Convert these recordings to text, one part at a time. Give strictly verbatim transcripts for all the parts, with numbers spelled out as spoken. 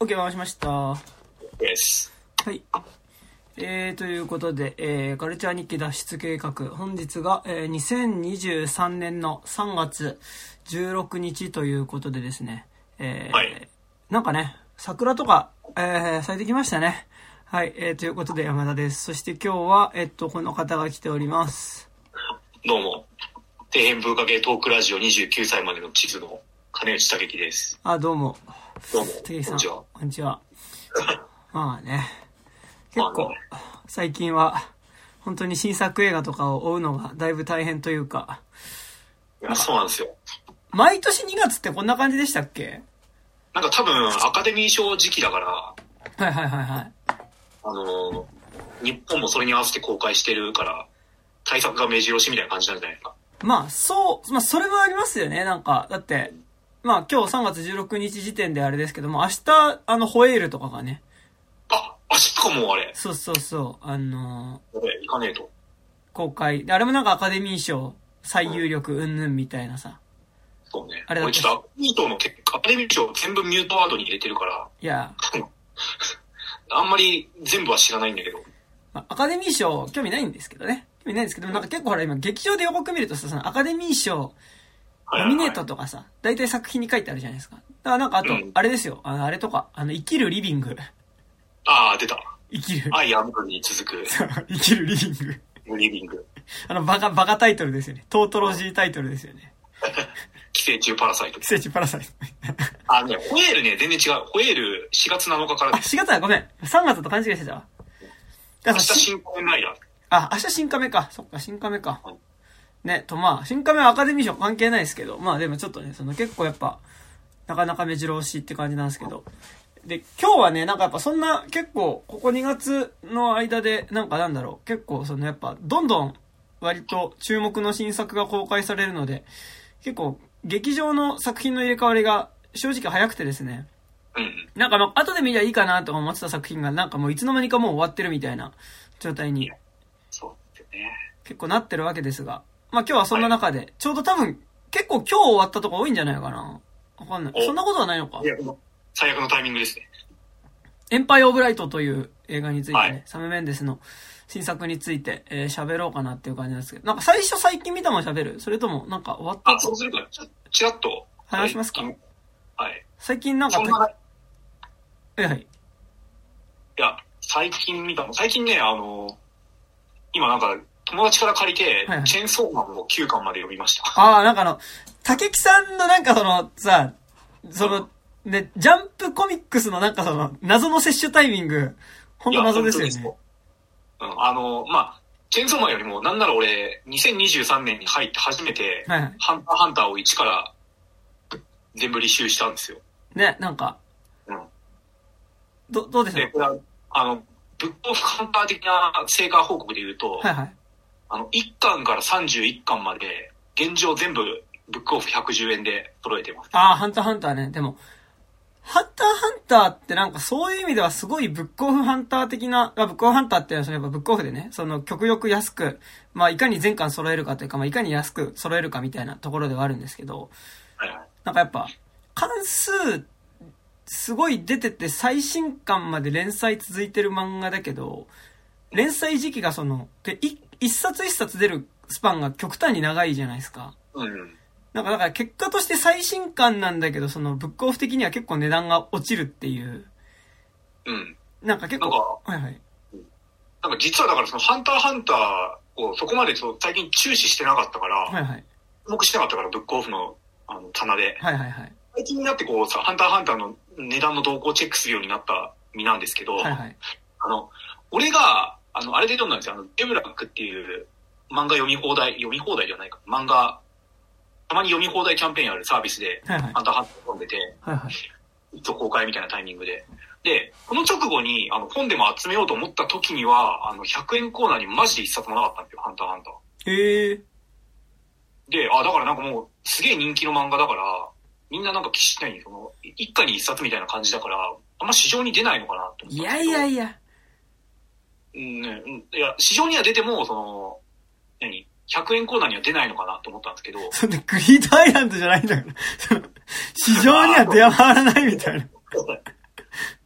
OK 回しました。 です。 はい。えー、ということで、えー、カルチャー日記脱出計画。本日が、えー、にせんにじゅうさんねんのさんがつじゅうろくにちということでですね。えー、 はい。 なんかね、桜とか、えー、咲いてきましたね。はい。えー、ということで山田です。そして今日は、えっと、この方が来ております。 どうも。底辺文化系トークラジオにじゅうきゅうさいまでの地図の金内武樹です。 あ、どうも。 どうも。 武樹さん。 こんにちは。 こんにちは。まあね。結構、最近は、本当に新作映画とかを追うのがだいぶ大変というか。 いや、そうなんですよ。 毎年にがつってこんな感じでしたっけ？ なんか多分、アカデミー賞時期だから、 はいはいはいはい。 あのー、日本もそれに合わせて公開してるから、対策が目白押しみたいな感じなんじゃないですか。 まあ、そう、まあ、それはありますよね。なんか、だって、まあ、今日さんがつじゅうろくにち時点であれですけども、明日、あの、ホエールとかがね。 あ、明日かもあれ。 そうそうそう、あのー、俺、行かねえと。 公開。あれもなんかアカデミー賞、最有力、うんぬんみたいなさ。 そうね。 あれだ俺ちょっとアカデミー賞の結果、アカデミー賞全部ミュートワードに入れてるから。 いや。 あんまり全部は知らないんだけど。 まあ、アカデミー賞、興味ないんですけどね。興味ないんですけど、なんか結構ほら今、劇場で予告見るとさ、そのアカデミー賞、ノミネートとかさ、大体作品に書いてあるじゃないですか。だからなんかあと、あれですよ、あの、あれとか、あの、生きるリビング。 ああ、出た。 生きる。 アイアムに続く。 生きるリビング。 リビング。 あの、バカ、バカタイトルですよね。トートロジータイトルですよね。 寄生虫パラサイト。 寄生虫パラサイト。 あ、ね、ホエールね、全然違う。ホエールしがつなのかからです。 あ、しがつはごめん。さんがつと勘違いしてたわ。 明日新カメないや。 あ、明日新カメか。そっか、新カメか。ね、とまあ、新カメはアカデミー賞関係ないですけど、まあでもちょっとね、その結構やっぱ、なかなか目白押しって感じなんですけど。で、今日はね、なんかやっぱそんな、結構、ここにがつの間で、なんかなんだろう、結構そのやっぱ、どんどん、割と注目の新作が公開されるので、結構、劇場の作品の入れ替わりが、正直早くてですね。 うん。 なんかまあ、後で見りゃいいかなと思ってた作品が、なんかもういつの間にかもう終わってるみたいな状態に。 そうですね。 結構なってるわけですが。まあ今日はそんな中で、はい、ちょうど多分、結構今日終わったとこ多いんじゃないかな。わかんない。そんなことはないのか。 いや、最悪のタイミングですね。 エンパイア・オブ・ライトという映画についてね、はい、サム・メンデスの新作について喋、えー、ろうかなっていう感じなんですけど、なんか最初最近見たもん喋る？それともなんか終わったと？ あ、そうするか、ちらっと。 話しますか？ はい。 最近なんか、 そんなえ、はい。 いや、最近見たの、最近ね、あの、今なんか、友達から借りて、はいはい、チェーンソーマンをきゅうかんまで読みました。 ああ、なんかあの、竹木さんのなんかその、さ、その、ね、ジャンプコミックスのなんかその、謎の摂取タイミング、ほんと謎ですよね。 うん、あの、まあ、チェーンソーマンよりも、なんなら俺、にせんにじゅうさんねんに入って初めて、はいはい、ハンターハンターを一から全部履修したんですよ。 ね、なんか。 うん。 ど、どうですか？ あの、ブックオフハンター的な成果報告で言うと、 はいはい。 あの、いっかんからさんじゅういっかんまで、現状全部、ブックオフひゃくじゅうえんで揃えてます。 ああ、ハンターハンターね。でも、ハンターハンターってなんかそういう意味ではすごいブックオフハンター的な、あブックオフハンターってそのやっぱブックオフでね、その極力安く、まあいかに全巻揃えるかというか、まあいかに安く揃えるかみたいなところではあるんですけど、 はいはい、 なんかやっぱ、関数、すごい出てて最新巻まで連載続いてる漫画だけど、連載時期がその、で、一冊一冊出るスパンが極端に長いじゃないですか。 うん。 なんかだから結果として最新刊なんだけど、そのブックオフ的には結構値段が落ちるっていう。 うん。 なんか結構、はいはい。 なんか実はだからそのハンターハンターをそこまでそう最近注視してなかったから、 はいはい。 注目してなかったからブックオフのあの棚で。 はいはいはい。 最近になってこうさ、ハンターハンターの値段の動向をチェックするようになった身なんですけど、 はいはい。 あの、俺が、あの、あれで読んだんですよ。あの、デブラックっていう漫画読み放題、読み放題じゃないか。漫画、たまに読み放題キャンペーンあるサービスで、はいはい、ハンターハンター読んでて、 はいはい。 一応公開みたいなタイミングで。で、この直後に、あの、本でも集めようと思った時には、あの、ひゃくえんコーナーにマジで一冊もなかったんですよ、ハンターハンター。 へー。 で、あ、だからなんかもう、すげえ人気の漫画だから、みんななんか岸谷にその、一家に一冊みたいな感じだから、あんま市場に出ないのかなと思ったんですけど。 いやいやいや。 うんね、いや、市場には出ても、その、何ひゃくえんコーナーには出ないのかなと思ったんですけど。 そんなグリードアイランドじゃないんだから。市場には出回らないみたいな。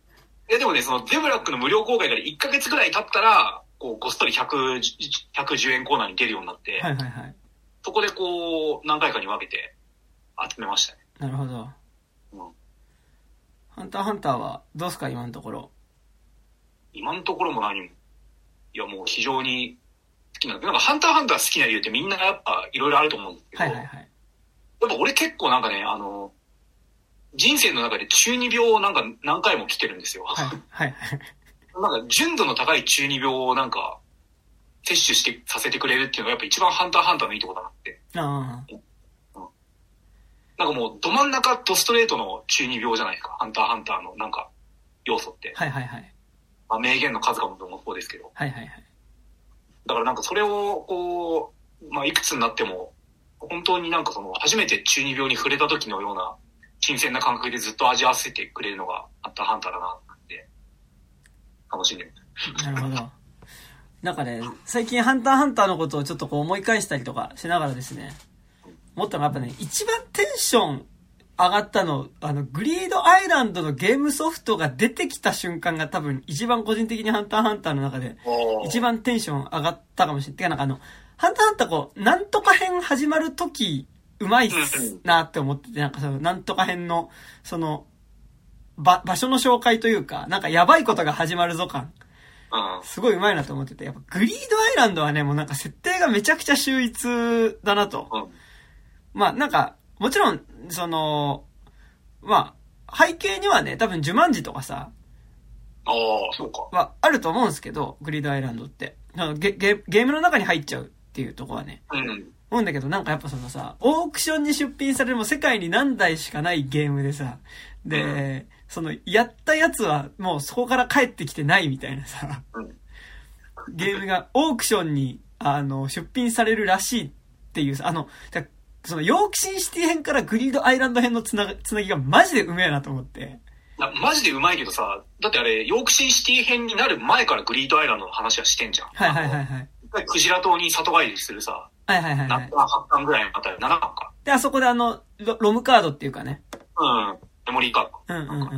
もね、そのデブラックの無料公開からいっかげつくらい経ったら、こう、ごっそりひゃく、ひゃくじゅうえんコーナーに出るようになって、 はいはいはい。 そこでこう、何回かに分けて集めましたね。 なるほど。うん。ハンターハンターはどうすか今のところ。 今のところも何も。いやもう非常に好きな、なんかハンターハンター好きな理由ってみんなやっぱいろいろあると思うんですけど。はいはいはい。やっぱ俺結構なんかね、あの、人生の中で中二病をなんか何回も来てるんですよ。はい。はい。なんか純度の高い中二病をなんか摂取してさせてくれるっていうのがやっぱ一番ハンターハンターのいいとこだなって。ああ。うん。なんかもうど真ん中とストレートの中二病じゃないですか。ハンターハンターのなんか要素って。はいはいはい。まあ名言の数々もそうですけど。はいはいはい。だからなんかそれをこう、まあいくつになっても本当になんかその初めて中二病に触れた時のような新鮮な感覚でずっと味わわせてくれるのがハンターハンターだなって楽しんでる。なるほど。 なんかね、最近ハンターハンターのことをちょっとこう思い返したりとかしながらですね、思ったのがやっぱね、一番テンション上がったの、あの、グリードアイランドのゲームソフトが出てきた瞬間が多分一番個人的にハンターハンターの中で一番テンション上がったかもしれない。てかなんかあの、ハンターハンターこう、なんとか編始まるとき、うまいっすなって思ってて、なんかその、なんとか編の、その、ば、場所の紹介というか、なんかやばいことが始まるぞ感。すごい上手いなと思ってて、やっぱグリードアイランドはね、もうなんか設定がめちゃくちゃ秀逸だなと。まあなんか、もちろん、その、まあ、背景にはね、多分ジュマンジとかさ、 ああ、そうか。 はあると思うんですけど、グリードアイランドって。ゲ、ゲ、ゲームの中に入っちゃうっていうところはね。うん。思うんだけど、なんかやっぱそのさ、オークションに出品されるも世界に何台しかないゲームでさ、で、うん、その、やったやつはもうそこから帰ってきてないみたいなさ、うん、ゲームがオークションに、あの、出品されるらしいっていうさ、あの、その、ヨークシンシティ編からグリードアイランド編のつな、つなぎがマジでうめえなと思って。 マジでうまいけどさ、だってあれ、ヨークシンシティ編になる前からグリードアイランドの話はしてんじゃん。 はいはいはいはい。 一回クジラ島に里帰りするさ、 はいはいはい、はい。 はちかんぐらいのあたり、ななかんか。 で、あそこであの、ロ, ロムカードっていうかね。 うん。メモリーカード。うんうんうん。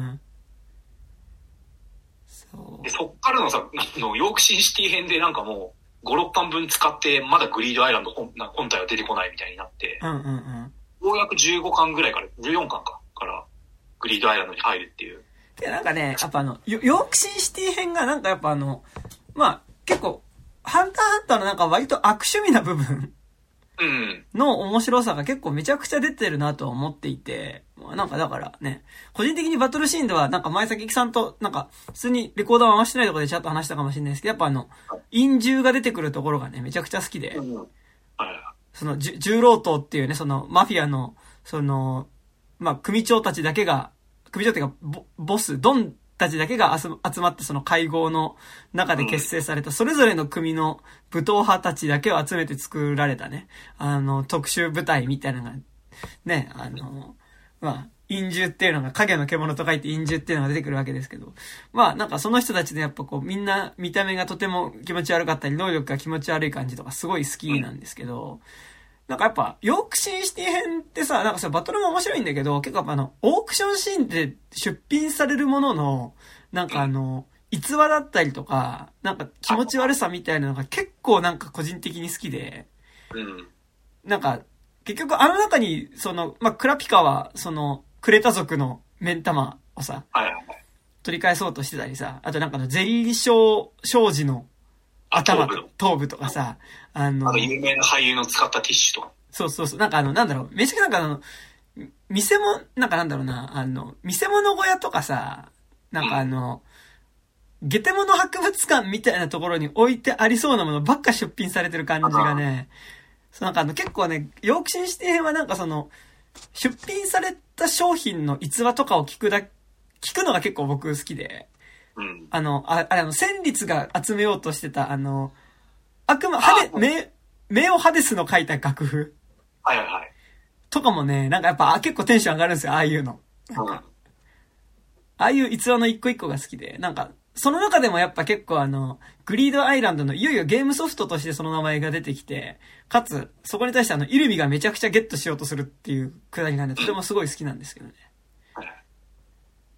そう。で、そっからのさ、のヨークシンシティ編でなんかもう、ご、ろっかんぶん使って、まだグリードアイランド本本体は出てこないみたいになって、 うんうんうん。 ようやくじゅうごかんぐらいから、じゅうよんかんか、から、グリードアイランドに入るっていう。 で、なんかね、やっぱあの、ヨークシンシティ編がなんかやっぱあの、まあ、結構、ハンターハンターのなんか割と悪趣味な部分の面白さが結構めちゃくちゃ出てるなと思っていて、なんかだからね、個人的にバトルシーンではなんか前崎さんとなんか普通にレコーダーを回してないところでちゃんと話したかもしれないですけど、やっぱあの、陰獣が出てくるところがね、めちゃくちゃ好きで、その重労働っていうね、そのマフィアの、その、まあ、組長たちだけが、組長っていうかボ、ボス、ドンたちだけが集まってその会合の中で結成された、それぞれの組の武闘派たちだけを集めて作られたね、あの、特殊部隊みたいなのが、ね、あの、まあ、陰獣っていうのが、影の獣と書いて陰獣っていうのが出てくるわけですけど、まあ、なんかその人たちでやっぱこう、みんな見た目がとても気持ち悪かったり、能力が気持ち悪い感じとかすごい好きなんですけど、なんかやっぱ、ヨークシンシティ編ってさ、なんかさ、バトルも面白いんだけど、結構やっぱあの、オークションシーンで出品されるものの、なんかあの、逸話だったりとか、なんか気持ち悪さみたいなのが結構なんか個人的に好きで、なんか、結局あの中に、その、まあ、クラピカは、その、クレタ族の目ん玉をさ、取り返そうとしてたりさ、あとなんかのゼリー商、商事の頭と頭部とかさ、 あの、あの有名な俳優の使ったティッシュとか。 そうそうそう。なんかあの、なんだろう、めちゃくちゃなんかあの、店も、なんかなんだろうな、あの、見せ物小屋とかさ、なんかあの、うん、ゲテモノ博物館みたいなところに置いてありそうなものばっか出品されてる感じがね、そうなんかあの結構ね、ヨークシンシティ編はなんかその、出品された商品の逸話とかを聞くだ、聞くのが結構僕好きで、うん、あの、あ、あれあの、戦律が集めようとしてた、あの、悪魔、ハデ、メ、メオハデスの書いた楽譜。 はいはいはい。 とかもね、なんかやっぱ結構テンション上がるんですよ、ああいうの。なんか、うん、ああいう逸話の一個一個が好きで、なんか、その中でもやっぱ結構あの、グリードアイランドのいよいよゲームソフトとしてその名前が出てきて、かつ、そこに対してあの、イルミがめちゃくちゃゲットしようとするっていうくだりなんで、とてもすごい好きなんですけどね。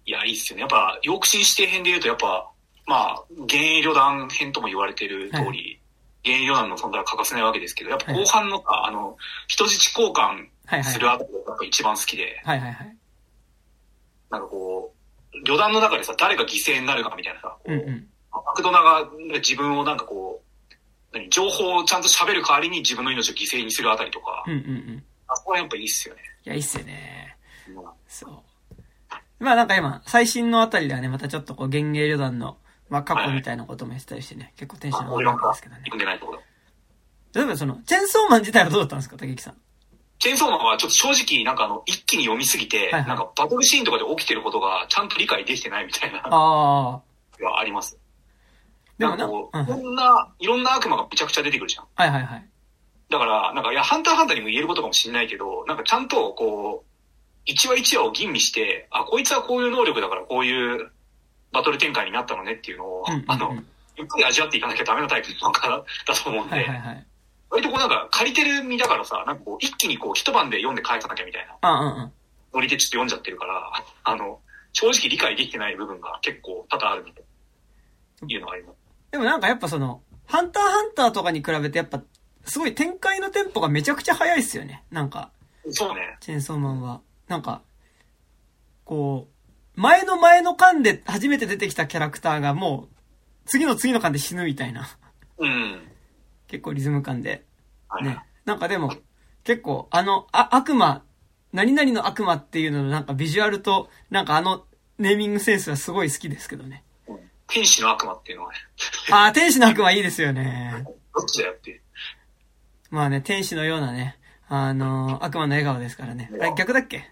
いや、いいっすよね。やっぱ、ヨークシー指定編で言うと、やっぱ、まあ、幻影旅団編とも言われている通り、はい、幻影旅団の存在は欠かせないわけですけど、やっぱ後半の、はい、あの、人質交換するあたりがやっぱ一番好きで、 はいはいはい。 なんかこう、旅団の中でさ、誰が犠牲になるかみたいなさ、こう、 うんうん、 マクドナが自分をなんかこう、何、情報をちゃんと喋る代わりに自分の命を犠牲にするあたりとか、 うんうんうん、 あそこはやっぱいいっすよね。 いや、いいっすよね。うん、そう。まあなんか今、最新のあたりではね、またちょっとこう、幻影旅団の、まあ過去みたいなこともやってたりしてね、はい、結構テンション上がるんですけどね。 読んでないところ。 例えばその、チェーンソーマン自体はどうだったんですか、竹木さん。 チェーンソーマンはちょっと正直なんかあの、一気に読みすぎて、はいはい、なんかバトルシーンとかで起きてることがちゃんと理解できてないみたいな。ああ。はあります。でもなんかこう、いろんな、いろんな悪魔がめちゃくちゃ出てくるじゃん。 はいはいはい。 だから、なんか、いや、ハンターハンターにも言えることかもしれないけど、なんかちゃんとこう、一話一話を吟味して、あ、こいつはこういう能力だからこういうバトル展開になったのねっていうのを、うんうんうん、あの、ゆっくり味わっていかなきゃダメなタイプの方だと思うんで、はいはいはい、割とこうなんか借りてる身だからさ、なんかこう一気にこう一晩で読んで返さなきゃみたいな、 うんうんうん、 ノリでちょっと読んじゃってるから、あの、正直理解できてない部分が結構多々あるみたいな、いうのがあります。 でもなんかやっぱその、ハンターハンターとかに比べてやっぱ、すごい展開のテンポがめちゃくちゃ早いっすよね。なんか。 そうね。 チェーンソーマンは。なんか、こう、前の前の巻で初めて出てきたキャラクターがもう、次の次の巻で死ぬみたいな。 うん。 結構リズム感で。 はい、 ね。なんかでも、結構、あの、あ、悪魔、何々の悪魔っていうののなんかビジュアルと、なんかあのネーミングセンスはすごい好きですけどね。 うん、天使の悪魔っていうのはね。 ああ、天使の悪魔いいですよね。 どっちだよっていう。 まあね、天使のようなね、あのー、悪魔の笑顔ですからね。あれ逆だっけ？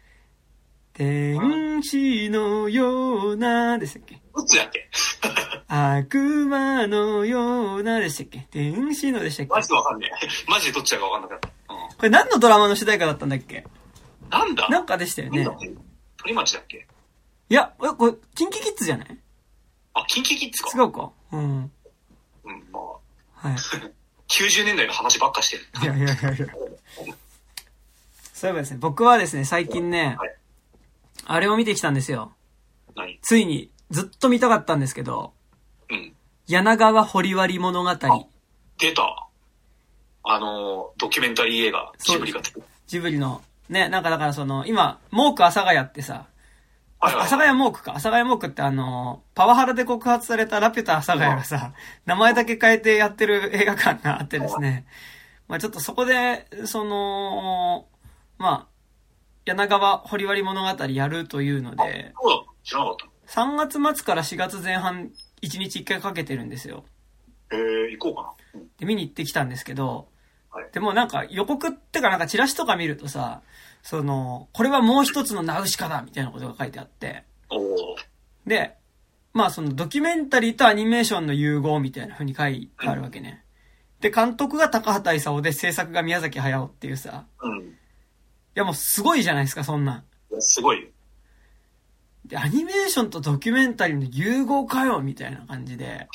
天使のようなでしたっけ？ どっちだっけ？ 悪魔のようなでしたっけ？天使のでしたっけ？ マジでわかんねえ。マジでどっちだかわかんなかった。うん、 これ何のドラマの主題歌だったんだっけ？ なんだ？ なんかでしたよね。 鳥町だっけ？ いや、これ、キンキキッズじゃない？ あ、キンキキッズか？ 違うか。うん。うん、 まあ。 はい。 きゅうじゅうねんだいの話ばっかしてる。 いやいやいやいや。そういえばですね、僕はですね、最近ね、はい、あれを見てきたんですよ。 何？ ついに、ずっと見たかったんですけど、 うん。 柳川掘割物語。 出た。あの、ドキュメンタリー映画、ジブリが作る。 ジブリの、ね、なんかだからその、今、モーク阿佐ヶ谷ってさ、阿佐ヶ谷モークか。阿佐ヶ谷モークってあの、パワハラで告発されたラピュタ阿佐ヶ谷がさ、名前だけ変えてやってる映画館があってですね。まあちょっとそこで、その、まあ、柳川掘割物語やるというので、 そうだ、知らなかった。 さんがつ末からしがつぜん半、いちにちいっかいかけてるんですよ。 へえ、行こうかな。 で、見に行ってきたんですけど、 はい、 でもなんか予告ってかなんかチラシとか見るとさ、その、これはもう一つのナウシカだみたいなことが書いてあって。 おで、まあそのドキュメンタリーとアニメーションの融合みたいな風に書いてあるわけね。うん、で、監督が高畑勲で制作が宮崎駿っていうさ。 うん。いやもうすごいじゃないですか、そんなん。 いや、すごいよ。 で、アニメーションとドキュメンタリーの融合かよみたいな感じで。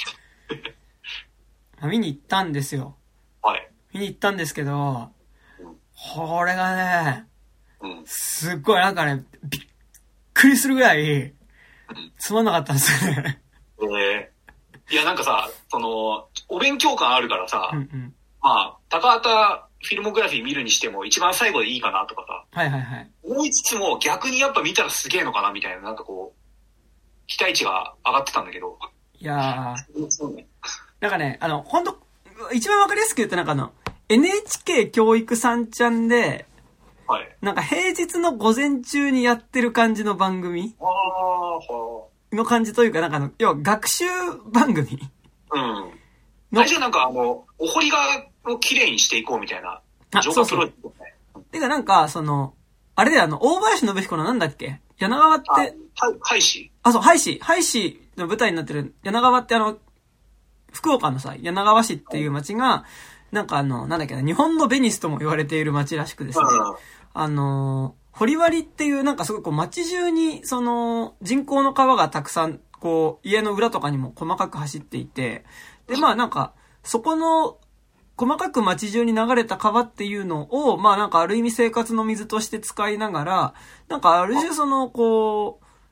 見に行ったんですよ。 はい。 見に行ったんですけど、うん、これがね、 うん、 すっごいなんかね、びっくりするぐらい、つまんなかったんですよね。 ええー。いや、なんかさ、その、お勉強感あるからさ、 うんうん、 まあ、高畑フィルモグラフィー見るにしても一番最後でいいかなとかさ、 はいはいはい。 思いつつも逆にやっぱ見たらすげえのかなみたいな、なんかこう、期待値が上がってたんだけど。 いやー、ね、なんかね、あの、ほんと、一番わかりやすく言うとなんかあの、エヌエイチケー 教育さんちゃんで、 はい。 なんか平日の午前中にやってる感じの番組の感じというか、なんかあの、要は学習番組うん。最初なんかあの、お堀がをきれいにしていこうみたいな。 あ、そうそう。てかなんか、その、あれであの、大林信彦のなんだっけ柳川って。 あ、廃止あ、そう、廃止。廃止の舞台になってる柳川ってあの、福岡のさ、柳川市っていう町が、なんかあの、なんだっけな、日本のベニスとも言われている町らしくですね。あの、堀割っていうなんかすごいこう町中に、その、人工の川がたくさん、こう、家の裏とかにも細かく走っていて、で、まあなんか、そこの、細かく町中に流れた川っていうのを、まあなんかある意味生活の水として使いながら、なんかある種その、こう、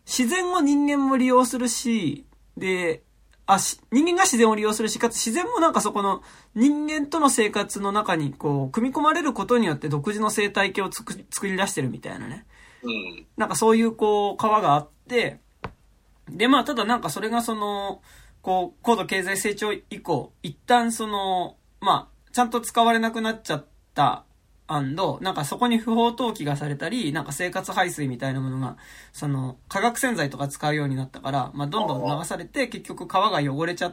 自然を人間も利用するし、で、あ、し、人間が自然を利用するし、かつ自然もなんかそこの人間との生活の中にこう、組み込まれることによって独自の生態系をつく作り出してるみたいなね。 うん。なんかそういうこう、川があって、で、まあ、ただなんかそれがその、こう、高度経済成長以降、一旦その、まあ、ちゃんと使われなくなっちゃった、なんかそこに不法投棄がされたり、なんか生活排水みたいなものが、その、化学洗剤とか使うようになったから、まあ、どんどん流されて、結局川が汚れちゃって、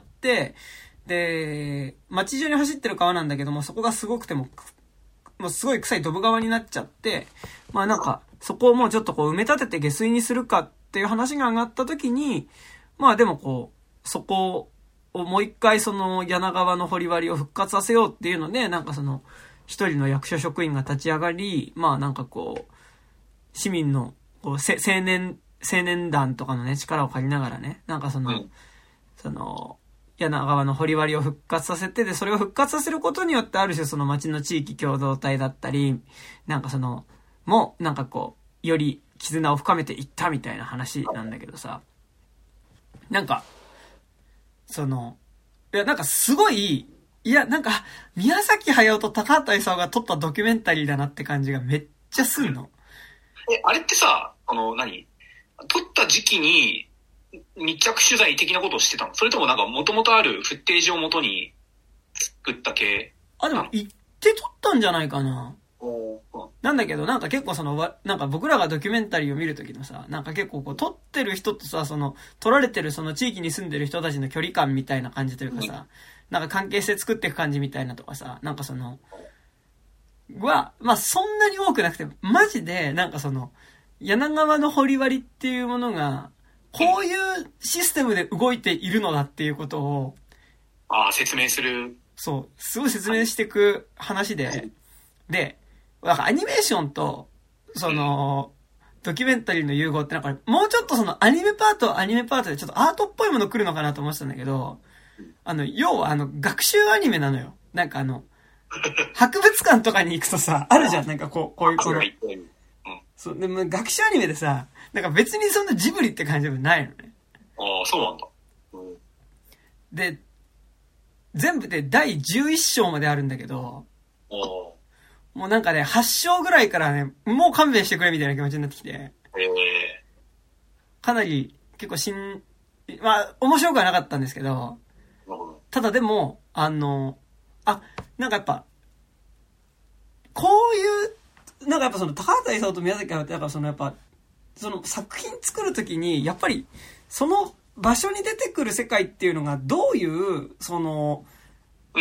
で、街中に走ってる川なんだけども、そこがすごくても、もうすごい臭いドブ川になっちゃって、まあなんか、そこをもうちょっとこう埋め立てて下水にするかっていう話が上がった時に、まあでもこう、そこをもう一回その柳川の掘割を復活させようっていうので、なんかその、一人の役所職員が立ち上がり、まあなんかこう、市民のこう青年、青年団とかのね、力を借りながらね、なんかその、うん、その、柳川の掘割を復活させて、で、それを復活させることによって、ある種その町の地域共同体だったり、なんかその、も、なんかこう、より絆を深めていったみたいな話なんだけどさ、なんか、その、いや、なんかすごい、いや、なんか、宮崎駿と高畑勲が撮ったドキュメンタリーだなって感じがめっちゃするの。 え、あれってさ、あの、何撮った時期に密着取材的なことをしてたの？それともなんか元々あるフッテージを元に作った系？ あ、でも行って撮ったんじゃないかな。なんだけど、なんか結構その、なんか僕らがドキュメンタリーを見るときのさ、なんか結構こう撮ってる人とさ、その、撮られてるその地域に住んでる人たちの距離感みたいな感じというかさ、うん、なんか関係性作っていく感じみたいなとかさ、なんかその、は、まあそんなに多くなくて、マジで、なんかその、柳川の掘割っていうものが、こういうシステムで動いているのだっていうことを、 ああ、説明する。 そう、すごい説明していく話で、で、なんかアニメーションと、その、ドキュメンタリーの融合ってなんか、もうちょっとそのアニメパート、アニメパートでちょっとアートっぽいもの来るのかなと思ってたんだけど、あの、要はあの、学習アニメなのよ。なんかあの、博物館とかに行くとさ、あるじゃん、なんかこう、こういうこの。そう、でも学習アニメでさ、なんか別にそんなジブリって感じでもないのね。 ああ、そうなんだ。 うん、で、全部でだいじゅういっ章まであるんだけど、もうなんかね、はち章ぐらいからね、もう勘弁してくれみたいな気持ちになってきて、 えー、 かなり結構しん、まあ、面白くはなかったんですけど、ただでも、あの、あ、なんかやっぱ、こういう、なんかやっぱその高畑勲と宮崎駿ってやっぱそのやっぱ、その作品作るときに、やっぱり、その場所に出てくる世界っていうのがどういう、その、 うん、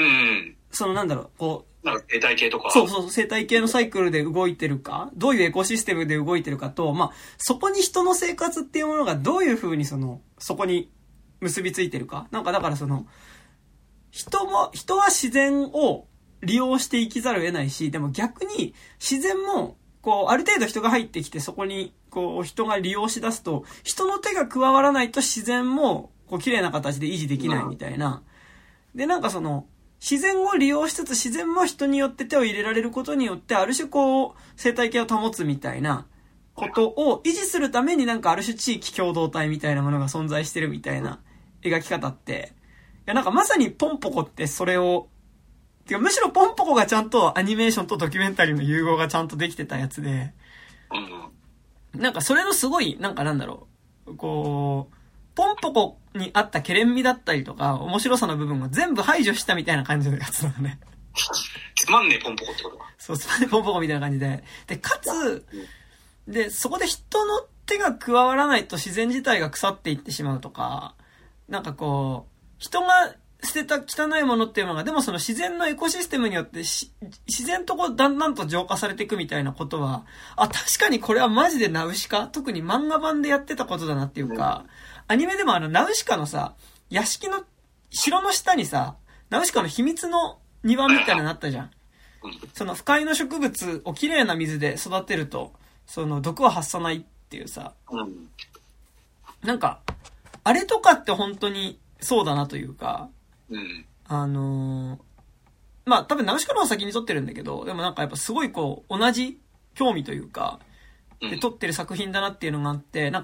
そのなんだろう、こう、 なんか生態系とか。 そうそう、生態系のサイクルで動いてるか、どういうエコシステムで動いてるかと、まあ、そこに人の生活っていうものがどういう風にその、そこに結びついてるか。なんかだからその、人も、人は自然を利用して生きざるを得ないし、でも逆に自然も、こう、ある程度人が入ってきてそこに、こう、人が利用し出すと、人の手が加わらないと自然も、こう、綺麗な形で維持できないみたいな。で、なんかその、自然を利用しつつ自然も人によって手を入れられることによってある種こう生態系を保つみたいなことを維持するためになんかある種地域共同体みたいなものが存在してるみたいな描き方って、いやなんかまさにポンポコってそれを、てかむしろポンポコがちゃんとアニメーションとドキュメンタリーの融合がちゃんとできてたやつで、なんかそれのすごいなんかなんだろう、こう、ポンポコにあったケレン味だったりとか、面白さの部分を全部排除したみたいな感じのやつなのね。 つまんねえポンポコってことか。 そう、つまんねえポンポコみたいな感じで。で、かつ、で、そこで人の手が加わらないと自然自体が腐っていってしまうとか、なんかこう、人が捨てた汚いものっていうのが、でもその自然のエコシステムによってし自然とこうだんだんと浄化されていくみたいなことは、あ、確かにこれはマジでナウシカ？特に漫画版でやってたことだなっていうか、うん、アニメでもあの、ナウシカのさ、屋敷の、城の下にさ、ナウシカの秘密の庭みたいなのあったじゃん。その不快の植物をきれいな水で育てると、その毒を発さないっていうさ、なんか、あれとかって本当にそうだなというか、あのー、まあ多分ナウシカの方が先に撮ってるんだけど、でもなんかやっぱすごいこう、同じ興味というか、で撮ってる作品だなっていうのがあって、なんか、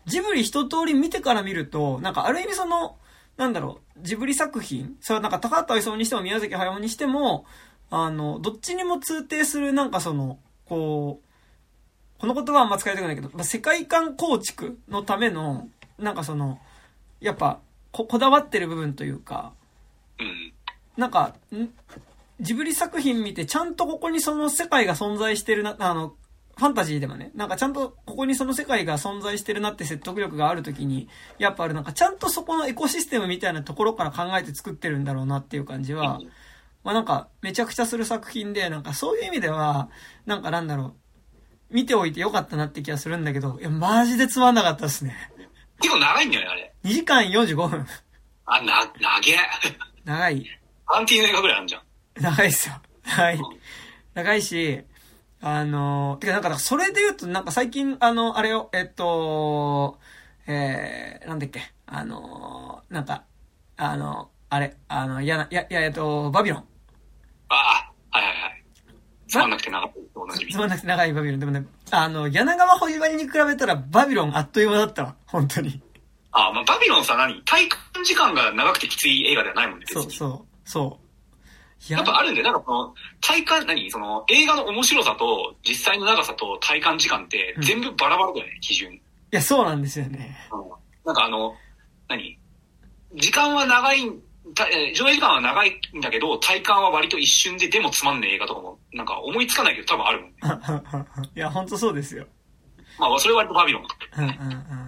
ジブリ一通り見てから見ると、なんかある意味その、なんだろう、ジブリ作品、それはなんか高畑勲にしても宮崎駿にしても、あの、どっちにも通底するなんかその、こう、この言葉はあんま使いたくないけど、まあ、世界観構築のための、なんかその、やっぱこ、こだわってる部分というか、 うん、 なんか、んジブリ作品見てちゃんとここにその世界が存在してるな、あの、ファンタジーでもね、なんかちゃんとここにその世界が存在してるなって説得力があるときに、やっぱあるなんかちゃんとそこのエコシステムみたいなところから考えて作ってるんだろうなっていう感じは、まあなんかめちゃくちゃする作品で、なんかそういう意味では、なんかなんだろう、見ておいてよかったなって気がするんだけど、いやマジでつまんなかったですね。 結構長いんだよね、あれ。 にじかんよんじゅうごふん。 あ、な、長え。 長い。 アンティーの映画ぐらいあるじゃん。 長いっすよ。はい。長いし、あの、てかなんか、それで言うと、なんか最近、あの、あれよ、えっと、えー、なんだっけ、あの、なんか、あの、あれ、あの、いや、いや、いや、えっと、バビロン。 ああ、はいはいはい。つまんなくて長いと同じ。 つまんなくて長いバビロン。でもね、あの、柳川ホイバリに比べたらバビロンあっという間だったわ。本当に。 ああ、まあ、バビロンさ、何体感時間が長くてきつい映画ではないもんね。 そうそう、そう。 やっぱあるんで、なんかその、体感、何その、映画の面白さと、実際の長さと体感時間って、全部バラバラだよね、うん、基準。いや、そうなんですよね。 うん。なんかあの、何時間は長い、上映時間は長いんだけど、体感は割と一瞬で、でもつまんねえ映画とかも、なんか思いつかないけど多分あるもんね。 いや、ほんとそうですよ。 まあ、それは割とバビロン。 うんうんうん。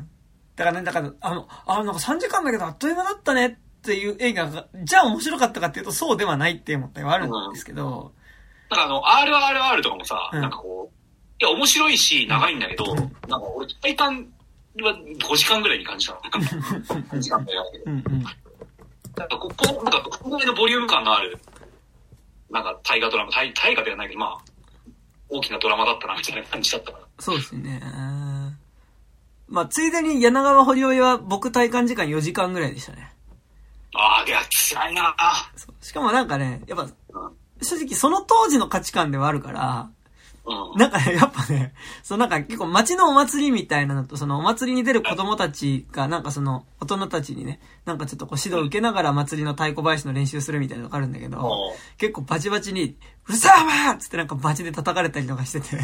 だからね、だから、あの、あ、なんかさんじかんだけどあっという間だったねっていう映画が、じゃあ面白かったかっていうとそうではないって思ったりはあるんですけど。 うん、なんかあの、アールアールアール とかもさ、うん、なんかこう、いや、面白いし、長いんだけど、うん、なんか俺、体感はごじかんぐらいに感じたの。ごじかんぐらいだけど。うんうん。なんかここ、なんかここぐらいのボリューム感のある、なんか大河ドラマ、大大河ではないけど、まあ、大きなドラマだったな、みたいな感じだったから。 そうですね。まあ、ついでに柳川堀追は僕体感時間よじかんぐらいでしたね。 ああ、いや、辛いな。 しかもなんかね、やっぱ、うん、正直その当時の価値観ではあるから、うん、なんかね、やっぱね、そのなんか結構街のお祭りみたいなのと、そのお祭りに出る子供たちが、なんかその大人たちにね、なんかちょっとこう指導を受けながら祭りの太鼓林の練習するみたいなのがあるんだけど、うん、結構バチバチに、うるさーわーっつってなんかバチで叩かれたりとかしてて、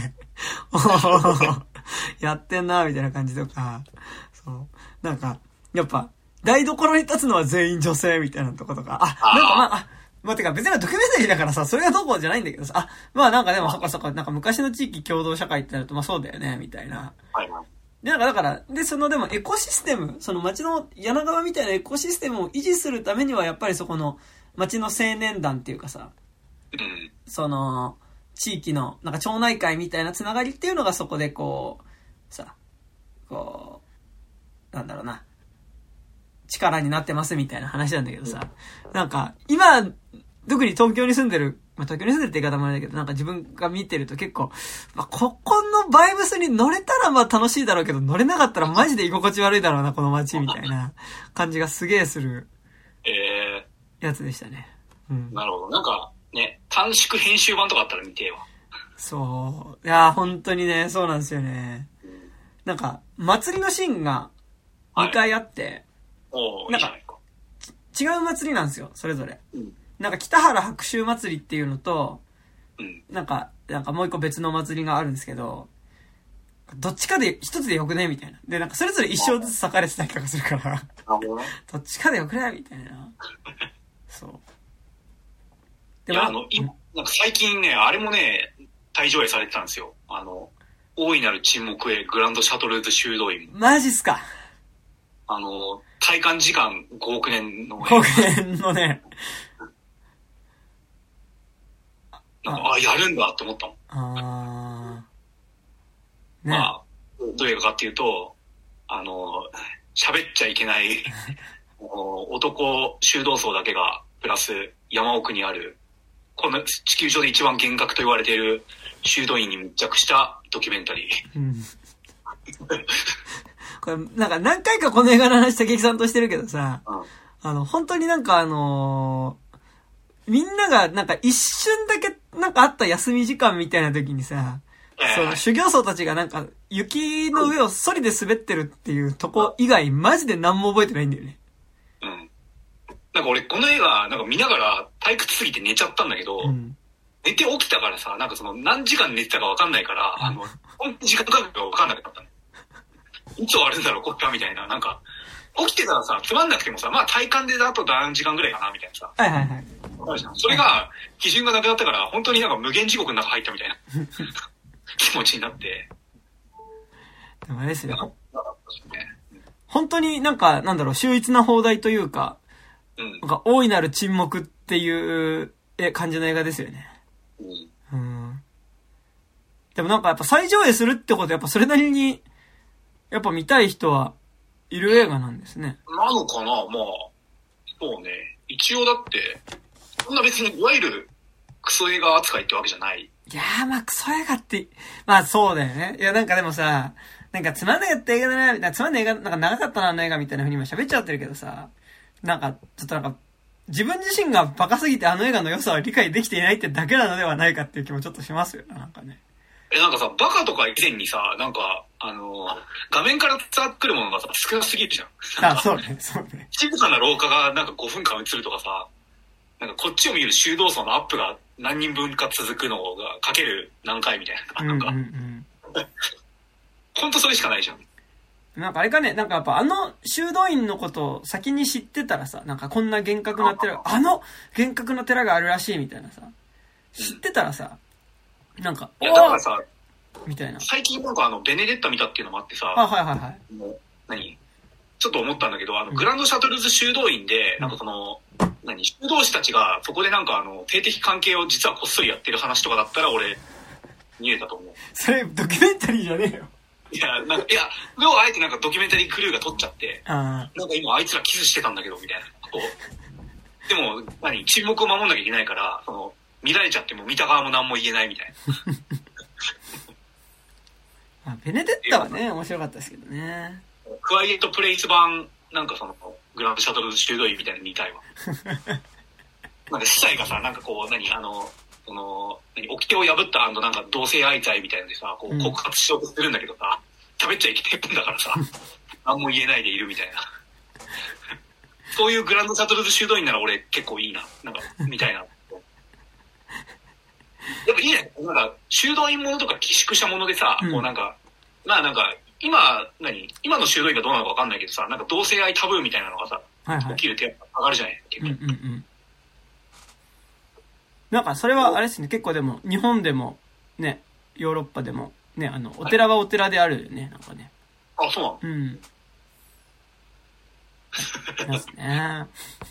やってんなーみたいな感じとか、そう。なんか、やっぱ、台所に立つのは全員女性みたいなとことか、あ、なんかまあ、あまあ、てか別にドキュメンタリーだからさ、それがどうこうじゃないんだけどさ、あ、まあなんかでもそっかそっか、なんか昔の地域共同社会ってなるとまあそうだよね、みたいな。はいはい。で、なんかだから、で、そのでもエコシステム、その町の柳川みたいなエコシステムを維持するためにはやっぱりそこの町の青年団っていうかさ、うん、その、地域の、なんか町内会みたいなつながりっていうのがそこでこう、さ、こう、なんだろうな。力になってますみたいな話なんだけどさ、なんか、今、特に東京に住んでる、まあ、東京に住んでるって言い方もあれだけど、なんか自分が見てると結構、まあ、ここのバイブスに乗れたらまあ楽しいだろうけど、乗れなかったらマジで居心地悪いだろうな、この街みたいな感じがすげえする、えー、やつでしたね。 うん。なるほど。なんか、ね、短縮編集版とかあったら見てえわ。 そう。いやー、本当にね、そうなんですよね。うん、なんか、祭りのシーンがにかいあって、はいおなんか違う祭りなんですよ、それぞれ。うん、なんか北原白秋祭りっていうのと、うん、なんか、なんかもう一個別の祭りがあるんですけど、どっちかで、一つでよくねみたいな。で、なんかそれぞれ一生ずつ裂かれてたりとかするから、どっちかでよくねみたいな。そう。 でも、いや、あの、いなんか最近ね、あれもね、大上映されてたんですよ。あの、大いなる沈黙へグランドシャトルーズ修道院。 マジっすか。 あの、体感時間ごおく年の、 ね。ごおく年のね。 なんか、あ、やるんだって思ったもん。 あー。 ね、まあ、どういうかっていうと、あの、喋っちゃいけない、男修道僧だけが、プラス山奥にある、この地球上で一番厳格と言われている修道院に密着したドキュメンタリー。うんこれなんか何回かこの映画の話竹木さんとしてるけどさ、うん、あの本当になんかあのー、みんながなんか一瞬だけなんかあった休み時間みたいな時にさ、 その修行僧たちがなんか雪の上をソリで滑ってるっていうとこ以外マジで何も覚えてないんだよね。 うん。なんか俺この映画なんか見ながら退屈すぎて寝ちゃったんだけど、うん、寝て起きたからさ、なんかその何時間寝てたか分かんないから、あの、本当に時間かかるか分かんなかったの。いつ終わるんだろう、こっからみたいな。なんか、起きてたらさ、つまんなくてもさ、まあ体感であと何時間ぐらいかな、みたいなさ。 はいはいはい。 それが、基準がなくなったから、本当になんか無限地獄の中入ったみたいな気持ちになって。 でもあれですよ。本当になんか、なんだろう、秀逸な放題というか、うん、なんか大いなる沈黙っていう感じの映画ですよね。うん。うん。でもなんかやっぱ再上映するってことはやっぱそれなりに、やっぱ見たい人はいる映画なんですね。 なのかな、まあ、そうね。一応だって、そんな別にいわゆるクソ映画扱いってわけじゃない。 いやーまあクソ映画って、まあそうだよね。いやなんかでもさ、なんかつまんなかった映画だな、みたいな、つまんない映画、なんか長かったなあの映画みたいな風に今喋っちゃってるけどさ、なんか、ちょっとなんか、自分自身がバカすぎてあの映画の良さを理解できていないってだけなのではないかっていう気もちょっとしますよ、なんかね。 え、なんかさ、バカとか以前にさ、なんか、あのー、画面から伝わってくるものがさ、少なすぎるじゃん。 あ、そうね、そうね。 静かな廊下がなんかごふんかん映るとかさ、なんかこっちを見る修道層のアップが何人分か続くのがかける何回みたいな。なんか、うんうんうん、ほんとそれしかないじゃん。 なんかあれかね、なんかやっぱあの修道院のことを先に知ってたらさ、なんかこんな厳格な寺、あの厳格な寺があるらしいみたいなさ、知ってたらさ、なんか、 いやだからさ、 みたいな。 最近なんかあの、ベネデッタ見たっていうのもあってさ、 あ、はいはいはい。 もう何ちょっと思ったんだけど、あの、グランドシャトルズ修道院で、なんかその、何修道士たちがそこでなんかあの、性的関係を実はこっそりやってる話とかだったら俺、見えたと思う。 それ、ドキュメンタリーじゃねえよ。 いや、なんか、いや、それをあえてなんかドキュメンタリークルーが撮っちゃって、 あなんか今あいつらキスしてたんだけど、みたいなことを。でも、何沈黙を守んなきゃいけないから、その、見られちゃっても見た側も何も言えないみたいな。 まあ、ベネデッタはね、面白かったですけどね。 クワイエットプレイス版、なんかその、グランドシャトルズ修道院みたいなの見たいわ。なんか司祭がさ、なんかこう、何、あの、その、何、掟を破ったなんか同性愛罪みたいなのでさ、こう告発しようとするんだけどさ、うん、喋っちゃいけないんだからさ、何も言えないでいるみたいな。そういうグランドシャトルズ修道院なら俺結構いいな。なんか、みたいな。やっぱいいね。なんか、修道院ものとか寄宿したものでさ、うん、こうなんか、まあなんか、今、何今の修道院がどうなのかわかんないけどさ、なんか同性愛タブーみたいなのがさ、はいはい、起きる手上がるじゃない結構。うんうんうん。 なんかそれはあれですね、結構でも、日本でも、ね、ヨーロッパでも、ね、あの、お寺はお寺であるよね、なんかね。 あ、そうなの？ うん。ですね。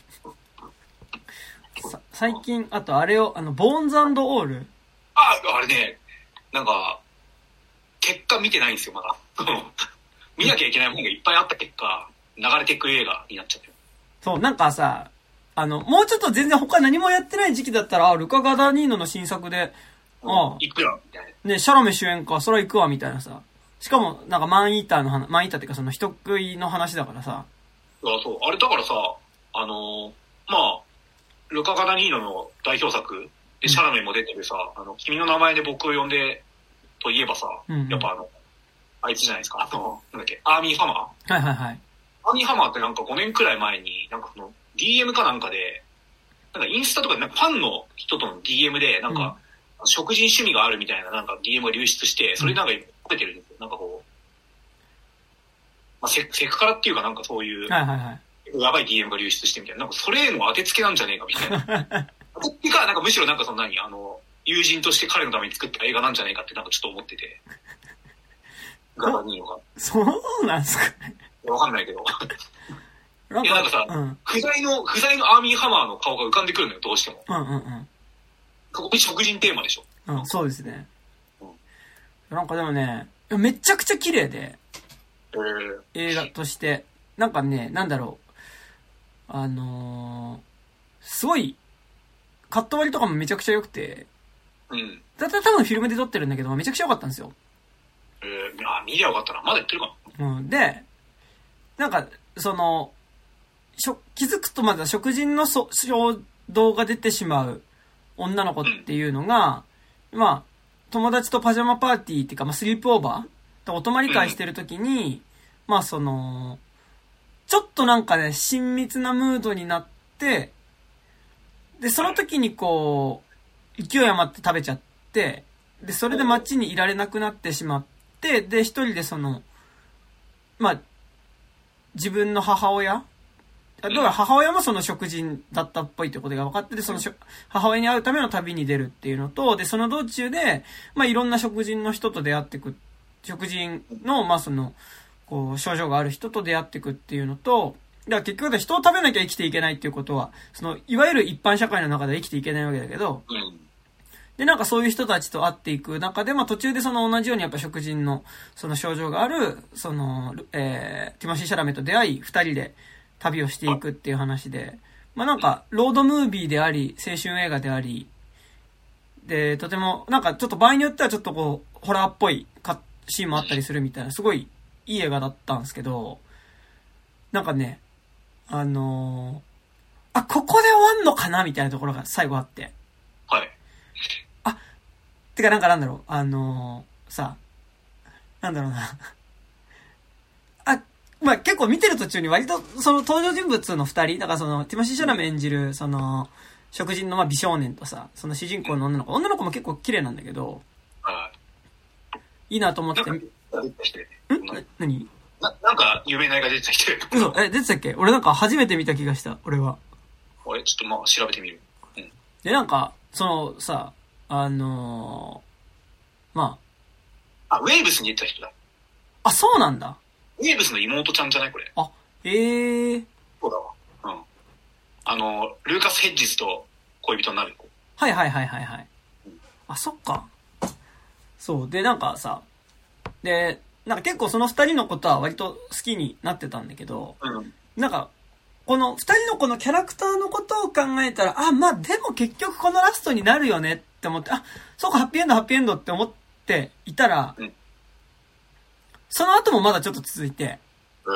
最近、あとあれを、あの、ボーンズ&オール。 あ、あれね、なんか、結果見てないんですよ、まだ。見なきゃいけないものがいっぱいあった結果、流れていく映画になっちゃってる。 そう、なんかさ、あの、もうちょっと全然他何もやってない時期だったら、あ、ルカ・ガダニーノの新作で、 ああ、行くよ、みたいな。ね、シャロメ主演か、それは行くわ、みたいなさ。しかも、なんかマンイーターの話、マンイーターっていうかその人食いの話だからさ。 あ、そう。あれだからさ、あのー、まあ、ルカ・ガダニーノの代表作でシャラメも出てるさ、うん、あの、君の名前で僕を呼んでといえばさ、うんうん、やっぱあの、あいつじゃないですか、あの、なんだっけ、アーミー・ハマー。はいはいはい。 アーミー・ハマーってなんかごねんくらい前に、なんかその、ディーエム かなんかで、なんかインスタとかでなんかファンの人との ディーエム で、なんか、うん、食事に趣味があるみたいななんか ディーエム が流出して、それなんか食べてるんですよ。なんかこう、まあ、セ, セクハラっていうかなんかそういう、 はいはいはい、 やばい ディーエム が流出してみたいな、なんかそれへの当てつけなんじゃねえかみたいな。当てつけか、なんかむしろなんかその何、あの、友人として彼のために作った映画なんじゃないかってなんかちょっと思ってて。ガダニーノが。 そうなんすかね。 わかんないけど。 なんかいやなんかさ、うん、不在の、不在のアーミーハマーの顔が浮かんでくるのよ、どうしても。 うんうんうん。 ここ食人テーマでしょ。 うん、そうですね。うん、なんかでもね、めちゃくちゃ綺麗で、 えー、 映画として、なんかね、なんだろう、あのー、すごい、カット割りとかもめちゃくちゃ良くて、 うん。 だいたい多分フィルムで撮ってるんだけど、めちゃくちゃ良かったんですよ。 えー、あ、見りゃよかったな。まだ言ってるかな。うん。で、なんか、その、しょ気づくとまだ食人の衝動が出てしまう女の子っていうのが、うん、まあ、 友達とパジャマパーティーっていうか、まあ、スリープオーバーお泊まり会してる時に、うん、まあその、ちょっとなんかね、親密なムードになって、で、その時にこう、勢い余って食べちゃって、で、それで街にいられなくなってしまって、で、一人でその、まあ、自分の母親どうやら母親もその食人だったっぽいってことが分かってて、その母親に会うための旅に出るっていうのと、で、その道中で、まあ、いろんな食人の人と出会ってく、食人の、まあ、その、こう、症状がある人と出会ってくっていうのと、だから結局は人を食べなきゃ生きていけないっていうことは、その、いわゆる一般社会の中で生きていけないわけだけど、で、なんかそういう人たちと会っていく中で、まあ途中でその同じようにやっぱ食人のその症状がある、その、えー、ティモシー・シャラメと出会い、二人で旅をしていくっていう話で、まあなんか、ロードムービーであり、青春映画であり、で、とても、なんかちょっと場合によってはちょっとこう、ホラーっぽいシーンもあったりするみたいな、すごいいい映画だったんですけど、なんかね、あのー、あ、ここで終わんのかなみたいなところが最後あって。 はい。 あ、てかなんかなんだろう、あのー、さ、なんだろうな。あ、まあ、結構見てる途中に割とその登場人物の二人、だからそのティモシー・シャラメ演じるその食人のまあ美少年とさ、その主人公の女の子、女の子も結構綺麗なんだけど、 はい。 いいなと思って。ん？何？ な、なんか有名な映画出てた人。 嘘、え、出てたっけ？俺なんか初めて見た気がした、俺は。 あれ、ちょっとまあ調べてみる。うん。 で、なんか、そのさ、あのー、まあ。あ、ウェーブスに出てた人だ。 あ、そうなんだ。 ウェーブスの妹ちゃんじゃないこれ。 あ、ええー。 そうだわ。うん。あの、ルーカス・ヘッジズと恋人になる子。 はいはいはいはいはい。うん、あ、そっか。そう。で、なんかさ、で、なんか結構その二人のことは割と好きになってたんだけど、うん、なんか、この二人のこのキャラクターのことを考えたら、あ、まあでも結局このラストになるよねって思って、あ、そうか、ハッピーエンド、ハッピーエンドって思っていたら、うん、その後もまだちょっと続いて、うん、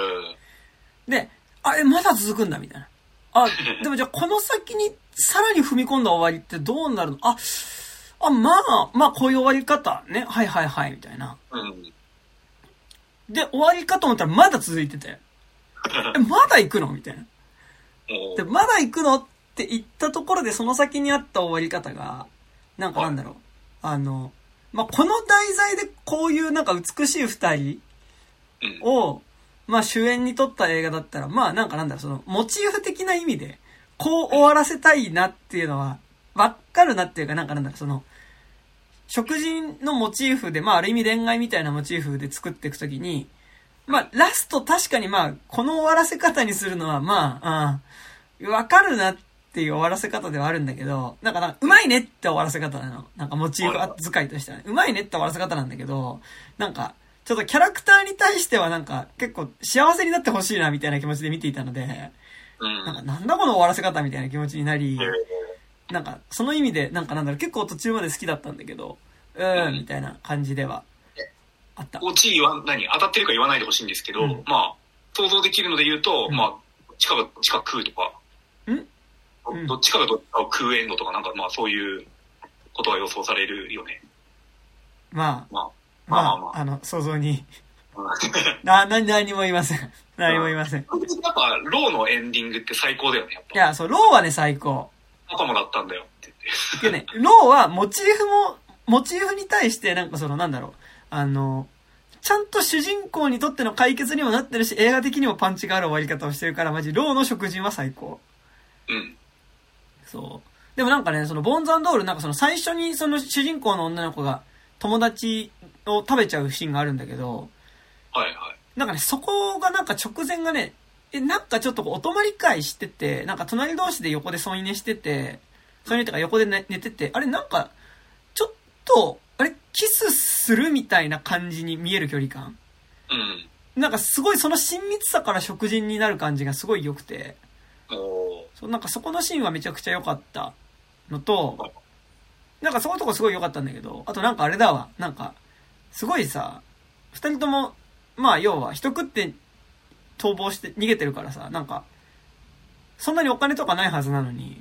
で、あ、え、まだ続くんだみたいな。あ、でもじゃあこの先にさらに踏み込んだ終わりってどうなるの？あ、あ、まあ、まあこういう終わり方ね。はいはいはい、みたいな。うんで、終わりかと思ったらまだ続いてて。え、まだ行くのみたいな。で、まだ行くのって言ったところでその先にあった終わり方が、なんかなんだろう。あの、まあ、この題材でこういうなんか美しい二人を、まあ、主演に撮った映画だったら、まあ、なんかなんだろう、その、モチーフ的な意味で、こう終わらせたいなっていうのは、わかるなっていうか、なんかなんだろう、その、食人のモチーフで、まあ、ある意味恋愛みたいなモチーフで作っていくときに、まあ、ラスト確かにまあ、この終わらせ方にするのは、まあ、あわかるなっていう終わらせ方ではあるんだけど、なんか、なんかうまいねって終わらせ方なの。なんかモチーフ使いとしてはね。うまいねって終わらせ方なんだけど、なんか、ちょっとキャラクターに対してはなんか、結構幸せになってほしいなみたいな気持ちで見ていたので、なんか、なんだこの終わらせ方みたいな気持ちになり、なんか、その意味で、なんかなんだろう、結構途中まで好きだったんだけど、うーん、みたいな感じではあった。 オチ言わ、何当たってるか言わないでほしいんですけど、うん、まあ、想像できるので言うと、うん、まあ、地下が、地下食うとか、ん、うん、どっちかがどっちかを食うエンドとか、なんかまあそういうことが予想されるよね。 まあ、まあ、まあまあ、まあ、あの、想像に。な、な、何も言いません。何も言いません。 やっぱ、ローのエンディングって最高だよね、やっぱ。 いや、そう、ローはね、最高。 仲間だったんだよって言って。 でね、ローはモチーフも、モチーフに対してなんかそのなんだろう、あの、ちゃんと主人公にとっての解決にもなってるし、映画的にもパンチがある終わり方をしてるから、マジ、ローの食人は最高。 うん。 そう。でもなんかね、そのボーンズ&オールなんかその最初にその主人公の女の子が友達を食べちゃうシーンがあるんだけど、 はいはい。 なんかね、そこがなんか直前がね、え、なんかちょっとお泊まり会してて、なんか隣同士で横で添い寝してて、添い寝とか横で寝てて、あれなんか、ちょっと、あれキスするみたいな感じに見える距離感。 うん。 なんかすごいその親密さから食人になる感じがすごい良くて、 おそうなんかそこのシーンはめちゃくちゃ良かったのと、なんかそこのとこすごい良かったんだけど、あとなんかあれだわ、なんか、すごいさ、二人とも、まあ要は人食って逃亡して逃げてるからさ、なんか、そんなにお金とかないはずなのに、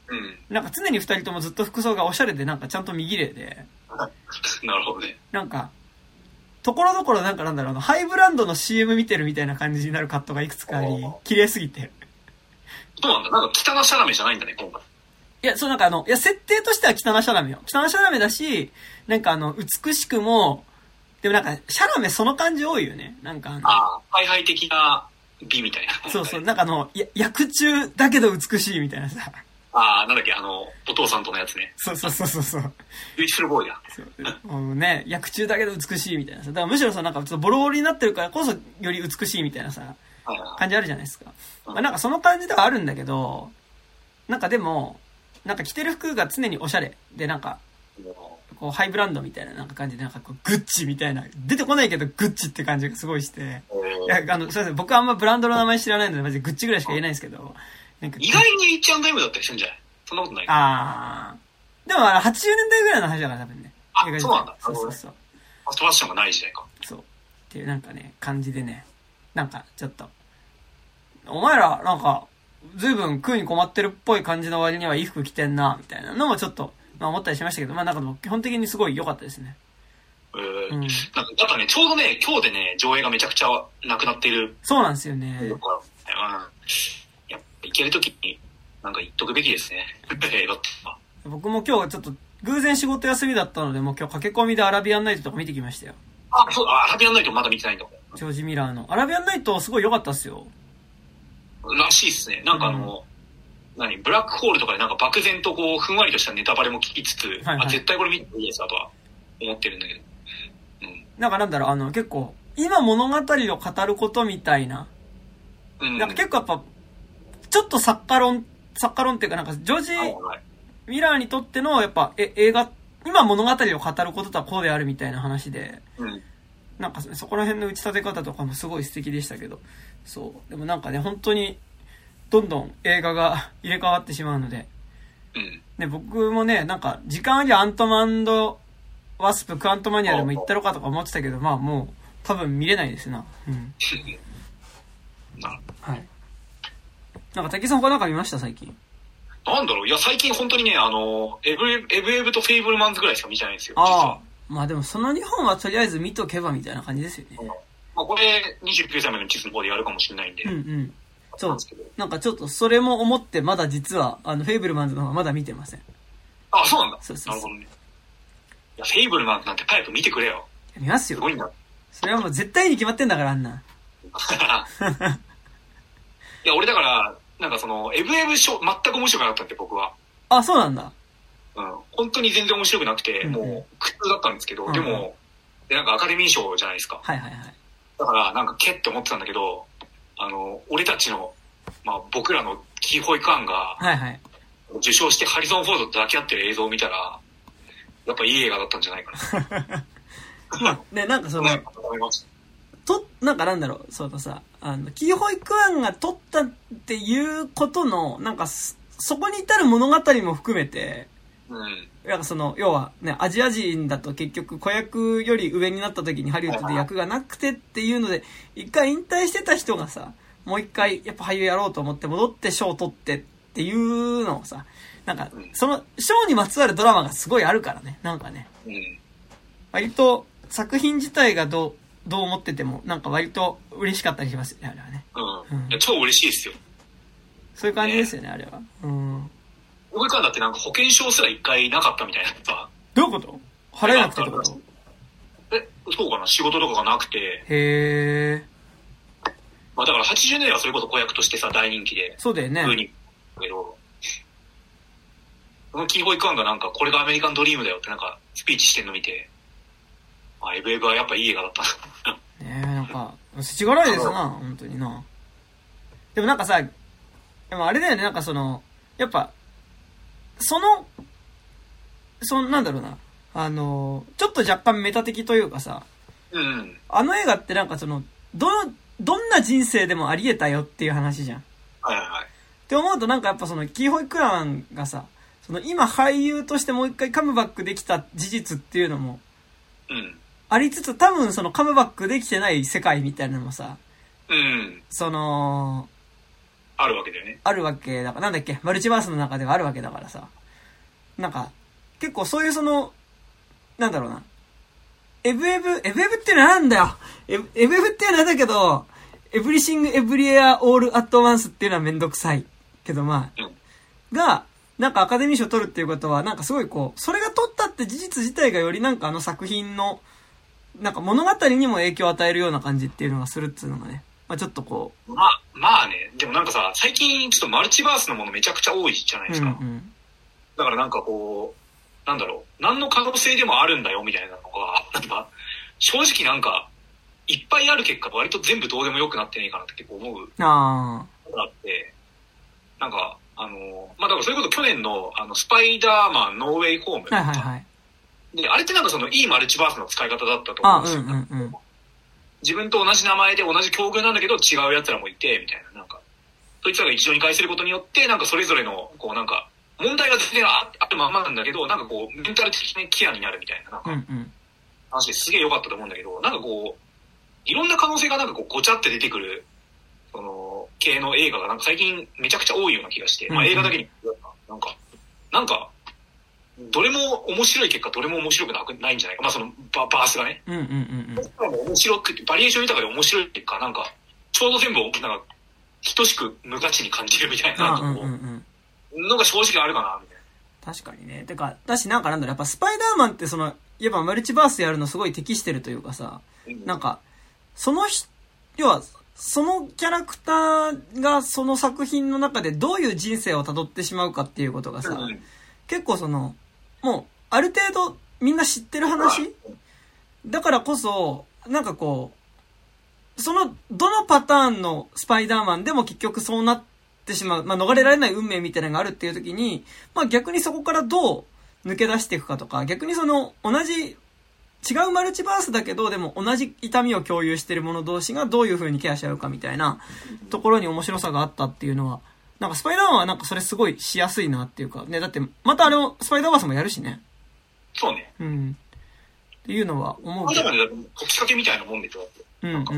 うん。 なんか常に二人ともずっと服装がおしゃれでなんかちゃんと見綺麗で。 なるほどね。 なんか、ところどころなんかなんだろうな、ハイブランドの シーエム 見てるみたいな感じになるカットがいくつかあり、綺麗すぎて。 そうなんだ。なんか汚シャラメじゃないんだね、今回。 いや、そうなんかあの、いや、設定としては汚シャラメよ。汚シャラメだし、なんかあの、美しくも、でもなんか、シャラメその感じ多いよね。なんかあの、 ああ、ハイハイ的な美みたいな。 そうそう、なんかあの、や役中だけど美しいみたいなさ。 ああ、なんだっけ、あの、お父さんとのやつね。 そうそうそうそうそう。 ビューティフルボーイだ。 そうもうね、役中だけど美しいみたいなさ。だからむしろさ、なんかちょっとボロボロになってるからこそより美しいみたいなさ、感じあるじゃないですか。まあなんかその感じではあるんだけど、なんかでも、なんか着てる服が常におしゃれで、なんか、こうハイブランドみたいななんか感じで、なんかこうグッチみたいな、出てこないけどグッチって感じがすごいして、いや、あの、すいません、僕はあんまブランドの名前知らないので、マジでグッチぐらいしか言えないんですけど、なんか意外に エイチアンドエム だったりするんじゃないそんなことない。 あー。でもあの、はちじゅうねんだいぐらいの話だから多分ね。 あ、そうなんだ。 そうそうそう。 ファストファッションがない時代か。 そう。っていうなんかね、感じでね、なんかちょっと、お前らなんか、ずいぶん食うに困ってるっぽい感じの割にはいい服着てんな、みたいなのもちょっと、まあ思ったりしましたけど、まあなんかでも基本的にすごい良かったですね。 えー、 うん。 なんかやっぱね、ちょうどね、今日でね、上映がめちゃくちゃなくなっている。 そうなんですよね。 うん。やっぱ行けるときに、なんか言っとくべきですね。映画って。 僕も今日ちょっと偶然仕事休みだったので、もう今日駆け込みでアラビアンナイトとか見てきましたよ。 あ、そう、アラビアンナイトまだ見てないんだもん。 ジョージ・ミラーの。アラビアンナイトすごい良かったっすよ。 らしいっすね。なんかあの、うん、何ブラックホールとかでなんか漠然とこう、ふんわりとしたネタバレも聞きつつ、はいはい、あ、絶対これ見ていいですとは思ってるんだけど。 うん。なんかなんだろう、あの、結構、今物語を語ることみたいな。うん。なんか結構やっぱ、ちょっと作家論、作家論っていうかなんか、ジョージ・ミラーにとっての、やっぱ、え、映画、今物語を語ることとはこうであるみたいな話で、うん。なんかそこら辺の打ち立て方とかもすごい素敵でしたけど、そう。でもなんかね、本当に、どんどん映画が入れ替わってしまうので、うん。ね、僕もね、なんか、時間ありゃアントマン&ワスプ、クアントマニアでも行ったろかとか思ってたけど、まあもう、多分見れないですな。うん。はい。なんか、滝さん他なんか見ました最近。 なんだろういや、最近本当にね、あの、エブエブ、エブエブとフェイブルマンズぐらいしか見てないんですよ。 ああ。まあでもそのにほんはとりあえず見とけばみたいな感じですよね。うん、 まあこれにじゅうきゅうさいまでの地図の方でやるかもしれないんで。 うんうん。そう。なんかちょっとそれも思ってまだ実は、あの、フェイブルマンズの方はまだ見てません。 あ、そうなんだ。 そうそうそう。 なるほどね。いや、フェイブルマンズなんて早く見てくれよ。 見ますよ。 すごいんだ。 それはもう絶対に決まってんだから、あんな。 いや、俺だから、なんかその、エブエブショー、全く面白くなかったって僕は。 あ、そうなんだ。 うん。本当に全然面白くなくて、うんうん、もう苦痛だったんですけど、うんうん、でも、で、なんかアカデミー賞じゃないですか。 はいはいはい。 だから、なんかけって思ってたんだけど、あの、俺たちの、まあ僕らのキー保育案が、はいはい。受賞してハリソン・フォードと抱き合ってる映像を見たら、やっぱいい映画だったんじゃないかな。 まあ、ね、なんかその、と、なんかなんだろう、そうださ、あの、キー保育案が取ったっていうことの、なんか、そこに至る物語も含めて、うん。なんかその、要はね、アジア人だと結局子役より上になった時にハリウッドで役がなくてっていうので、一回引退してた人がさ、もう一回やっぱ俳優やろうと思って戻って賞を取ってっていうのをさ、なんか、その賞にまつわるドラマがすごいあるからね、なんかね。うん。割と作品自体がどう、どう思ってても、なんか割と嬉しかったりしますよね、あれはね。 うん。うん、いや超嬉しいですよ。 そういう感じですよね、ねあれは。うん。 僕からだってなんか保険証すら一回なかったみたいなさ。 どういうこと払えなくてってこと？ え、そうかな仕事とかがなくて。 へー。 まあだからはちじゅうねんだいはそれこそ子役としてさ、大人気で。 そうだよね。 風に。けど、そのキー保育案がなんかこれがアメリカンドリームだよってなんかスピーチしてんの見て、あ、エブエブはやっぱいい映画だったな。 ねえ、なんか、世知辛いですな、本当にな。でもなんかさ、でもあれだよね、なんかその、やっぱ、その、その、なんだろうな、あの、ちょっと若干メタ的というかさ、 うん。 あの映画ってなんかその、ど、どんな人生でもあり得たよっていう話じゃん。 はいはいはい。 って思うとなんかやっぱその、キーホイクランがさ、その今俳優としてもう一回カムバックできた事実っていうのも、 うん。 ありつつ多分そのカムバックできてない世界みたいなのもさ、 うん。 その、 あるわけだよね。 あるわけだから、なんだっけ、マルチバースの中ではあるわけだからさ。なんか、結構そういうその、なんだろうな。エブエブ、エブエブってのはなんだよ。エブエブっていうのはなんだけど、エブリシングエブリエアオールアットワンスっていうのはめんどくさい。けどまあ、うん、が、なんかアカデミー賞取るっていうことは、なんかすごいこう、それが取ったって事実自体がよりなんかあの作品の、なんか物語にも影響を与えるような感じっていうのがするっつうのがね。まあちょっとこう。まあ、まあね。でもなんかさ、最近ちょっとマルチバースのものめちゃくちゃ多いじゃないですか。うんうん、だからなんかこう、なんだろう、何の可能性でもあるんだよみたいなのが、なんか、正直なんか、いっぱいある結果割と全部どうでもよくなってねえかなって結構思う。ああ。あって、なんか、あの、まあだからそれこそ去年のあのスパイダーマンノーウェイホーム。はいはいはい。で、あれってなんかそのいいマルチバースの使い方だったと思うんですよ。うんうんうん、自分と同じ名前で同じ境遇なんだけど違う奴らもいて、みたいな、なんか、そいつらが一堂に会することによって、なんかそれぞれの、こうなんか、問題が全然あるままなんだけど、なんかこう、メンタル的にケアになるみたいな、なんか、うんうん、話ですげえ良かったと思うんだけど、なんかこう、いろんな可能性がなんかこう、ごちゃって出てくる、その、系の映画がなんか最近めちゃくちゃ多いような気がして、まあ映画だけに、なんか、なんか、どれも面白い結果、どれも面白くなくないんじゃないか。まあそのバ、バースがね。うんうんうんうん。面白くて、バリエーション豊かで面白い結果、なんか、ちょうど全部、なんか、等しく無価値に感じるみたいな、うんうんうん、のが正直あるかな、みたいな。確かにね。てか、だしなんかなんだろう、やっぱスパイダーマンってその、やっぱマルチバースやるのすごい適してるというかさ、うん、なんか、その人、要は、そのキャラクターがその作品の中でどういう人生を辿ってしまうかっていうことがさ、うん、結構その、もう、ある程度みんな知ってる話だからこそ、なんかこう、その、どのパターンのスパイダーマンでも結局そうなってしまう、まあ逃れられない運命みたいなのがあるっていう時に、まあ逆にそこからどう抜け出していくかとか、逆にその、同じ、違うマルチバースだけど、でも同じ痛みを共有してる者同士がどういう風にケアし合うかみたいなところに面白さがあったっていうのは、なんかスパイダーマンはなんかそれすごいしやすいなっていうか、ね、だってまたあれをスパイダーバースもやるしね。 そうね。 うん。っていうのは思うけど。 まだまだこきかけみたいなもんでしょ。 うんうんうん。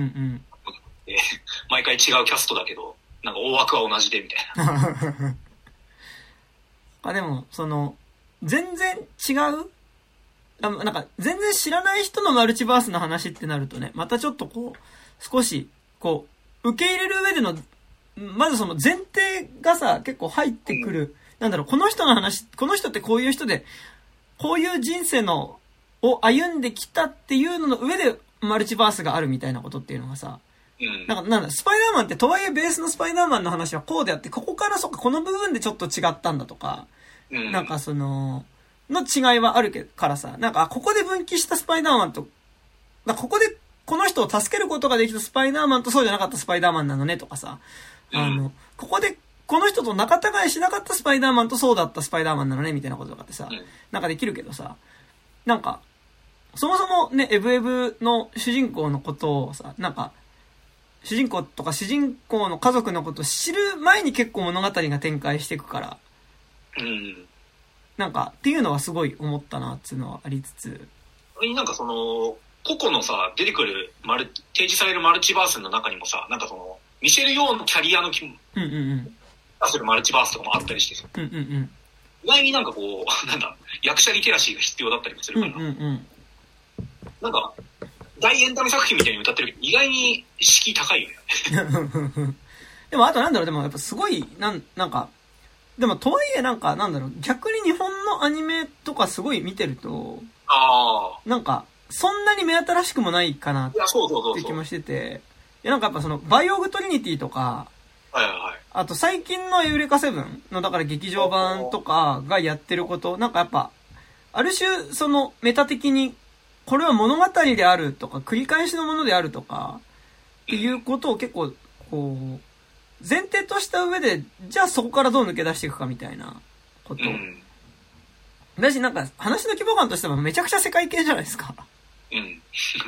えー、毎回違うキャストだけど、なんか大枠は同じでみたいな。 あ、でも、その、全然違うあなんか、全然知らない人のマルチバースの話ってなるとね、またちょっとこう、少し、こう、受け入れる上での、まずその前提がさ、結構入ってくる。うん、なんだろう、この人の話、この人ってこういう人で、こういう人生の、を歩んできたっていうのの上で、マルチバースがあるみたいなことっていうのがさ、うん、なんか、なんだ、スパイダーマンって、とはいえベースのスパイダーマンの話はこうであって、ここからそっか、この部分でちょっと違ったんだとか、うん、なんかその、の違いはあるけからさ、なんか、ここで分岐したスパイダーマンと、ここでこの人を助けることができたスパイダーマンとそうじゃなかったスパイダーマンなのねとかさ、あの、うん、ここでこの人と仲違いしなかったスパイダーマンとそうだったスパイダーマンなのねみたいなこととかってさ、うん、なんかできるけどさ、なんか、そもそもね、エブエブの主人公のことをさ、なんか、主人公とか主人公の家族のことを知る前に結構物語が展開していくから、うん、なんか、っていうのはすごい思ったなっていうのはありつつ。 なんかその、個々のさ、出てくるマル、提示されるマルチバースの中にもさ、なんかその、ミシェル・ヨーのキャリアの気も、うんうんうん。出せるマルチバースとかもあったりしてさ。うんうんうん。意外になんかこう、なんだ、役者リテラシーが必要だったりもするから。うんうんうん。なんか、大エンタメ作品みたいに歌ってるけど、意外に敷居高いよね。 でもあとなんだろう、でもやっぱすごい、なん、なんか、でもとはいえなんか、なんだろう、逆に日本のアニメとかすごい見てると、ああ。なんか、そんなに目新しくもないかなって気もしてて、いやなんかやっぱその、バイオグトリニティとか、はいはいはい。あと最近のエウレカセブンの、だから劇場版とかがやってること、なんかやっぱ、ある種、その、メタ的に、これは物語であるとか、繰り返しのものであるとか、っていうことを結構、こう、前提とした上で、じゃあそこからどう抜け出していくかみたいなこと。うん、だし、なんか、話の規模感としてもめちゃくちゃ世界系じゃないですか。うん。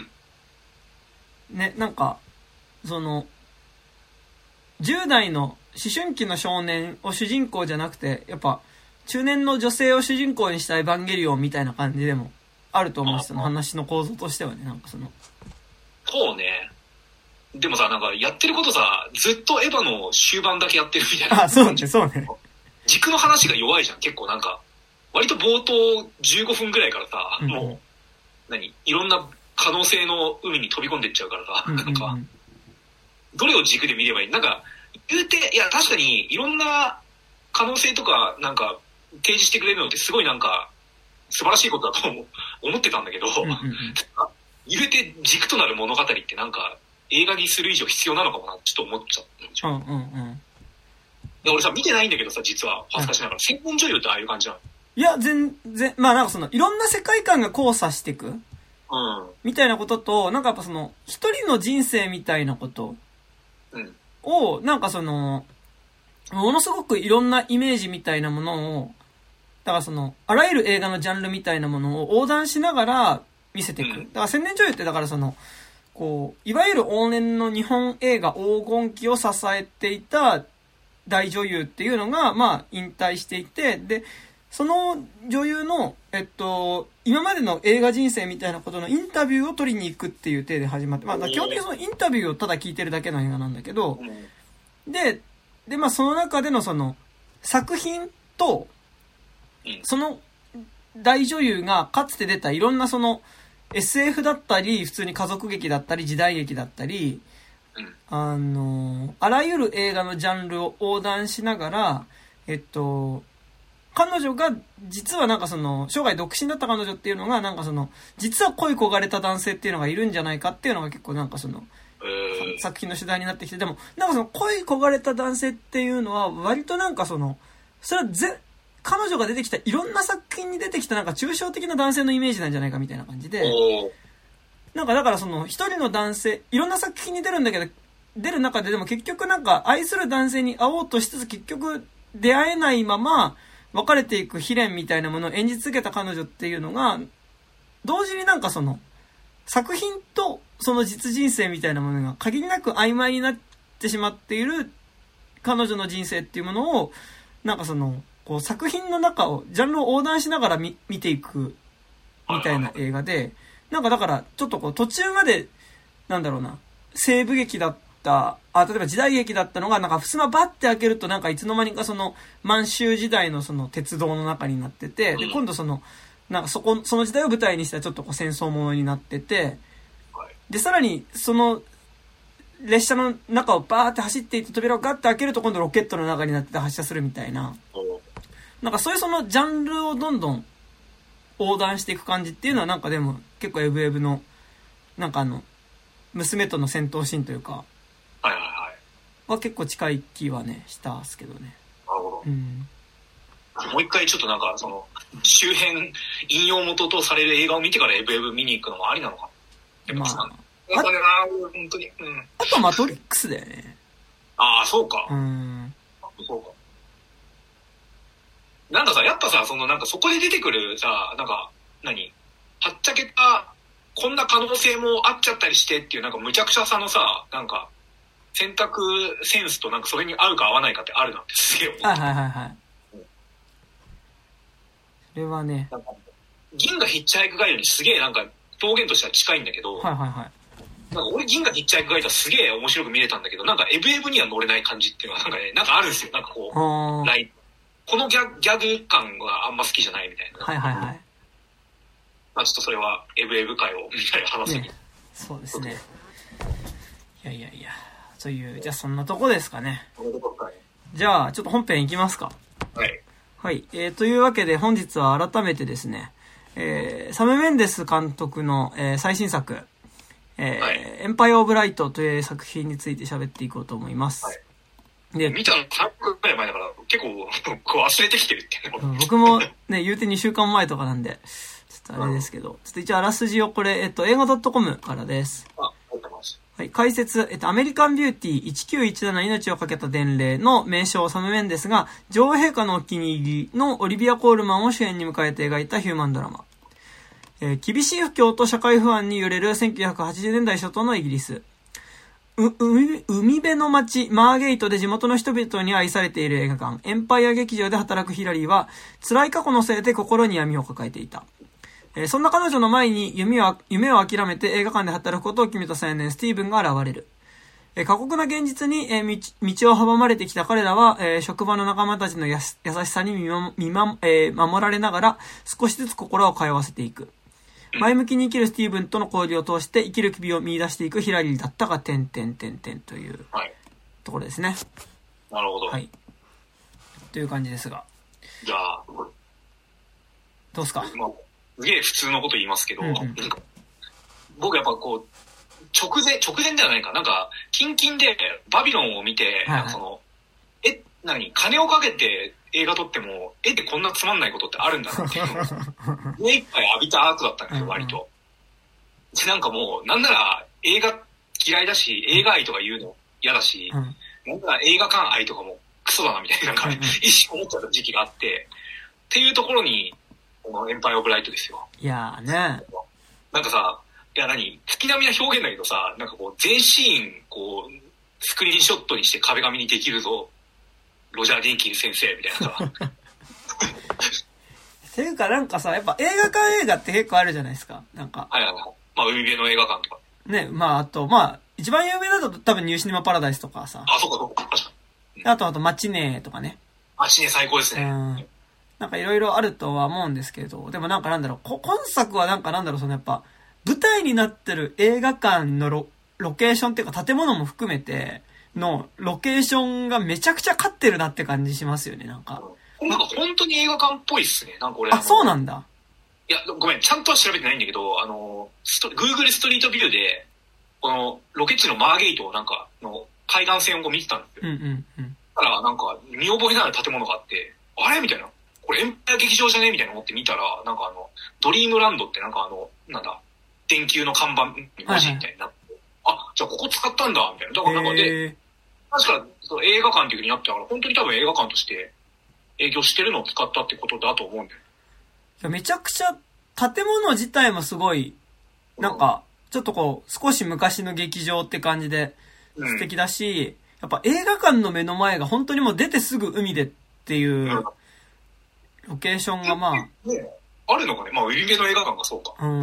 ね、なんか、その、じゅう代の思春期の少年を主人公じゃなくて、やっぱ、中年の女性を主人公にしたエヴァンゲリオンみたいな感じでもあると思うし、その話の構造としてはね、なんかその。 そうね。 でもさ、なんかやってることさ、ずっとエヴァの終盤だけやってるみたいな。 あ、そうね、そうね。 軸の話が弱いじゃん、結構なんか。割と冒頭じゅうごふんぐらいからさ、うん、もう、何いろんな可能性の海に飛び込んでいっちゃうからさ、うんうんうん、なんか、どれを軸で見ればいい？なんか、言うて、いや、確かにいろんな可能性とか、なんか、提示してくれるのってすごいなんか、素晴らしいことだと思思ってたんだけど、うんうんうん、言うて軸となる物語ってなんか、映画にする以上必要なのかもな、ちょっと思っちゃったんじゃん。うんうんうん。で俺さ、見てないんだけどさ、実は、恥ずかしながら、専門女優ってああいう感じなの？ いや、全然、まあなんかその、いろんな世界観が交差していく。 うん。 みたいなことと、なんかやっぱその、一人の人生みたいなことを、うん、なんかその、ものすごくいろんなイメージみたいなものを、だからその、あらゆる映画のジャンルみたいなものを横断しながら見せていく。だから千年女優ってだからその、こう、いわゆる往年の日本映画黄金期を支えていた大女優っていうのが、まあ、引退していて、で、その女優の、えっと、今までの映画人生みたいなことのインタビューを取りに行くっていう体で始まって、まあ、基本的にそのインタビューをただ聞いてるだけの映画なんだけど、で、で、まあ、その中でのその、作品と、その大女優がかつて出たいろんなその、エスエフ だったり、普通に家族劇だったり、時代劇だったり、あの、あらゆる映画のジャンルを横断しながら、えっと、彼女が、実はなんかその、生涯独身だった彼女っていうのが、なんかその、実は恋焦がれた男性っていうのがいるんじゃないかっていうのが結構なんかその、えー、作品の主題になってきて、でも、なんかその恋焦がれた男性っていうのは、割となんかその、それはぜ、彼女が出てきた、いろんな作品に出てきたなんか抽象的な男性のイメージなんじゃないかみたいな感じで、なんかだからその、一人の男性、いろんな作品に出るんだけど、出る中ででも結局なんか愛する男性に会おうとしつつ結局出会えないまま別れていく悲恋みたいなものを演じ続けた彼女っていうのが、同時になんかその、作品とその実人生みたいなものが限りなく曖昧になってしまっている彼女の人生っていうものを、なんかその、こう作品の中を、ジャンルを横断しながら見、見ていくみたいな映画で、なんかだからちょっとこう途中まで、なんだろうな、西部劇だった、あ、例えば時代劇だったのが、なんか襖バッて開けるとなんかいつの間にかその満州時代のその鉄道の中になってて、で、今度その、なんかそこ、その時代を舞台にしたらちょっとこう戦争ものになってて、で、さらにその列車の中をバーって走っていって扉をガッて開けると今度ロケットの中になって発射するみたいな、なんかそういうそのジャンルをどんどん横断していく感じっていうのはなんかでも結構エブエブの、なんかあの、娘との戦闘シーンというか、 はいはいはい。 は結構近い気はね、したっすけどね。 なるほど。 うん。 もう一回ちょっとなんか、その、周辺、引用元とされる映画を見てからエブエブ見に行くのもありなのかな。まあ。なんかね、本当に。うん。 あとマトリックスだよね。 ああ、そうか。 うん。 そうか。なんかさ、やっぱさ、そのなんかそこで出てくるさ、なんか、何はっちゃけた、こんな可能性もあっちゃったりしてっていうなんか無茶苦茶さのさ、なんか、選択センスとなんかそれに合うか合わないかってあるなってすげえ思った。 はいはいはいはい。うん、それはね。 なんか銀河ヒッチハイクガイドにすげえなんか表現としては近いんだけど、 はいはいはい。 なんか俺銀河ヒッチハイクガイドはすげえ面白く見れたんだけど、なんかエブエブには乗れない感じっていうのはなんかね、なんかあるんですよ。なんかこう、ライン。このギャ、ギャグ感があんま好きじゃないみたいな。 はいはいはい。 まあちょっとそれはエブエブ会をみたいな話に、 ね。そうですね。いやいやいや。という、じゃあそんなとこですかね。 このとこかい。 じゃあちょっと本編いきますか。 はい。 はい。えー、というわけで本日は改めてですね、えー、サム・メンデス監督の、えー、最新作、えーはい、エンパイア・オブ・ライトという作品について喋っていこうと思います。はいで見たのさんかげつくらい前だから結構こう忘れてきてるっていうね。 僕もね、言うてにしゅうかんまえとかなんで、ちょっとあれですけど、ちょっと一応あらすじをこれ、えっと、映画 .com からです。 あ、ありがとうございます。 はい、解説、えっと、アメリカンビューティーいちきゅういちなな命をかけた伝令の名称サム・メンデスが、女王陛下のお気に入りのオリビア・コールマンを主演に迎えて描いたヒューマンドラマ。えー、厳しい不況と社会不安に揺れるせんきゅうひゃくはちじゅうねんだい初頭のイギリス。う、海、海辺の街、マーゲイトで地元の人々に愛されている映画館、エンパイア劇場で働くヒラリーは、辛い過去のせいで心に闇を抱えていた。えー、そんな彼女の前に夢を、夢を諦めて映画館で働くことを決めた青年、スティーブンが現れる。 えー、過酷な現実に、えー、道、道を阻まれてきた彼らは、えー、職場の仲間たちのやす優しさに見ま、見ま、えー、守られながら、少しずつ心を通わせていく。前向きに生きるスティーブンとの交流を通して生きる機微を見出していくヒラリーだったが、点々点々というところですね。 なるほど。 はい。という感じですが。 じゃあ、 どうすか？ まあ、すげえ普通のこと言いますけど、うんうん、僕やっぱこう、直前、直前ではないか、なんか、キンキンでバビロンを見て、はいはい、なんかその、え、何、金をかけて映画撮っても、絵でこんなつまんないことってあるんだなっていうのを、目いっぱい浴びた後だったんですよ、割と。で、なんかもう、なんなら映画嫌いだし、映画愛とか言うの嫌だし、うん、なんなら映画館愛とかもクソだなみたいな、なんか、一瞬思っちゃった時期があって、っていうところに、このエンパイアオブライトですよ。 いやーね。 なんかさ、いや何月並みな表現だけどさ、なんかこう全シーンこうスクリーンショットにして壁紙にできるぞロジャー・ディンキン先生みたいなさっていうかなんかさ、やっぱ映画館映画って結構あるじゃないですか、なんかはいはいはい、まあ海辺の映画館とかね、まああとまあ一番有名だと多分ニューシネマパラダイスとかさ、 あ、そうかそうか、確かに、あとあとマチネとかね、 マチネ最高ですね、 うん、なんかいろいろあるとは思うんですけど、でもなんかなんだろう、今作はなんかなんだろう、そのやっぱ舞台になってる映画館の ロ, ロケーションっていうか建物も含めてのロケーションがめちゃくちゃ勝ってるなって感じしますよね、なんか。 なんか本当に映画館っぽいっすね、なんか俺。 あ、そうなんだ。 いや、ごめん、ちゃんとは調べてないんだけど、あの、Google ストリートビューで、このロケ地のマーゲイトをなんかの海岸線を見てたんですよ。 うんうんうん。 だからなんか見覚えのある建物があって、あれみたいな。これエンパイア劇場じゃねみたいな思って見たら、なんかあの、ドリームランドってなんかあの、なんだ、電球の看板に文字みたいになって、はいはい、あ、じゃあここ使ったんだみたいな。だからなんかで、確かその映画館っていう風になってたから、本当に多分映画館として営業してるのを使ったってことだと思うんだよ。 いや、めちゃくちゃ建物自体もすごい、なんか、ちょっとこう、少し昔の劇場って感じで素敵だし、うん、やっぱ映画館の目の前が本当にもう出てすぐ海でっていう、ロケーションがまあ、ね、 あるのかね、まあ海辺の映画館がそうか。 うん。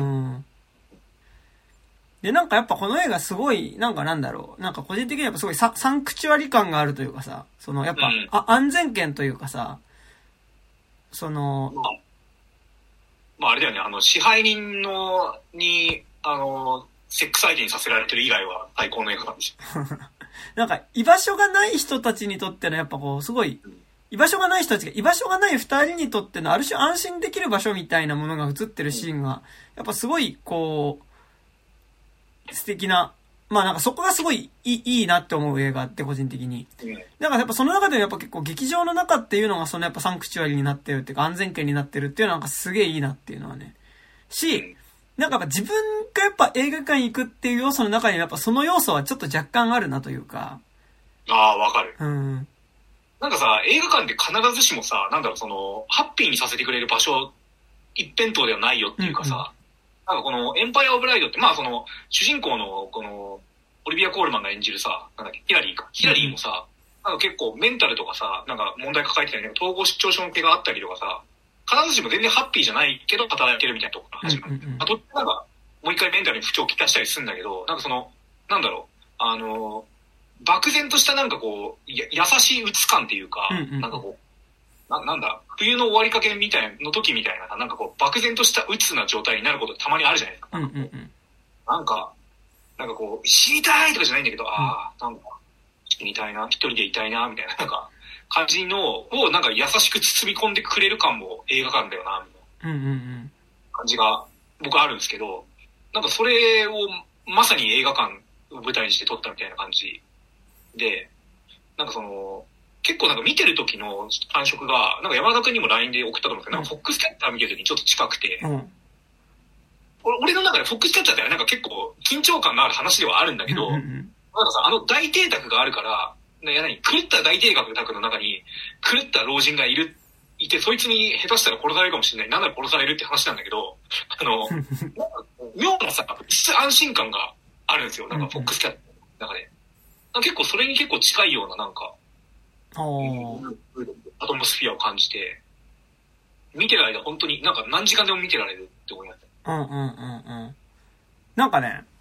で、なんかやっぱこの映画すごい、なんかなんだろう。なんか個人的にやっぱすごいササンクチュアリ感があるというかさ、そのやっぱ、うん、あ安全圏というかさ、その、 まあ、まああれだよね、あの支配人の、に、あの、セックス相手にさせられてる以外は最高の映画なんでしょ。 なんか居場所がない人たちにとってのやっぱこう、すごい、うん、居場所がない人たちが、居場所がない二人にとってのある種安心できる場所みたいなものが映ってるシーンが、やっぱすごいこう、素敵な、まあなんかそこがすごいいい、いいなって思う映画って個人的に。だからやっぱその中でもやっぱ結構劇場の中っていうのがそのやっぱサンクチュアリになってるっていうか安全圏になってるっていうのはなんかすげえいいなっていうのはね。し、なんかやっぱ自分がやっぱ映画館行くっていう要素の中にやっぱその要素はちょっと若干あるなというか。 ああ、わかる。 うん。 なんかさ、映画館って必ずしもさ、なんだろうその、ハッピーにさせてくれる場所一辺倒ではないよっていうかさ、うんうん、なんかこのエンパイアオブライドって、まあその、主人公のこの、オリビア・コールマンが演じるさ、なんだっけ、ヒラリーか。ヒラリーもさ、なんか結構メンタルとかさ、なんか問題抱えてたり、ね、統合失調症系があったりとかさ、必ずしも全然ハッピーじゃないけど働いてるみたいなところが始まる。うんうんうん、あと、なんか、もう一回メンタルに不調をきたしたりするんだけど、なんかその、なんだろう、あの、漠然としたなんかこう、や優しい鬱感っていうか、うんうん、なんかこう、な、なんだ、冬の終わりかけみたいな、の時みたいな、なんかこう、漠然とした鬱な状態になることたまにあるじゃないですか。 うんうんうん、 なんか、なんかこう、死にたいとかじゃないんだけど、うん、ああ、なんか、死にたいな、一人でいたいな、みたいな、なんか、感じのを、なんか優しく包み込んでくれる感も映画館だよな、みたいな感じが、僕あるんですけど、なんかそれを、まさに映画館を舞台にして撮ったみたいな感じで、なんかその、結構なんか見てる時の感触が、なんか山田君にも ライン で送ったと思うんですけど、なんかフォックスキャッチャー見てる時にちょっと近くて、うん、俺の中でフォックスキャッチャーってなんか結構緊張感のある話ではあるんだけど、うんうんうん、なんかさ、あの大邸宅があるから、いや何狂った大邸宅の中に狂った老人がいる、いて、そいつに下手したら殺されるかもしれない。なんなら殺されるって話なんだけど、あの、妙なさ、安心感があるんですよ。なんかフォックスキャッチャーの中で。結構それに結構近いようななんか、アトモスフィアを感じて、見てる間本当になんか何時間でも見てられるって思いました。 うんうんうんうん。なんかね、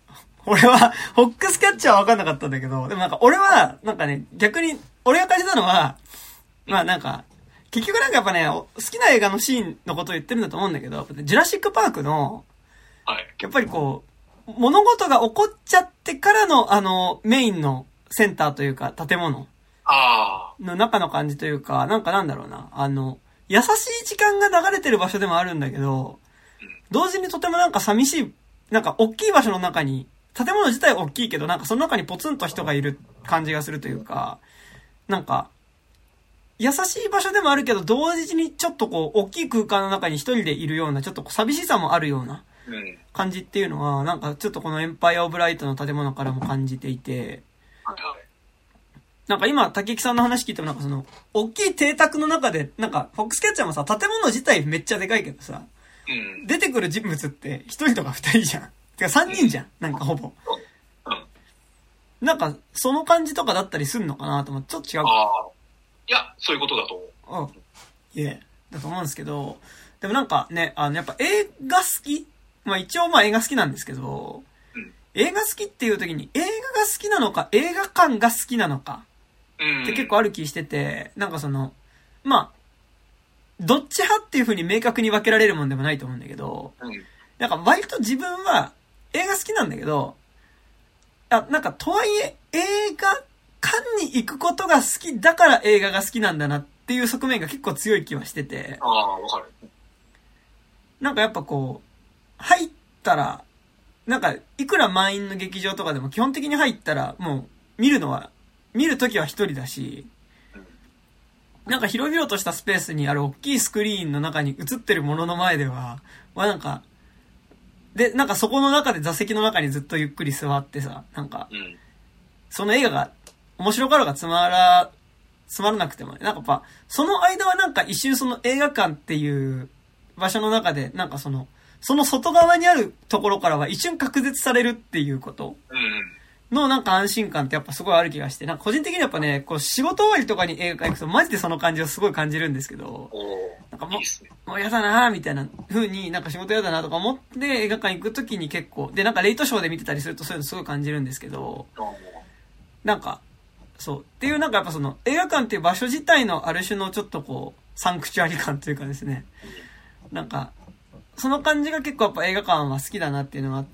俺は、フォックスキャッチャーは分かんなかったんだけど、でもなんか俺は、なんかね、逆に、俺が感じたのは、まあなんか、結局なんかやっぱね、好きな映画のシーンのことを言ってるんだと思うんだけど、ジュラシックパークの、 はい。 やっぱりこう、物事が起こっちゃってからの、あの、メインのセンターというか、建物の中の感じというか、なんかなんだろうな、あの、優しい時間が流れてる場所でもあるんだけど、同時にとてもなんか寂しい、なんか大きい場所の中に、建物自体大きいけど、なんかその中にポツンと人がいる感じがするというか、なんか、優しい場所でもあるけど、同時にちょっとこう、大きい空間の中に一人でいるような、ちょっとこう寂しさもあるような感じっていうのは、なんかちょっとこのエンパイアオブライトの建物からも感じていて、なんか今、竹木さんの話聞いてもなんかその、大きい邸宅の中で、なんか、フォックスキャッチャーもさ、建物自体めっちゃでかいけどさ、出てくる人物って一人とか二人じゃん。てか三人じゃん。なんかほぼ。なんか、その感じとかだったりするのかなと思って、ちょっと違うか。 いや、そういうことだと思う。 うん。いえ、だと思うんですけど、でもなんかね、あの、やっぱ映画好きまあ一応まあ映画好きなんですけど、うん、映画好きっていう時に映画が好きなのか、映画館が好きなのか、って結構ある気してて、なんかその、まあ、どっち派っていう風に明確に分けられるもんでもないと思うんだけど、うん、なんか割と自分は映画好きなんだけど、あ、なんかとはいえ映画館に行くことが好きだから映画が好きなんだなっていう側面が結構強い気はしてて。 ああ、わかる。 なんかやっぱこう、入ったら、なんかいくら満員の劇場とかでも基本的に入ったらもう見るのは、見るときは一人だし、なんか広々としたスペースにある大きいスクリーンの中に映ってるものの前では、まあなんか、で、なんかそこの中で座席の中にずっとゆっくり座ってさ、なんか、その映画が面白かろうがつまら、つまらなくてもね、なんかやっぱ、その間はなんか一瞬その映画館っていう場所の中で、なんかその、その外側にあるところからは一瞬隔絶されるっていうことのなんか安心感ってやっぱすごいある気がして、なんか個人的にやっぱね、こう仕事終わりとかに映画館行くとマジでその感じをすごい感じるんですけど、なんかもう、もうやだなーみたいな風になんか仕事やだなとか思って映画館行くときに結構、でなんかレイトショーで見てたりするとそういうのすごい感じるんですけど、なんか、そう。っていうなんかやっぱその映画館っていう場所自体のある種のちょっとこう、サンクチュアリ感というかですね、なんか、その感じが結構やっぱ映画館は好きだなっていうのがあって、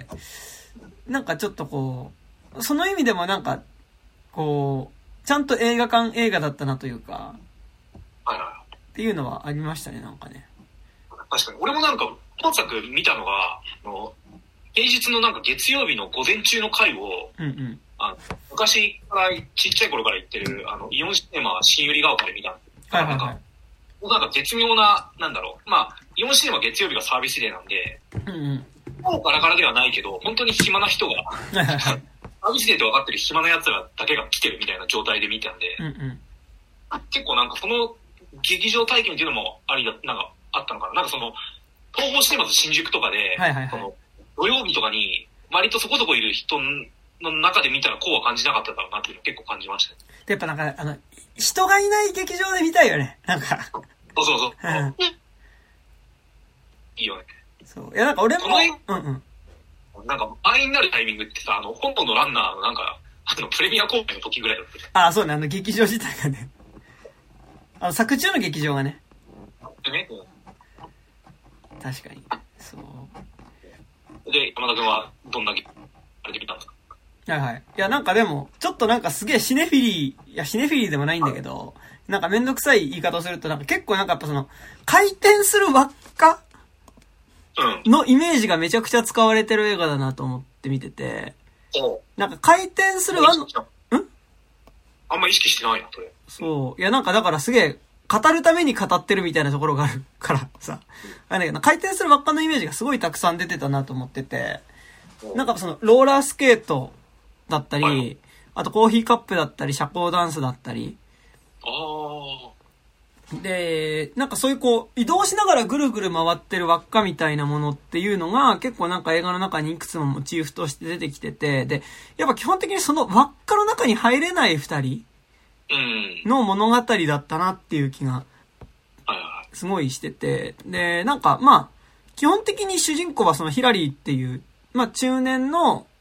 なんかちょっとこう、その意味でもなんか、こう、ちゃんと映画館映画だったなというか、 はいはい。 っていうのはありましたね、なんかね。 確かに。俺もなんか、本作見たのが、あの、平日のなんか月曜日の午前中の回を、 うんうん、 あの昔からちっちゃい頃から行ってる、あの、イオンシネマ新百合ヶ丘で見たんです。 はいはいはい。 なんか絶妙な、なんだろう。まあ、イオンシネマ月曜日がサービスデーなんで、 うんうん。 もうガラガラではないけど、本当に暇な人が、サービスデーって分かってる暇な奴らだけが来てるみたいな状態で見たんで、 うんうん、 結構なんかその劇場体験っていうのもありだ、なんかあったのかな。なんかその、東宝シネマズ新宿とかで、 はいはいはい、 その土曜日とかに割とそこそこいる人の中で見たらこうは感じなかっただろうなっていうのを結構感じましたね。 で、やっぱなんか、あの、人がいない劇場で見たいよね。なんか。 そうそうそう。いいよね。 そう。いや、なんか俺も、うんうん。 なんか、満員になるタイミングってさ、あの、炎のランナーのなんか、あの、プレミア公開の時ぐらいだった。 ああ、そうね、あの、劇場自体がね。あの、作中の劇場がね。 ね、 うん、確かに。そう。 で、山田君はどんな、あれで見たんですか？ はいはい。いや、なんかでも、ちょっとなんかすげえシネフィリー、いや、シネフィリーでもないんだけど、なんかめんどくさい言い方をすると、なんか結構なんかやっぱその、回転する輪っかのイメージがめちゃくちゃ使われてる映画だなと思って見てて、なんか回転する輪の、ん？ あんま意識してないな、それ。 そう。いや、なんかだからすげえ、語るために語ってるみたいなところがあるからさ、あれだけど、回転する輪っかのイメージがすごいたくさん出てたなと思ってて、なんかその、ローラースケートだったり、はい、あとコーヒーカップだったり、社交ダンスだったり、 あで、なんかそういうこう、移動しながらぐるぐる回ってる輪っかみたいなものっていうのが結構なんか映画の中にいくつもモチーフとして出てきてて、で、やっぱ基本的にその輪っかの中に入れない二人の物語だったなっていう気がすごいしてて、で、なんかまあ、基本的に主人公はそのヒラリーっていう、まあ中年の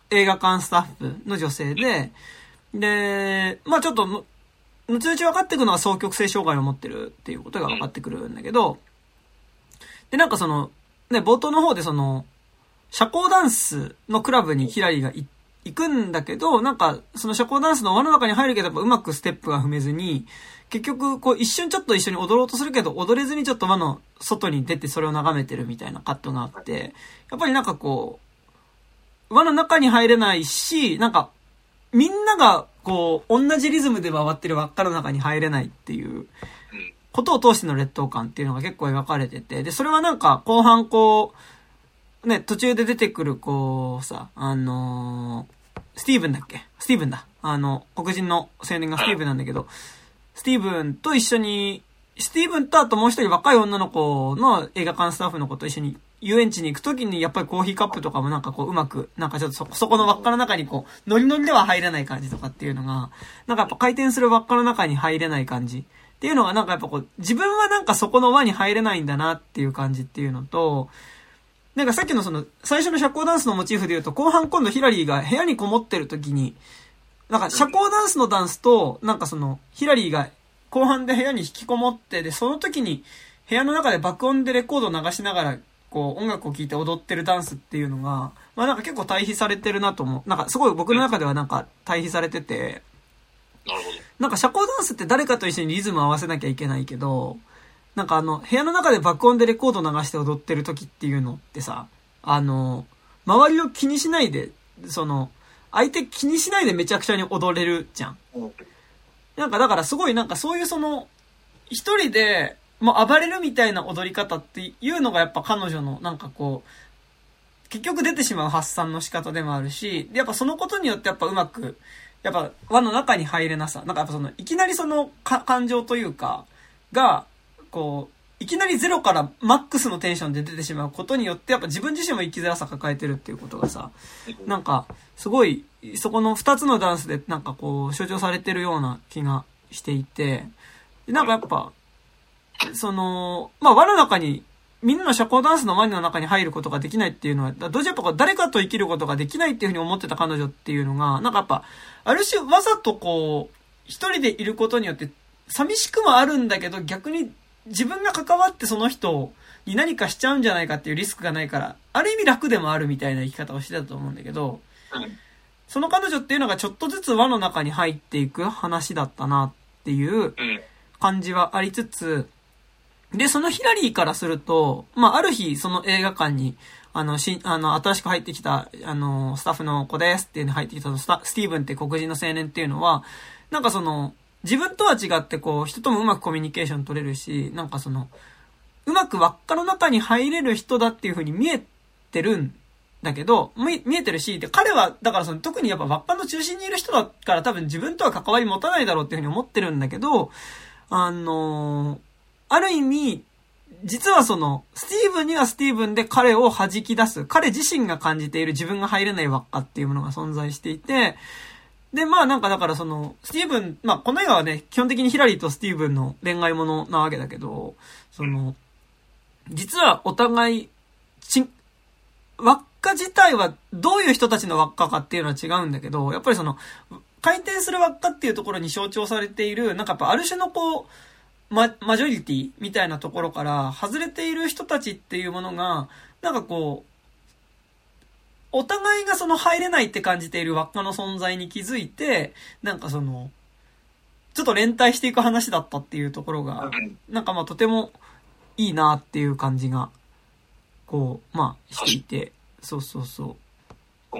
映画館スタッフの女性で、で、まあちょっと、後々分かってくるのは双極性障害を持ってるっていうことが分かってくるんだけど、で、なんかその、ね、冒頭の方でその、社交ダンスのクラブにヒラリーが行くんだけど、なんか、その社交ダンスの輪の中に入るけど、やっぱうまくステップが踏めずに、結局、こう一瞬ちょっと一緒に踊ろうとするけど、踊れずにちょっと輪の外に出てそれを眺めてるみたいなカットがあって、やっぱりなんかこう、輪の中に入れないし、なんか、みんながこう、同じリズムで回ってる輪っかの中に入れないっていうことを通しての劣等感っていうのが結構描かれてて、で、それはなんか後半こう、ね、途中で出てくるこうさ、あのー、スティーブンだっけスティーブンだ。あの、黒人の青年がスティーブンなんだけど、スティーブンと一緒に、スティーブンとあともう一人若い女の子の映画館スタッフの子と一緒に遊園地に行くときにやっぱりコーヒーカップとかもなんかこううまく、なんかちょっとそ、そこの輪っかの中にこう、ノリノリでは入れない感じとかっていうのが、なんかやっぱ回転する輪っかの中に入れない感じっていうのがなんかやっぱこう、自分はなんかそこの輪に入れないんだなっていう感じっていうのと、なんかさっきのその、最初の社交ダンスのモチーフで言うと、後半今度ヒラリーが部屋にこもってるときに、なんか社交ダンスのダンスと、なんかその、ヒラリーが後半で部屋に引きこもって、で、その時に部屋の中で爆音でレコードを流しながら、こう音楽を聴いて踊ってるダンスっていうのが、まあなんか結構対比されてるなと思う。なんかすごい僕の中ではなんか対比されてて、 なるほど。 なんか社交ダンスって誰かと一緒にリズム合わせなきゃいけないけど、なんかあの、部屋の中で爆音でレコード流して踊ってる時っていうのってさ、あの、周りを気にしないで、その、相手気にしないでめちゃくちゃに踊れるじゃん。なんかだからすごいなんかそういうその、一人でもう暴れるみたいな踊り方っていうのがやっぱ彼女のなんかこう、結局出てしまう発散の仕方でもあるし、やっぱそのことによってやっぱうまく、やっぱ輪の中に入れなさ、なんかやっぱその、いきなりそのか感情というか、が、こう、いきなりゼロからマックスのテンションで出てしまうことによって、やっぱ自分自身も生きづらさ抱えてるっていうことがさ、なんか、すごい、そこの二つのダンスでなんかこう、象徴されてるような気がしていて、なんかやっぱ、その、まあ輪の中に、みんなの社交ダンスの輪の中に入ることができないっていうのは、どうしてやっぱ誰かと生きることができないっていうふうに思ってた彼女っていうのが、なんかやっぱ、ある種わざとこう、一人でいることによって、寂しくもあるんだけど、逆に自分が関わってその人に何かしちゃうんじゃないかっていうリスクがないから、ある意味楽でもあるみたいな生き方をしてたと思うんだけど、その彼女っていうのがちょっとずつ輪の中に入っていく話だったなっていう感じはありつつ、で、そのヒラリーからすると、まあ、ある日、その映画館に、あの、し、あの、新しく入ってきた、あの、スタッフの子ですっていうのに入ってきたスタ、スティーブンって黒人の青年っていうのは、なんかその、自分とは違ってこう、人ともうまくコミュニケーション取れるし、なんかその、うまく輪っかの中に入れる人だっていう風に見えてるんだけど、見、見えてるし、で、彼は、だからその、特にやっぱ輪っかの中心にいる人だから多分自分とは関わり持たないだろうっていう風に思ってるんだけど、あのー、ある意味、実はその、スティーブンにはスティーブンで彼を弾き出す、彼自身が感じている自分が入れない輪っかっていうものが存在していて、で、まあなんかだからその、スティーブン、まあこの映画はね、基本的にヒラリーとスティーブンの恋愛ものなわけだけど、その、実はお互い、ち、輪っか自体はどういう人たちの輪っかかっていうのは違うんだけど、やっぱりその、回転する輪っかっていうところに象徴されている、なんかやっぱある種のこう、マ、マジョリティみたいなところから外れている人たちっていうものが、なんかこう、お互いがその入れないって感じている輪っかの存在に気づいて、なんかその、ちょっと連帯していく話だったっていうところが、なんかまあとてもいいなっていう感じが、こう、まあしていて、そうそうそう。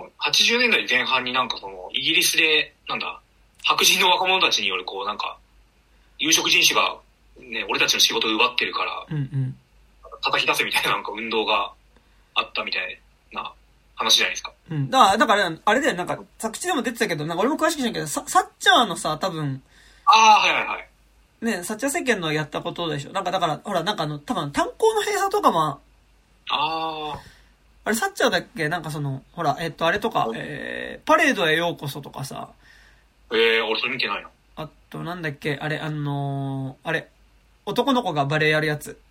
はちじゅうねんだいぜん半になんかその、イギリスで、なんだ、白人の若者たちによるこうなんか、有色人種が、ね、俺たちの仕事を奪ってるから、 うんうん、 叩き出せみたいななんか運動があったみたいな話じゃないですか。 うん。だから、だから、あれだよ、なんか、作地でも出てたけど、なんか俺も詳しく知らんけど、サッチャーのさ、多分、 ああ、はいはいはい。 ね、サッチャー政権のやったことでしょ。なんかだから、ほら、なんかあの、多分、炭鉱の閉鎖とかも、 ああ。 あれ、サッチャーだっけなんかその、ほら、えっと、あれとか、えー、パレードへようこそとかさ。 ええー、俺それ見てないな。 あと、なんだっけ、あれ、あのー、あれ、男の子がバレエやるやつ。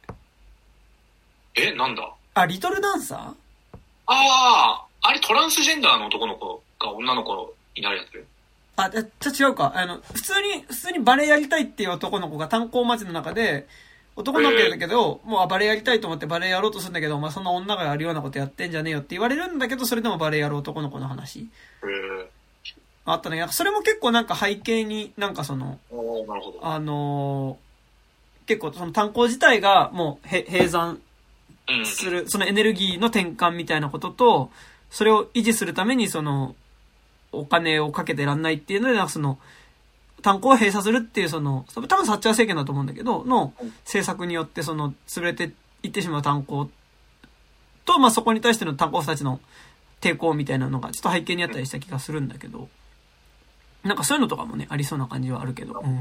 え、なんだあ、リトルダンサー？ ああ、あれトランスジェンダーの男の子が女の子になるやつ。 あ、じゃ違うか。あの、普通に、普通にバレエやりたいっていう男の子が炭鉱町の中で、男の子なんだけど、えー、もうバレエやりたいと思ってバレエやろうとするんだけど、まあそんな女がやるようなことやってんじゃねえよって言われるんだけど、それでもバレエやる男の子の話。 えー、 あったんだけど、それも結構なんか背景になんかその、 なるほど。 あのー、結構その炭鉱自体がもうへ閉山する、うん、そのエネルギーの転換みたいなことと、それを維持するためにその、お金をかけてらんないっていうので、なんかその、炭鉱を閉鎖するっていう、その、多分サッチャー政権だと思うんだけど、の政策によって、その、潰れていってしまう炭鉱と、まあそこに対しての炭鉱夫たちの抵抗みたいなのが、ちょっと背景にあったりした気がするんだけど、なんかそういうのとかもね、ありそうな感じはあるけど、うん。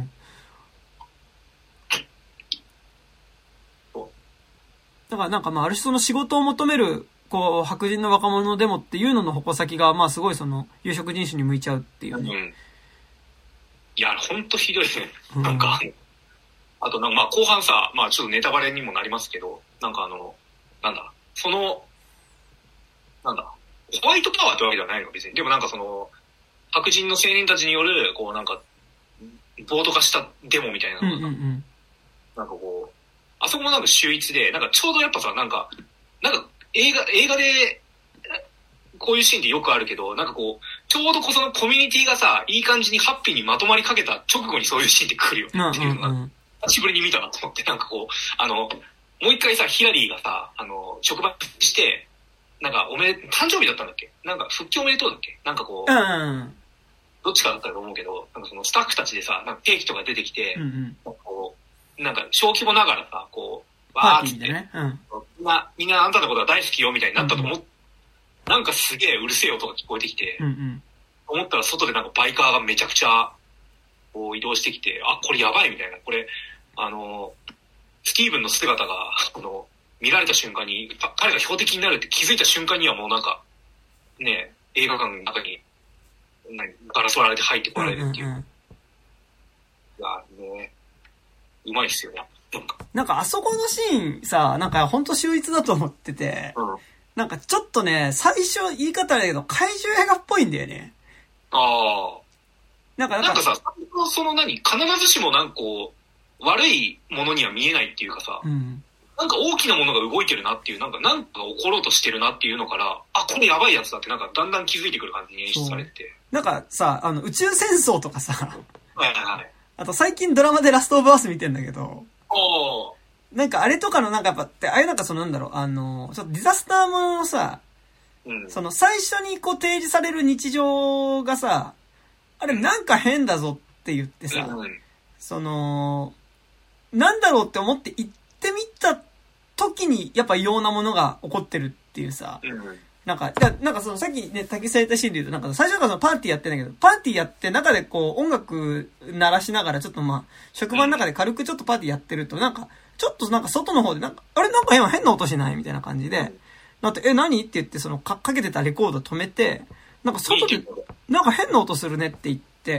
だからなんかまあ、ある種その仕事を求める、こう、白人の若者のデモっていうのの矛先が、まあすごいその、有色人種に向いちゃうっていうね。うん、 いや、ほんとひどいね。なんか、うん、あとなんかまあ後半さ、まあちょっとネタバレにもなりますけど、なんかあの、なんだ、その、なんだ、ホワイトパワーってわけではないの別に。でもなんかその、白人の青年たちによる、こうなんか、暴徒化したデモみたいなのが、うんうんうん、なんかこう、あそこもなんか秀逸で、なんかちょうどやっぱさ、なんか、なんか映画、映画で、こういうシーンってよくあるけど、なんかこう、ちょうどこそのコミュニティがさ、いい感じにハッピーにまとまりかけた直後にそういうシーンって来るよねっていうのが、久しぶりに見たなと思って、なんかこう、あの、もう一回さ、ヒラリーがさ、あの、職場して、なんかおめで、誕生日だったんだっけなんか復帰おめでとうだっけなんかこう、 うんどっちかだったと思うけど、なんかそのスタッフたちでさ、なんかケーキとか出てきて、うんうん、こうなんか小規模ながらさ、こう、わーって、ねうん、みんな、みんなあんたのことは大好きよみたいになったと思って、うんうん、なんかすげえうるせえ音が聞こえてきて、うんうん、思ったら外でなんかバイカーがめちゃくちゃこう移動してきて、あ、これやばいみたいな、これ、あの、スティーブンの姿が、この、見られた瞬間に、彼が標的になるって気づいた瞬間にはもうなんか、ね、映画館の中に、ガラス割られて入ってこられるっていう。うんうんうん、いや、ね、うまいっすよね。 なんか、なんかあそこのシーンさ、なんかほんと秀逸だと思ってて、うん、なんかちょっとね、最初言い方だけど怪獣映画っぽいんだよね。 ああ。 なんか、 なんかさ、その何、必ずしもなんかこう、悪いものには見えないっていうかさ、うん、なんか大きなものが動いてるなっていう、なんかなんか起ころうとしてるなっていうのから、あ、これやばいやつだってなんかだんだん気づいてくる感じに演出されてて。 なんかさ、あの、宇宙戦争とかさ、 はいはいはい。 あと最近ドラマでラストオブアース見てんだけど、 おなんかあれとかのなんかやっぱって、ああいうなんかそのなんだろう、あの、ちょっとディザスターもののさ、うん、その最初にこう提示される日常がさ、あれなんか変だぞって言ってさ、うん、その、なんだろうって思って行ってみた時にやっぱ異様なものが起こってるっていうさ、うん、なんか、なんかそのさっきね、竹されたシーンで言うと、なんか最初からそのパーティーやってんだけど、パーティーやって中でこう音楽鳴らしながらちょっとまあ、職場の中で軽くちょっとパーティーやってると、なんか、ちょっとなんか外の方でなんか、あれなんか変変な音しないみたいな感じで、だって、え、何って言ってそのか、かけてたレコード止めて、なんか外で、なんか変な音するねって言って、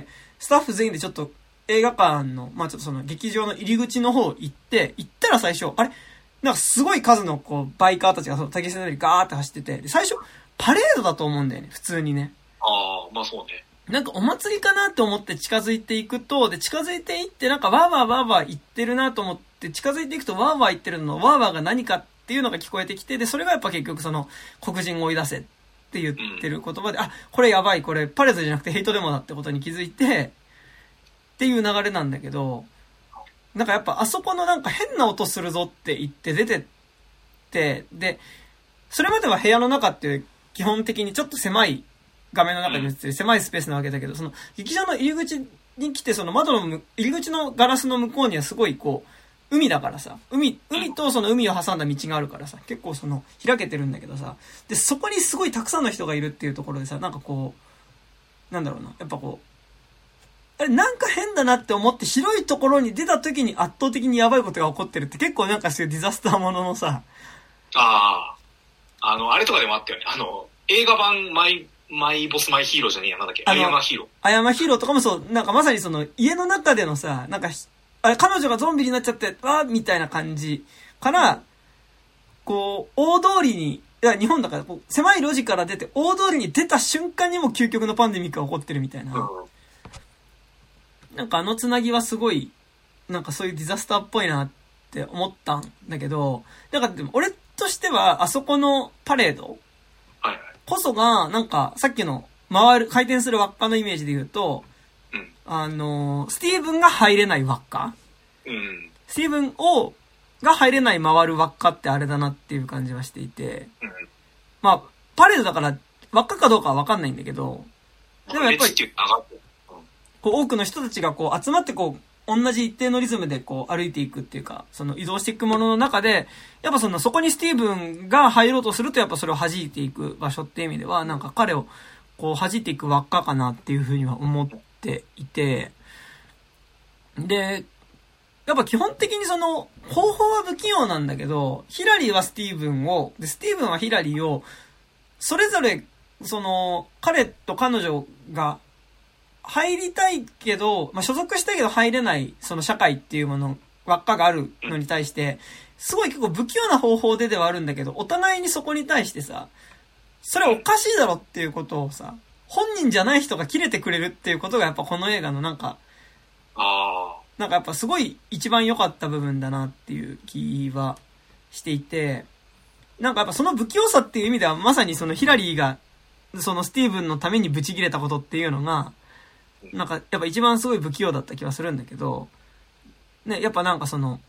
スタッフ全員でちょっと映画館の、まあちょっとその劇場の入り口の方行って、行ったら最初、あれなんかすごい数のこう、バイカーたちがその竹下通りガーって走ってて、で最初、パレードだと思うんだよね、普通にね。 ああ、まあそうね。 なんかお祭りかなって思って近づいていくと、で、近づいていって、なんかワーワーワーワー言ってるなと思って、近づいていくとワーワー言ってるの、ワーワーが何かっていうのが聞こえてきて、で、それがやっぱ結局その、黒人を追い出せって言ってる言葉で、うん、あ、これやばい、これパレードじゃなくてヘイトデモだってことに気づいて、っていう流れなんだけど、なんかやっぱあそこのなんか変な音するぞって言って出てって、で、それまでは部屋の中って基本的にちょっと狭い画面の中に映ってる狭いスペースなわけだけど、その劇場の入り口に来てその窓の入り口のガラスの向こうにはすごいこう、海だからさ、海、海とその海を挟んだ道があるからさ、結構その開けてるんだけどさ、で、そこにすごいたくさんの人がいるっていうところでさ、なんかこう、なんだろうな、やっぱこう、あれなんか変だなって思って広いところに出た時に圧倒的にやばいことが起こってるって結構なんかそういうディザスターもののさ、 ああ、あの、あれとかでもあったよね。あの、映画版マイ、マイボスマイヒーローじゃねえや、なんだっけ、アイアマヒーロー。 アイアマヒーローとかもそう、なんかまさにその家の中でのさ、なんか、あれ彼女がゾンビになっちゃって、わーみたいな感じから、こう、大通りにいや、日本だから、こう、狭い路地から出て、大通りに出た瞬間にも究極のパンデミックが起こってるみたいな。うん、なんかあのつなぎはすごい、なんかそういうディザスターっぽいなって思ったんだけど、だからでも俺としては、あそこのパレードこそが、なんかさっきの回る、回転する輪っかのイメージで言うと、うん、あの、スティーブンが入れない輪っか、うん、スティーブンを、が入れない回る輪っかってあれだなっていう感じはしていて、うん、まあ、パレードだから輪っかかどうかはわかんないんだけど、でもやっぱり、こう多くの人たちがこう集まってこう、同じ一定のリズムでこう歩いていくっていうか、その移動していくものの中で、やっぱそのそこにスティーブンが入ろうとするとやっぱそれを弾いていく場所っていう意味では、なんか彼をこう弾いていく輪っかかなっていうふうには思っていて、で、やっぱ基本的にその、方法は不器用なんだけど、ヒラリーはスティーブンを、で、スティーブンはヒラリーを、それぞれ、その、彼と彼女が入りたいけど、まあ、所属したいけど入れない、その社会っていうもの、輪っかがあるのに対して、すごい結構不器用な方法でではあるんだけど、お互いにそこに対してさ、それおかしいだろっていうことをさ、本人じゃない人が切れてくれるっていうことがやっぱこの映画のなんか、ああ。なんかやっぱすごい一番良かった部分だなっていう気はしていて、なんかやっぱその不器用さっていう意味ではまさにそのヒラリーがそのスティーブンのためにブチ切れたことっていうのが、なんかやっぱ一番すごい不器用だった気はするんだけど、ね、やっぱなんかその、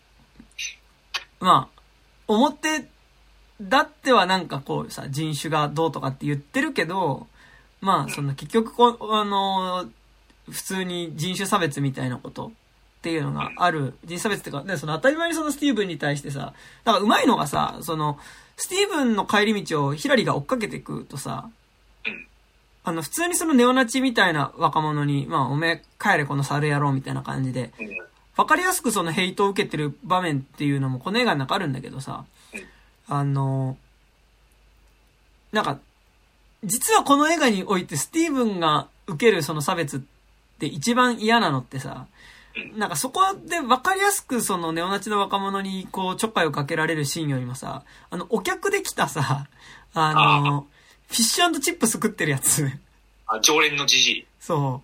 まあ、表だってはなんかこうさ、人種がどうとかって言ってるけど、まあその結局こう、あの、普通に人種差別みたいなことっていうのがある。人種差別っていうか、ね、その当たり前にそのスティーブンに対してさ、だから上手いのがさ、その、スティーブンの帰り道をヒラリーが追っかけていくとさ、あの、普通にそのネオナチみたいな若者に、まあ、おめえ帰れこの猿野郎みたいな感じで、わかりやすくそのヘイトを受けてる場面っていうのもこの映画の中あるんだけどさ、あの、なんか、実はこの映画においてスティーブンが受けるその差別って一番嫌なのってさ、なんかそこで分かりやすくそのネオナチの若者にこうちょっかいをかけられるシーンよりもさ、あのお客で来たさ、あの、あフィッシュ&チップス食ってるやつ。 あ、常連のジジイ。 そう。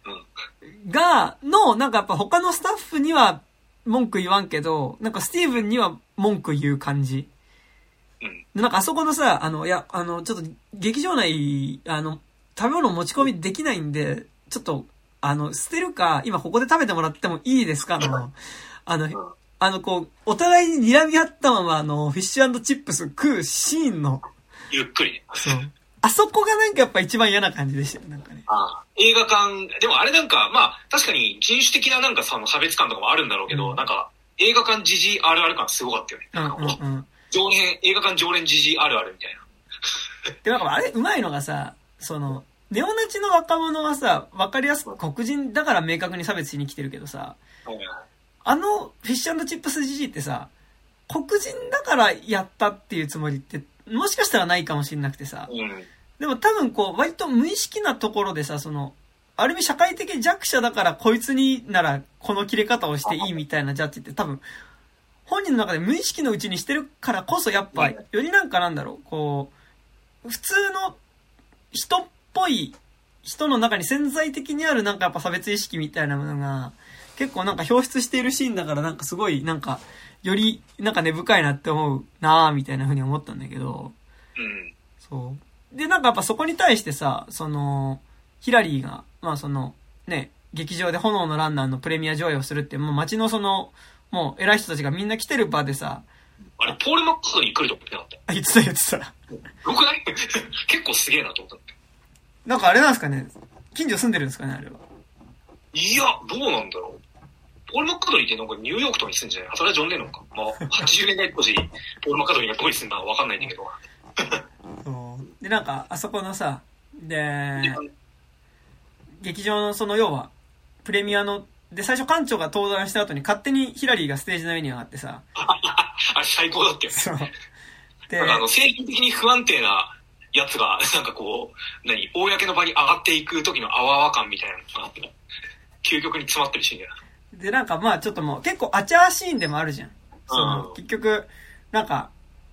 うん。が、の、なんかやっぱ他のスタッフには文句言わんけど、なんかスティーブンには文句言う感じ。うん。なんかあそこのさ、あの、いや、あの、ちょっと劇場内、あの、食べ物持ち込みできないんで、ちょっと、あの、捨てるか、今ここで食べてもらってもいいですかの、あの、あの、こう、お互いに睨み合ったまま、あの、フィッシュ&チップス食うシーンの、 ゆっくり。 そう。あそこがなんかやっぱ一番嫌な感じでしたよ、なんかね。 ああ。映画館、でもあれなんか、まあ、確かに人種的ななんかその差別感とかもあるんだろうけど、うん、なんか、映画館ジジイあるある感すごかったよね。なんかもう、うんうんうん、常連、映画館常連ジジイあるあるみたいな。 で、なんかあれ、うまいのがさ、その、ネオナチの若者はさ、わかりやすく黒人だから明確に差別しに来てるけどさ、うん、あの、フィッシュ&チップスジジイってさ、黒人だからやったっていうつもりって、もしかしたらないかもしれなくてさ、うん、でも多分こう割と無意識なところでさ、そのある意味社会的弱者だからこいつにならこの切れ方をしていいみたいなジャッジって多分本人の中で無意識のうちにしてるからこそやっぱよりなんかなんだろう、こう普通の人っぽい人の中に潜在的にあるなんかやっぱ差別意識みたいなものが結構なんか表出しているシーンだからなんかすごいなんかよりなんか根深いなって思うなぁみたいな風に思ったんだけど、うん、そうでなんかやっぱそこに対してさ、そのヒラリーがまあそのね劇場で炎のランナーのプレミア上映をするってもう街のそのもう偉い人たちがみんな来てる場でさ、 あれポール・マッカートニー来ると思ってなかった？ あ、言ってた言ってた。よくない？結構すげえなと思った。 なんかあれなんですかね、近所住んでるんですかねあれは。 いやどうなんだろう。ポール・マッカートニーってなんかニューヨークとかに住んじゃない？それはジョン・レノンか。まあ、はちじゅうねんだい当時、ポール・マッカートニーがどこに住んだかわかんないんだけど。 そう。で、なんか、あそこのさ、で、劇場のその要は、プレミアの、で、最初館長が登壇した後に勝手にヒラリーがステージの上に上がってさ。 あれ最高だったよね。 そう。 で、なんかあの、精神的に不安定なやつが、なんかこう、何、公の場に上がっていく時のあわあわ感みたいなのがあって、究極に詰まってるシーンだよ。 で、なんかまあちょっともう結構アチャーシーンでもあるじゃん。その、結局、なんか、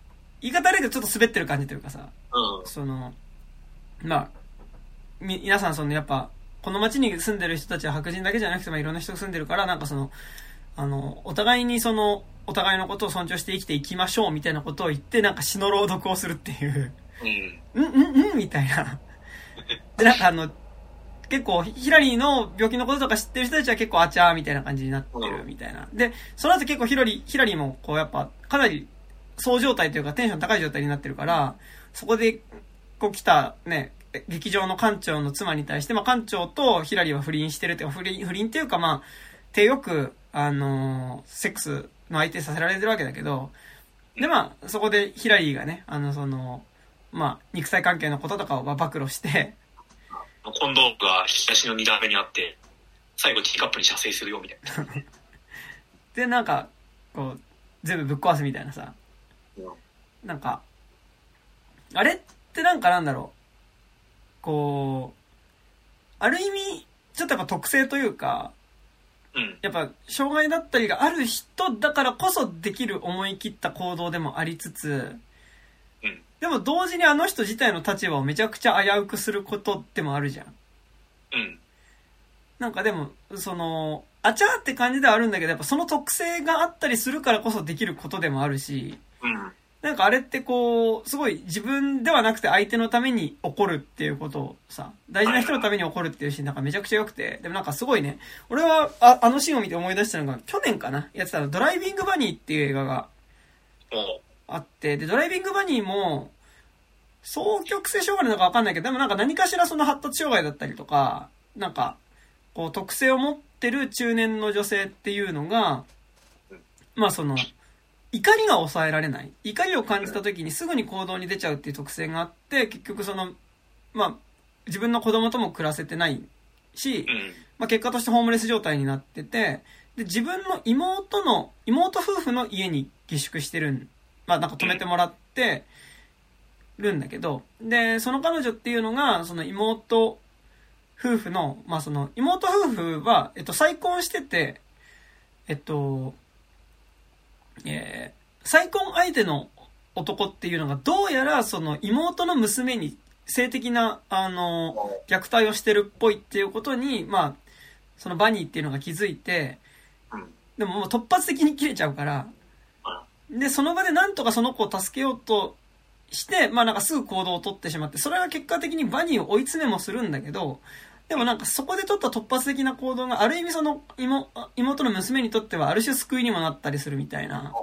言い方悪いけどちょっと滑ってる感じというかさ、 うん、 その、まあ、み、皆さんそのやっぱ、この街に住んでる人たちは白人だけじゃなくて、まあいろんな人が住んでるから、なんかその、あの、お互いにその、お互いのことを尊重して生きていきましょうみたいなことを言って、なんか詩の朗読をするっていう、うん、うん、うん、みたいな。で、なんかあの、結構、ヒラリーの病気のこととか知ってる人たちは結構あちゃーみたいな感じになってるみたいな。で、その後結構ヒラリー、ヒラリーもこうやっぱ、かなり、そう状態というかテンション高い状態になってるから、そこで、こう来たね、劇場の館長の妻に対して、まあ館長とヒラリーは不倫してるっていうか、不倫、不倫っていうかまあ、手よく、あのー、セックスの相手させられてるわけだけど、でまあ、そこでヒラリーがね、あのその、まあ、肉体関係のこととかを暴露して、 コンドームが引き出しのに段目にあって、最後ティーカップに射精するよみたいな。 で、なんか、こう、全部ぶっ壊すみたいなさ、 うん、 なんか、あれってなんかなんだろう、こう、ある意味、ちょっとやっぱ特性というか、 うん、 やっぱ、障害だったりがある人だからこそできる思い切った行動でもありつつ、 うん、 でも同時にあの人自体の立場をめちゃくちゃ危うくすることでもあるじゃん。 うん。 なんかでも、その、あちゃーって感じではあるんだけど、やっぱその特性があったりするからこそできることでもあるし、 うん。 なんかあれってこう、すごい自分ではなくて相手のために起こるっていうことをさ、大事な人のために起こるっていうシーンなんかめちゃくちゃ良くて、でもなんかすごいね、俺はああのシーンを見て思い出したのが、去年かなやってたの、ドライビングバニーっていう映画があって、で、ドライビングバニーも、双極性障害なのかわかんないけど、でもなんか何かしらその発達障害だったりとか、なんか、こう特性を持ってる中年の女性っていうのが、まあその、怒りが抑えられない。怒りを感じた時にすぐに行動に出ちゃうっていう特性があって、結局その、まあ、自分の子供とも暮らせてないし、まあ結果としてホームレス状態になってて、で、自分の妹の、妹夫婦の家に下宿してるん、まあなんか泊めてもらってるんだけど、で、その彼女っていうのが、その妹夫婦の、まあその、妹夫婦は、えっと、再婚してて、えっと、えー、再婚相手の男っていうのがどうやらその妹の娘に性的なあの虐待をしてるっぽいっていうことに、まあそのバニーっていうのが気づいて、でももう突発的に切れちゃうから、でその場でなんとかその子を助けようとして、まあなんかすぐ行動を取ってしまって、それは結果的にバニーを追い詰めもするんだけど、でもなんかそこで取った突発的な行動がある意味その 妹, 妹の娘にとってはある種救いにもなったりするみたいな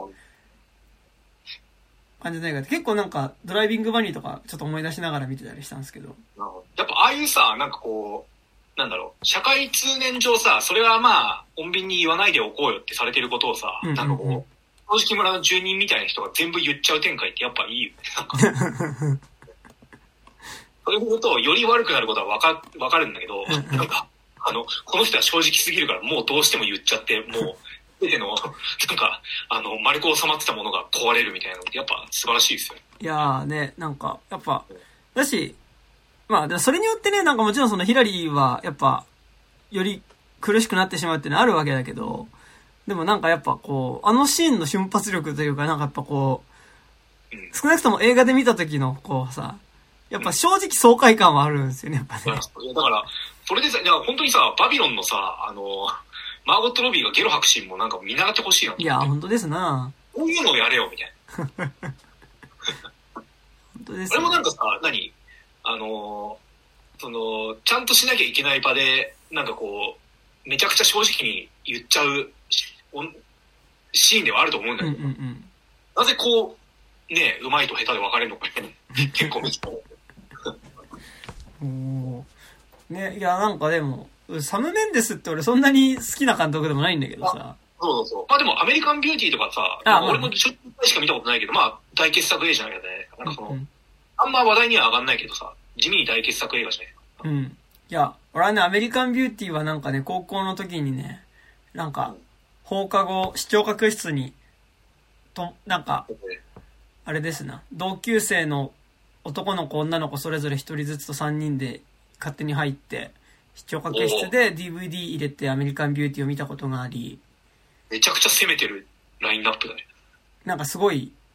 感じの映画で、結構なんかドライビングバニーとかちょっと思い出しながら見てたりしたんですけど、 やっぱああいうさ、なんかこうなんだろう、社会通念上さ、それはまあ穏便に言わないでおこうよってされてることをさ、うんうんうん、なんかこう正直村の住人みたいな人が全部言っちゃう展開ってやっぱいいよね。そういうことをより悪くなることはわか、わかるんだけど、なんか、あの、この人は正直すぎるからもうどうしても言っちゃって、もう、すべての、なんか、あの、丸く収まってたものが壊れるみたいなのってやっぱ素晴らしいですよね。 いやーね、なんか、やっぱ、だし、まあ、それによってね、なんかもちろんそのヒラリーは、やっぱ、より苦しくなってしまうっていうのはあるわけだけど、でもなんかやっぱこう、あのシーンの瞬発力というか、なんかやっぱこう、少なくとも映画で見た時の、こうさ、やっぱ正直爽快感はあるんですよね、やっぱね。 だから、それでさ、いや本当にさ、バビロンのさ、あの、マーゴット・ロビーがゲロ吐くシーンもなんか見習ってほしいなって。 いや、本当ですな。 こういうのをやれよ、みたいな。 本当です、ね。 あれもなんかさ、何あの、その、ちゃんとしなきゃいけない場で、なんかこう、めちゃくちゃ正直に言っちゃうシーンではあると思うんだけど、うんうんうん、なぜこう、ね、うまいと下手で分かれるのか結構見てた。 おね、いやなんかでもサム・メンデスって俺そんなに好きな監督でもないんだけどさ。 そうそうそう。まあでもアメリカンビューティーとかさ、あ俺もちょっとしか見たことないけど、まあ大傑作映画じゃないよね。なんかその、うんうん、あんま話題には上がんないけどさ、地味に大傑作映画じゃない。 うん。いや、俺はね、アメリカンビューティーはなんかね、高校の時にね、なんか、放課後、視聴覚室に、と、なんか、あれですな、同級生の男の子女の子それぞれ一人ずつと三人で勝手に入って視聴覚室で ディーブイディー 入れてアメリカンビューティーを見たことがあり、 めちゃくちゃ攻めてるラインナップだね。 なんかすごい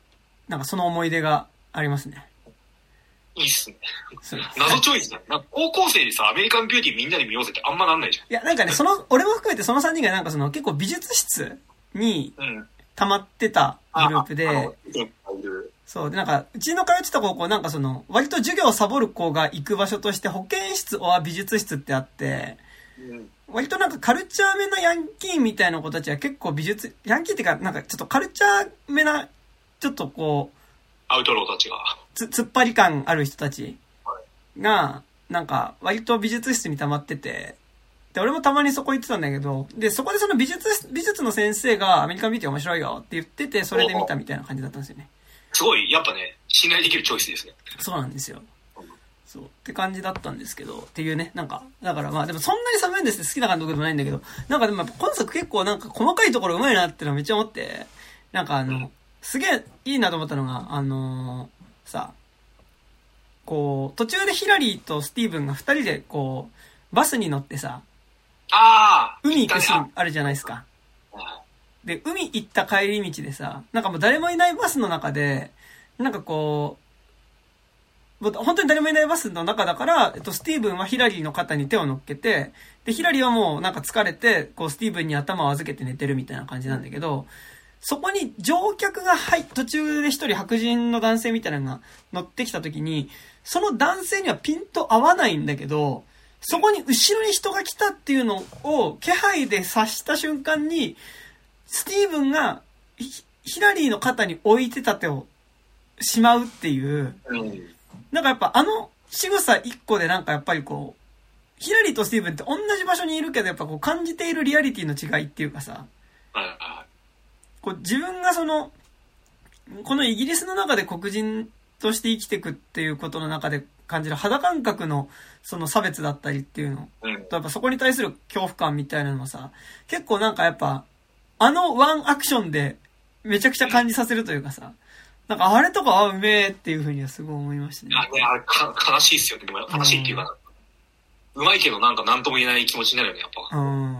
なんかその思い出がありますね。 いいっすね。謎チョイスだ。なんか高校生でさ、アメリカンビューティーみんなで見ようぜってあんまなんないじゃん。 いや、なんかね、その、俺も含めてそのさんにんがなんかその結構美術室に溜まってたグループで、うん、そう、でなんか、うちの通ってた高校なんかその、割と授業をサボる子が行く場所として保健室は美術室ってあって、うん、割となんかカルチャーめなヤンキーみたいな子たちは結構美術、ヤンキーっていうかなんかちょっとカルチャーめな、ちょっとこう、 アウトローたちが。 つ、突っ張り感ある人たちが、なんか、割と美術室に溜まってて、で、俺もたまにそこ行ってたんだけど、で、そこでその美術、美術の先生がアメリカンビューティー面白いよって言ってて、それで見たみたいな感じだったんですよね。 すごい、やっぱね、信頼できるチョイスですね。 そうなんですよ。そう。って感じだったんですけど、っていうね、なんか、だからまあでもそんなにサム・メンデスって好きな監督でもないんだけど、なんかでも今作結構なんか細かいところ上手いなってのめっちゃ思って、なんかあの、うん、すげえいいなと思ったのが、あのー、さ、こう、途中でヒラリーとスティーブンが二人でこう、バスに乗ってさ、 あ海行くシーンあるじゃないですか。で、海行った帰り道でさ、なんかもう誰もいないバスの中で、なんかこう、本当に誰もいないバスの中だから、えっと、スティーブンはヒラリーの肩に手を乗っけて、で、ヒラリーはもうなんか疲れて、こう、スティーブンに頭を預けて寝てるみたいな感じなんだけど、そこに乗客が入っ、途中で一人白人の男性みたいなのが乗ってきた時に、その男性にはピンと合わないんだけど、そこに後ろに人が来たっていうのを気配で察した瞬間に、スティーブンがヒラリーの肩に置いてた手をしまうっていう、なんかやっぱあの仕草一個でなんかやっぱりこう、ヒラリーとスティーブンって同じ場所にいるけどやっぱこう感じているリアリティの違いっていうかさ、こう自分がその、このイギリスの中で黒人として生きていくっていうことの中で感じる肌感覚のその差別だったりっていうの、うん、やっぱそこに対する恐怖感みたいなのもさ、結構なんかやっぱあのワンアクションでめちゃくちゃ感じさせるというかさ、なんかあれとかはうめえっていう風にはすごい思いましたね。 あれ、あれか悲しいっすよね。悲しいっていうか、うん、うまいけどなんか何とも言えない気持ちになるよね、やっぱ。うん。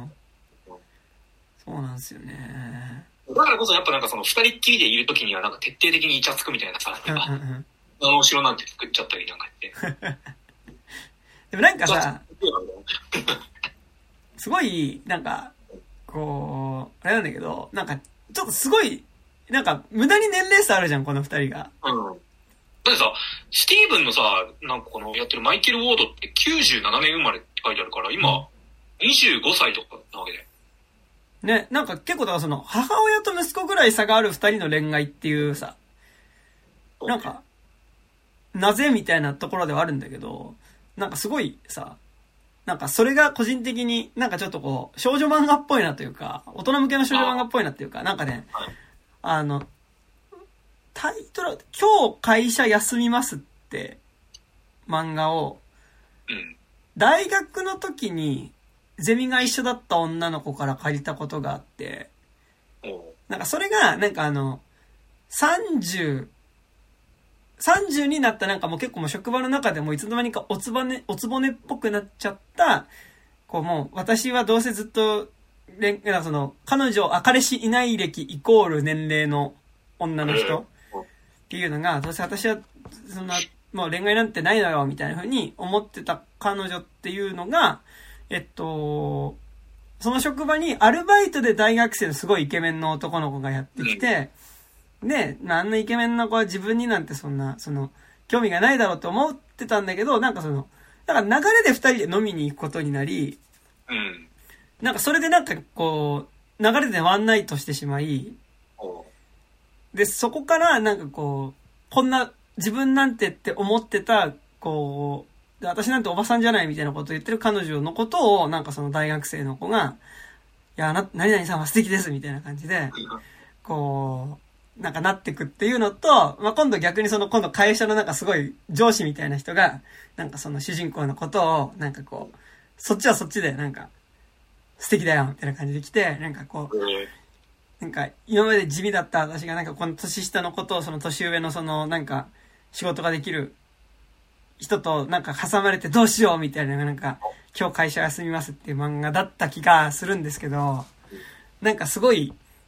そうなんですよね。 だからこそやっぱなんかその二人っきりでいるときにはなんか徹底的にイチャつくみたいなさ、なんか、うんうんうん、あの後ろなんて作っちゃったりなんか言って。 でもなんかさ、すごい、なんか、こう、あれなんだけど、なんか、ちょっとすごい、なんか、無駄に年齢差あるじゃん、この二人が。 うん。だってさ、スティーブンのさ、なんかこのやってるマイケル・ウォードってきゅうじゅうななねん生まれって書いてあるから、今、にじゅうごさいとかなわけで。 ね、なんか結構だからその、母親と息子ぐらい差がある二人の恋愛っていうさ、なんか、なぜみたいなところではあるんだけど、なんかすごいさ、なんかそれが個人的になんかちょっとこう、少女漫画っぽいなというか、大人向けの少女漫画っぽいなっていうか、なんかね、あの、タイトル、今日会社休みますって漫画を、大学の時にゼミが一緒だった女の子から借りたことがあって、なんかそれが、なんかあの、さんじゅう、さんじゅうになったなんかもう結構もう職場の中でもいつの間にかおつばね、おつぼねっぽくなっちゃった、こうもう私はどうせずっと、なんかその、彼女、あ、彼氏いない歴イコール年齢の女の人っていうのが、どうせ私は、そんな、もう恋愛なんてないのよ、みたいな風に思ってた彼女っていうのが、えっと、その職場にアルバイトで大学生のすごいイケメンの男の子がやってきて、で、あんなイケメンの子は自分になんてそんな、その、興味がないだろうと思ってたんだけど、なんかその、なんか流れで二人で飲みに行くことになり、うん。なんかそれでなんかこう、流れでワンナイトしてしまい、で、そこからなんかこう、こんな自分なんてって思ってた、こう、私なんておばさんじゃないみたいなことを言ってる彼女のことを、なんかその大学生の子が、いや、な、何々さんは素敵ですみたいな感じで、こう、なんかなってくっていうのと、まあ、今度逆にその今度会社のなんかすごい上司みたいな人が、なんかその主人公のことを、なんかこう、そっちはそっちでなんか、素敵だよみたいな感じで来て、なんかこう、なんか今まで地味だった私がなんかこの年下のことをその年上のそのなんか仕事ができる人となんか挟まれてどうしようみたいななんか今日会社休みますっていう漫画だった気がするんですけど、なんかすごい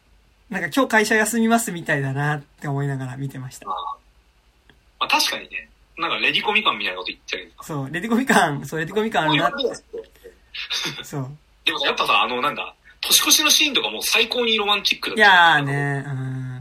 なんか今日会社休みますみたいだなって思いながら見てました。 まあ、まあ、確かにね、なんかレディコミ感みたいなこと言っちゃうけど。 そう、レディコミ感、そう、レディコミ感あるなって。そう。 でもやっぱさ、あの、なんだ、年越しのシーンとかもう最高にロマンチックだった。 いやーね、うん。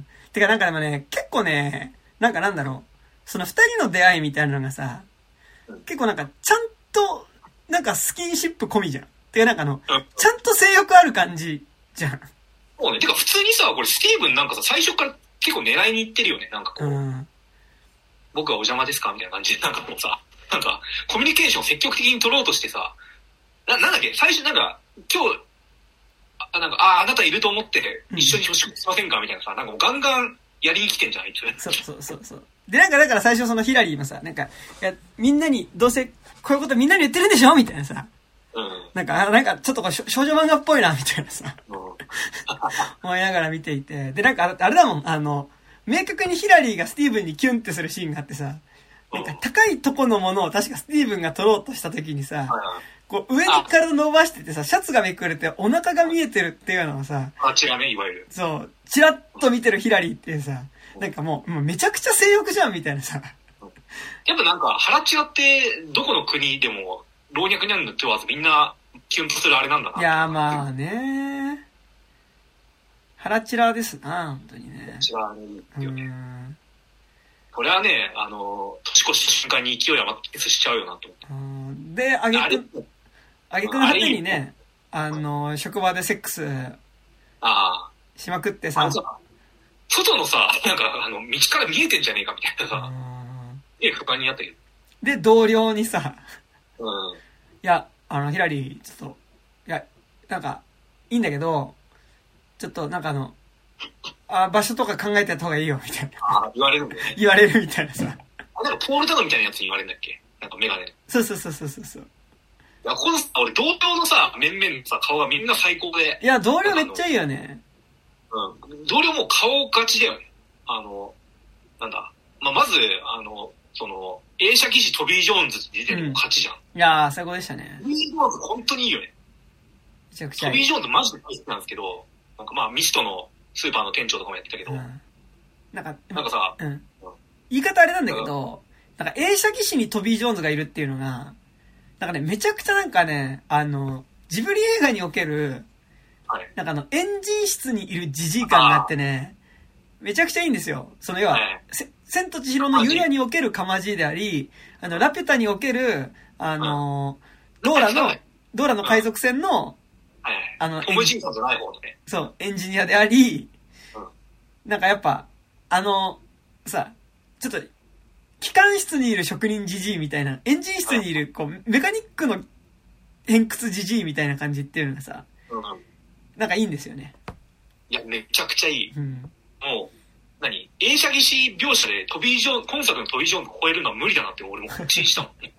てかなんかでもね、結構ね、なんかなんだろう、その二人の出会いみたいなのがさ、うん、結構なんかちゃんと、なんかスキンシップ込みじゃん。てかなんかあの、うん、ちゃんと性欲ある感じじゃん。 そうね。てか普通にさ、これスティーブンなんかさ、最初から結構狙いに行ってるよね。なんかこう、うん、僕はお邪魔ですかみたいな感じで、なんかもうさ、なんかコミュニケーション積極的に取ろうとしてさ、な、なんだっけ最初なんか、今日、あ、なんか、あ、あなたいると思って一緒に年越しませんかみたいなさ、なんかもうガンガンやりに来てんじゃん、あいつ。 そうそうそうそう。で、なんかだから最初そのヒラリーもさ、なんか、いや、みんなに、どうせ、こういうことみんなに言ってるんでしょみたいなさ。うん。なんか、なんか、ちょっとこう、少女漫画っぽいな、みたいなさ。うん。思いながら見ていて。で、なんか、あれだもん、あの、明確にヒラリーがスティーブンにキュンってするシーンがあってさ、なんか高いとこのものを確かスティーブンが取ろうとした時にさ、こう上に体伸ばしててさ、シャツがめくれてお腹が見えてるっていうのをさ、 あちらね、いわゆる。 そう、チラッと見てるヒラリーってさ、なんかもう、もうめちゃくちゃ性欲じゃんみたいなさ。 やっぱなんか、腹チラってどこの国でも老若にゃんの問わずみんなキュンとするあれなんだな。 いやまあね。腹チラですな、本当にね。 腹チラいいよね。これはね、あの、年越し瞬間に勢い余ってしちゃうよなと思って。 で、あげく、あげくの果てにね、あの、職場でセックスしまくってさ、 外のさ、なんか、あの、道から見えてんじゃねえかみたいなさ、ええ、不安になったけど。 で、同僚にさ、 うん、 いや、あの、ヒラリー、ちょっと、いや、なんか、いいんだけど、ちょっと、なんかあの、あ、場所とか考えてやった方がいいよ、みたいな。 あ、言われるんだよね。 言われるみたいなさ。 あ、なんかポールタグみたいなやつに言われるんだっけなんかメガネ。 そうそうそうそうそう。いや、このさ、俺同僚のさ、面々のさ、顔がみんな最高で。 いや、同僚めっちゃいいよね。 うん。同僚もう顔勝ちだよね。あの、なんだ。まあ、まず、あの、その、映写技師トビー・ジョーンズって出てるの勝ちじゃん。うん、 いやー、最高でしたね。 トビー・ジョーンズ本当にいいよね。 めちゃくちゃいい。 トビー・ジョーンズマジで大好きなんですけど、なんかまあ、ミストのスーパーの店長とかもやってたけど、うん、なんか、なんかさ、 うん、言い方あれなんだけど、なんか映写技師にトビー・ジョーンズがいるっていうのが、なんかね、めちゃくちゃなんかね、あの、ジブリ映画における、はい、なんかあの、エンジン室にいるジジイ感があってね、めちゃくちゃいいんですよ。その要は、はい、千と千尋のユリアにおけるカマジーであり、あの、ラピュタにおける、あの、うん、ドーラの、ドーラの海賊船の、 はい、あの、トム・ジンさんじゃない方のね。 そう、エンジニアであり、うん、なんかやっぱ、あの、さ、ちょっと、機関室にいる職人ジジイみたいな、エンジン室にいる、こう、メカニックの偏屈ジジイみたいな感じっていうのがさ、うん、なんかいいんですよね。 いや、めちゃくちゃいい。うん、もう、何映写技師描写でトビー・ジョーン、今作のトビー・ジョーンズ超えるのは無理だなって俺も確信したもんね。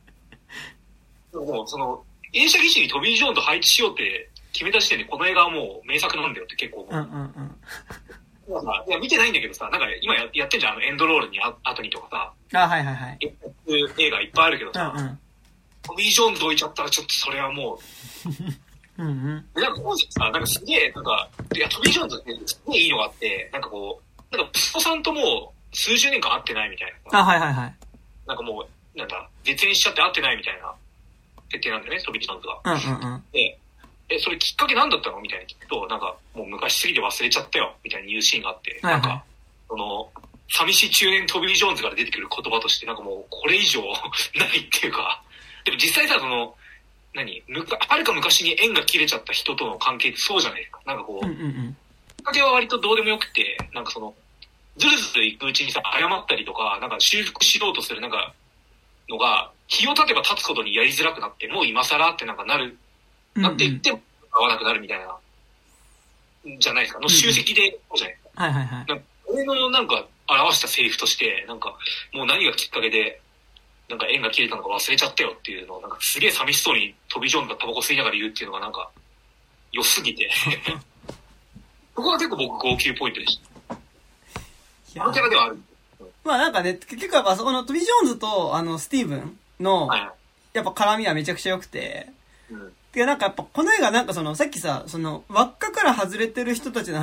もう、その、映写技師にトビー・ジョーンズ配置しようって決めた時点でこの映画はもう名作なんだよって結構思う。うんうんうんいや、見てないんだけどさ、なんか今 や, やってんじゃん、あのエンドロールにあ後にとかさ。あ、はいはいはい。 映画いっぱいあるけどさ、うんうん、トビー・ジョーンズ置いちゃったらちょっとそれはもう。うんうん。で、なんか今作さ、なんかすげえ、なんか、いや、トビー・ジョーンズってすげえいいのがあって、なんかこう、なんか息子さんともう数十年間会ってないみたいな。あ、はいはいはい。 なんかもう、なんだ、絶縁しちゃって会ってないみたいな設定なんだよね、トビー・ジョーンズが。 うんうんうん。 で、え、それきっかけなんだったのみたいに聞くと、なんか、もう昔すぎて忘れちゃったよ、みたいに言うシーンがあって、はいはい、なんか、その、寂しい中年トビー・ジョーンズから出てくる言葉として、なんかもう、これ以上ないっていうか、でも実際さ、その、何むか、はるか昔に縁が切れちゃった人との関係ってそうじゃないですか。なんかこう、うんうんうん、きっかけは割とどうでもよくて、なんかその、ずるずる行くうちにさ、謝ったりとか、なんか修復しようとするなんか、のが、日を経てば経つことにやりづらくなって、もう今更ってなんかなる、なっていっても合わなくなるみたいな、じゃないですか。の集積で、そうじゃないですか。 はいはいはい。 なんか俺のなんか表したセリフとして、なんかもう何がきっかけで、なんか縁が切れたのか忘れちゃったよっていうのを、なんかすげえ寂しそうにトビー・ジョーンズがタバコ吸いながら言うっていうのがなんか、良すぎて。ここは結構僕号泣ポイントでした。あのキャラではある。 まあなんかね、結局やっぱそこのトビー・ジョーンズとあのスティーブンの、やっぱ絡みはめちゃくちゃ良くて、うんで、なんかやっぱこの映画なんかその、さっきさ、その、輪っかから外れてる人たちの話っ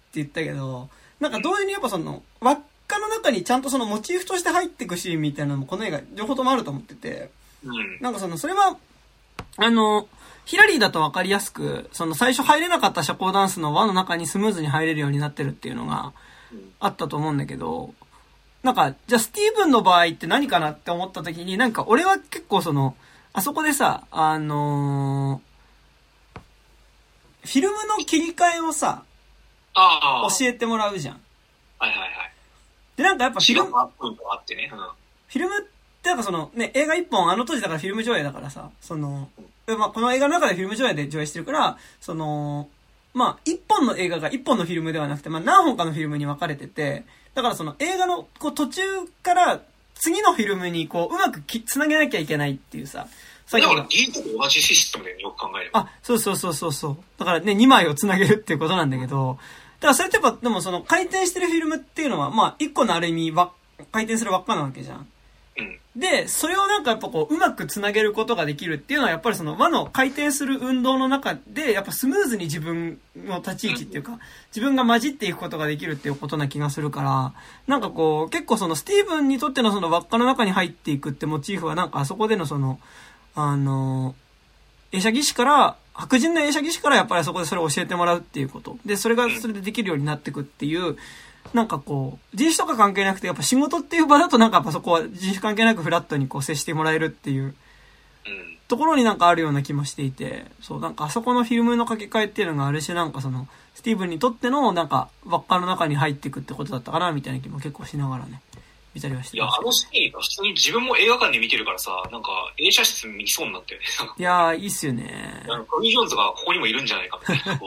言ったけど、なんか同時にやっぱその、輪っかの中にちゃんとそのモチーフとして入っていくシーンみたいなのもこの映画両方ともあると思ってて、 うん、 なんかその、それは、あの、ヒラリーだと分かりやすく、その最初入れなかった社交ダンスの輪の中にスムーズに入れるようになってるっていうのがあったと思うんだけど、なんか、じゃあスティーブンの場合って何かなって思った時に、なんか俺は結構その、あそこでさ、あのー、フィルムの切り替えをさ、 あ教えてもらうじゃん。 はいはいはい。 で、なんかやっぱフィルム、 あってね、うん、 フィルムってなんかそのね、映画一本あの当時だからフィルム上映だからさ、その、まあこの映画の中でフィルム上映で上映してるから、その、まあ一本の映画が一本のフィルムではなくて、まあ何本かのフィルムに分かれてて、だからその映画のこう途中から次のフィルムにこううまくきつなげなきゃいけないっていうさ、 だから ディーと同じシステムでよく考えれば。 あ、そうそうそうそうそう。だからね、にまいをつなげるっていうことなんだけど、だからそれってやっぱ、でもその回転してるフィルムっていうのは、まあ一個のある意味わ、回転する輪っかなわけじゃん。 うん。 で、それをなんかやっぱこう、うまくつなげることができるっていうのは、やっぱりその輪の回転する運動の中で、やっぱスムーズに自分の立ち位置っていうか、自分が混じっていくことができるっていうことな気がするから、なんかこう、結構そのスティーブンにとってのその輪っかの中に入っていくってモチーフはなんかあそこでのその、あの、映写技師から、白人の映写技師からやっぱりそこでそれを教えてもらうっていうこと。で、それがそれでできるようになっていくっていう、なんかこう、人種とか関係なくて、やっぱ仕事っていう場だとなんかやっぱそこは人種関係なくフラットにこう接してもらえるっていうところになんかあるような気もしていて、そう、なんかあそこのフィルムの掛け替えっていうのがあるし、なんかその、スティーブンにとってのなんか輪っかの中に入っていくってことだったかな、みたいな気も結構しながらね。見たりはしていや、あのシーンが普通に自分も映画館で見てるからさ、なんか映写室見そうになったよね。 いやー、いいっすよね。 なんかトミー・ジョーンズがここにもいるんじゃないかみたいな。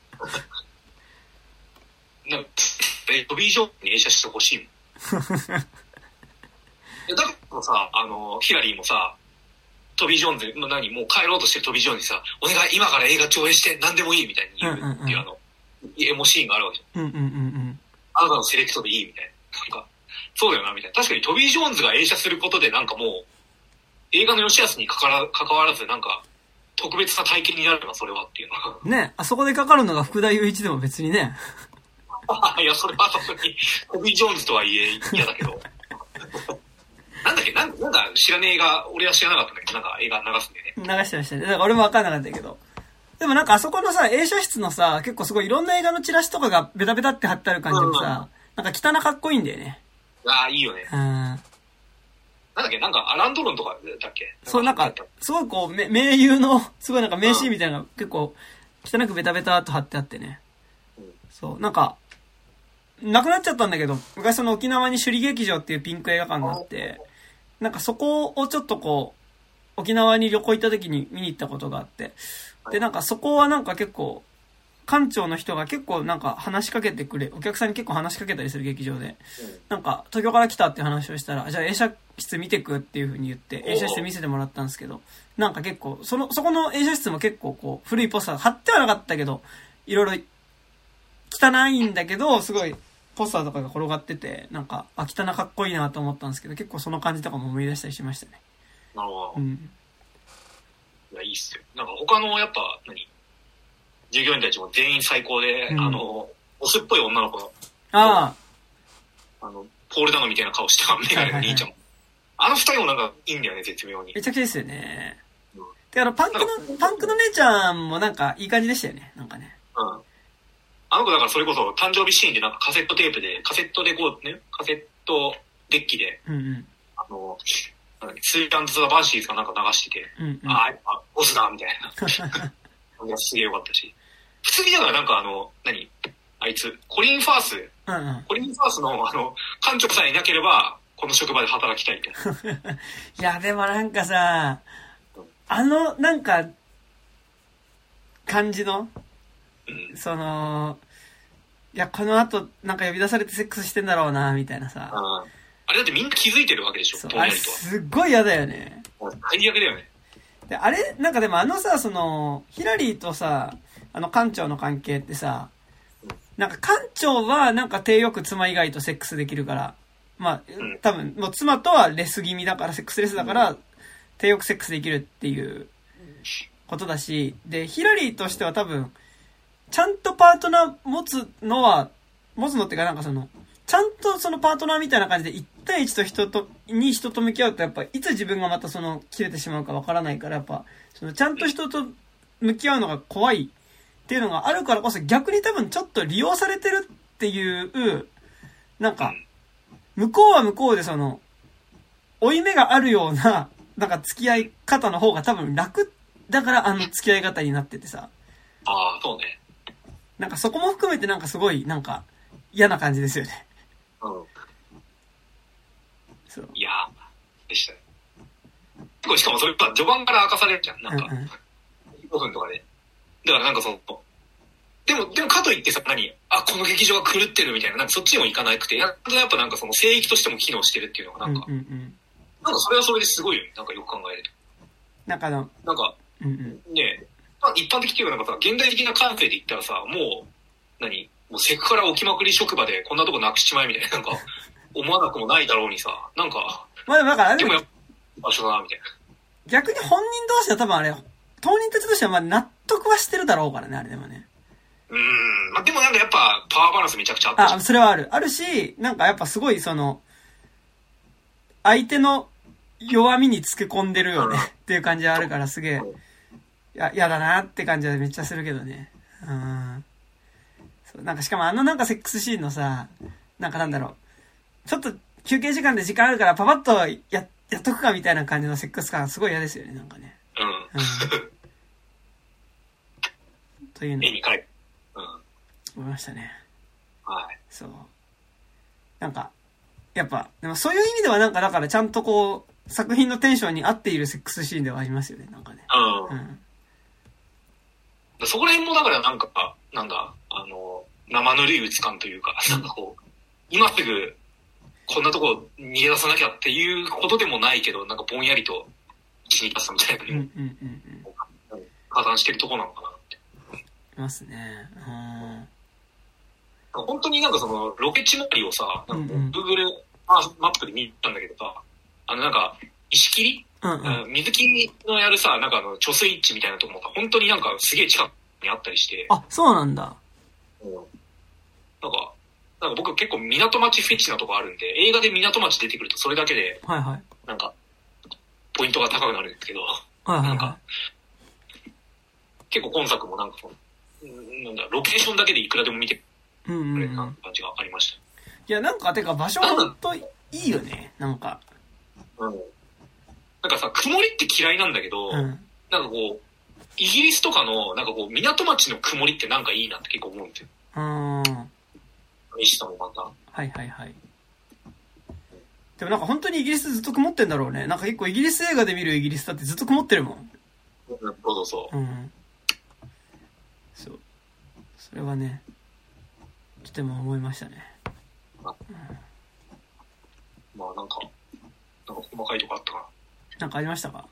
なんかトビー・ジョーンズに映写してほしいもん。いやだからさ、あの、ヒラリーもさ、トビー・ジョーンズの何、もう帰ろうとしてるトビー・ジョーンズにさ、お願い、今から映画上映して何でもいいみたいに言うっていう、あの、エモシーンがあるわけじゃん。 うんうんうんうん。 あなたのセレクトでいいみたいな。なんか、そうだよな、みたいな。確かにトビー・ジョーンズが映写することでなんかもう、映画の良し悪しに関わら関わらず、なんか、特別な体験になるな、それはっていうのは。 ね、あそこでかかるのが福田雄一でも別にね。 いや、それはさすがに、トビー・ジョーンズとはいえ嫌だけど。なんだっけなん、なんか知らねえ映画、俺は知らなかったんだけど、なんか映画流すんでね。流してましたね。だから俺もわかんなかったけど。でもなんかあそこのさ、映写室のさ、結構すごいいろんな映画のチラシとかがベタベタって貼ってある感じもさ、うん、なんか汚かっこいいんだよね。 ああ、いいよね。 うん。なんだっけなんかアランドロンとかだっけそう、なんか、すごいこう、め名優の、すごいなんか名シーンみたいなのが結構、汚くベタベタっと貼ってあってね。うん、そう、なんか、なくなっちゃったんだけど、昔その沖縄に首里劇場っていうピンク映画館があって、なんかそこをちょっとこう、沖縄に旅行行った時に見に行ったことがあって、で、なんかそこはなんか結構、館長の人が結構なんか話しかけてくれ、お客さんに結構話しかけたりする劇場で、なんか東京から来たって話をしたら、じゃあ映写室見てくっていう風に言って、映写室見せてもらったんですけど、なんか結構、その、そこの映写室も結構こう、古いポスター貼ってはなかったけど、いろいろ汚いんだけど、すごいポスターとかが転がってて、なんか、あ、汚かっこいいなと思ったんですけど、結構その感じとかも思い出したりしましたね。 なるほど。 うん。 いや、いいっすよ。なんか他のやっぱ、何従業員たちも全員最高で、うん、あの、オスっぽい女の子の、 ああ、あの、ポールダウンみたいな顔してたメガネの兄ちゃんも。あの二人もなんかいいんだよね、絶妙に。 めちゃくちゃいいっすよね。うん。で、あの、パンクの、パンクの姉ちゃんもなんかいい感じでしたよね、なんかね。 うん。あの子だからそれこそ誕生日シーンでなんかカセットテープで、カセットでこうね、カセットデッキで、 うんうん、 あの、スーランド・ザ・バンシーズがなんか流してて、 うんうん、 ああ、ボスだみたいな。いや、すげえよかったし。普通にだからなんかあの、何あいつ、コリン・ファース、 うんうん、 コリン・ファースのあの、館長さえいなければ、この職場で働きたいと。 いや、でもなんかさ、あの、なんか、感じの、うん、その、いや、この後、なんか呼び出されてセックスしてんだろうな、みたいなさ。 あ, あれだってみんな気づいてるわけでしょ、 そうあれすっごい嫌だよね。 最悪だよね。 で、あれ、なんかでもあのさ、その、ヒラリーとさ、あの館長の関係ってさ、なんか館長はなんか手よく妻以外とセックスできるから、まあ、多分、もう妻とはレス気味だから、セックスレスだから、手よくセックスできるっていうことだし、で、ヒラリーとしては多分、 ちゃんとパートナー持つのは、持つのっていうかなんかその、ちゃんとそのパートナーみたいな感じでいち対いちと人と、に人と向き合うとやっぱいつ自分がまたその切れてしまうかわからないからやっぱ、そのちゃんと人と向き合うのが怖いっていうのがあるからこそ逆に多分ちょっと利用されてるっていう、なんか、向こうは向こうでその、負い目があるような、なんか付き合い方の方が多分楽だからあの付き合い方になっててさ。 ああ、そうね。 なんかそこも含めてなんかすごいなんか嫌な感じですよね。 うん。 そう。 いやー、でしたね。結構しかもそれが序盤から明かされるじゃん。なんか、うんうん、ごふんとかで。だからなんかその、でも、でもかといってさ、何あ、この劇場が狂ってるみたいな、なんかそっちにも行かなくて、やっとやっぱなんかその聖域としても機能してるっていうのがなんか、うんうんうん、なんかそれはそれですごいよね。なんかよく考えると。 なんかあの、 なんか、うんうん、ねまあ、一般的っていうかなんかさ、現代的な感性で言ったらさ、もう、何もうセクハラ起きまくり職場でこんなとこなくしちまえみたいな、なんか、思わなくもないだろうにさ、なんか、 まあでもなんかあれでもやっぱ場所だな、みたいな。 逆に本人同士は多分あれ、当人たちとしてはまあ納得はしてるだろうからね、あれでもね。 うーん。まあ、でもなんかやっぱパワーバランスめちゃくちゃあった。 あ、それはある。あるし、なんかやっぱすごいその、相手の弱みにつけ込んでるよねっていう感じはあるからすげえ、や、やだなって感じはめっちゃするけどね。うん。そうなんかしかもあのなんかセックスシーンのさ、なんかなんだろう。ちょっと休憩時間で時間あるからパパッとや、やっとくかみたいな感じのセックス感すごい嫌ですよね、なんかね。 うん。うん、 というの。 絵に描いて。うん。 思いましたね。 はい。 そう。なんか、やっぱ、でもそういう意味ではなんかだからちゃんとこう、作品のテンションに合っているセックスシーンではありますよね、なんかね。 うん。うん、そこら辺もだからなんか、なんだ、あの、生ぬるい打ち感というか、なんかこう、今すぐ、こんなとこ逃げ出さなきゃっていうことでもないけど、なんかぼんやりと死に出したみたいなのにも、加担してるとこなのかなって。 いますね。 うん。本当になんかその、ロケ地周りをさ、なんか Google マップで見たんだけどさ、あのなんか、石切り、うんうん、水切りのやるさ、なんかあの、貯水池みたいなとこも本当になんかすげえ近くにあったりして。 あ、そうなんだ。 うん。なんか、なんか僕結構港町フェチなとこあるんで、映画で港町出てくるとそれだけで、 はいはい。 なんか、ポイントが高くなるんですけど、 はいはいはい、 なんか、結構今作もなんかその、なんだ、ロケーションだけでいくらでも見てくれる感じがありました。 いや、なんか、てか場所ほんといいよね、なんか。 うん。なんかさ、曇りって嫌いなんだけど、うん、なんかこう、イギリスとかの、なんかこう、港町の曇りってなんかいいなって結構思うんですよ。 うん。 石さんもまた。 はいはいはい。でもなんか本当にイギリスずっと曇ってんだろうね。なんか結構イギリス映画で見るイギリスだってずっと曇ってるもん。 そうそうそう。 うん。そう。それはね、とても思いましたね。 あ、うん、まあなんか、なんか細かいとこあったかな。 なんかありましたか？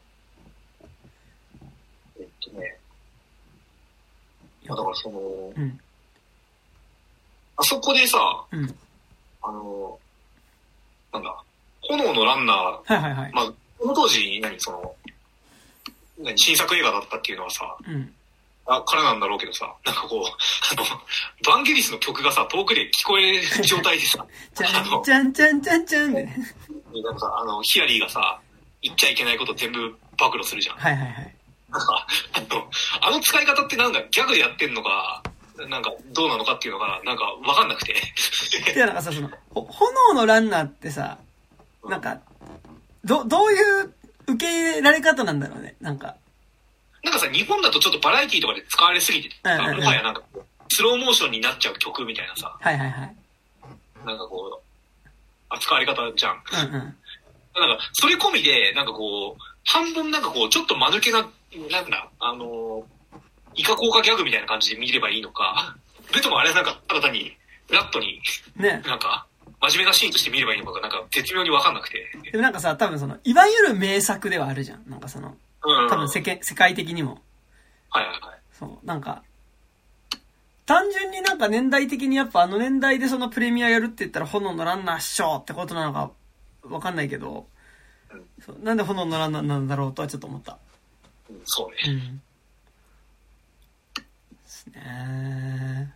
えっとね、まあ、だからその、うん、あそこでさ、うん、あの、なんだ、炎のランナー、 はいはいはい、 まあ、この当時、何、その、何、新作映画だったっていうのはさ、 うん、 あ、からなんだろうけどさ、なんかこう、あの、バンゲリスの曲がさ、遠くで聞こえる状態でさ、 ちゃんちゃんちゃんちゃんちゃんでね。 なんかさ、あの、ヒアリーがさ、言っちゃいけないこと全部暴露するじゃん。 はいはいはい。 なんか、あの、あの使い方ってなんかギャグでやってんのか、なんかどうなのかっていうのが、なんかわかんなくて。 いや、なんかさ、その、炎のランナーってさ、なんか、ど、どういう受け入れられ方なんだろうね、なんか。 なんかさ、日本だとちょっとバラエティとかで使われすぎてさ、もはやなんか、スローモーションになっちゃう曲みたいなさ。 はいはいはい。 なんかこう、扱われ方じゃん。 うんうん。 なんか、それ込みで、なんかこう、半分なんかこう、ちょっと間抜けな、なんだ、あの、イカ効果ギャグみたいな感じで見ればいいのか、それともあれなんか、ただ単に、フラットに、 ね。 なんか、真面目なシーンとして見ればいいのかが、なんか、絶妙にわかんなくて。 でもなんかさ、多分その、いわゆる名作ではあるじゃん。なんかその、 うん、 多分世間、世界的にも。 はいはいはい。 そう、なんか、単純になんか年代的にやっぱあの年代でそのプレミアやるって言ったら炎のランナーっしょってことなのかわかんないけど、うん、そうなんで炎のランナーなんだろうとはちょっと思った。 うん、そうね。 うん。ですね。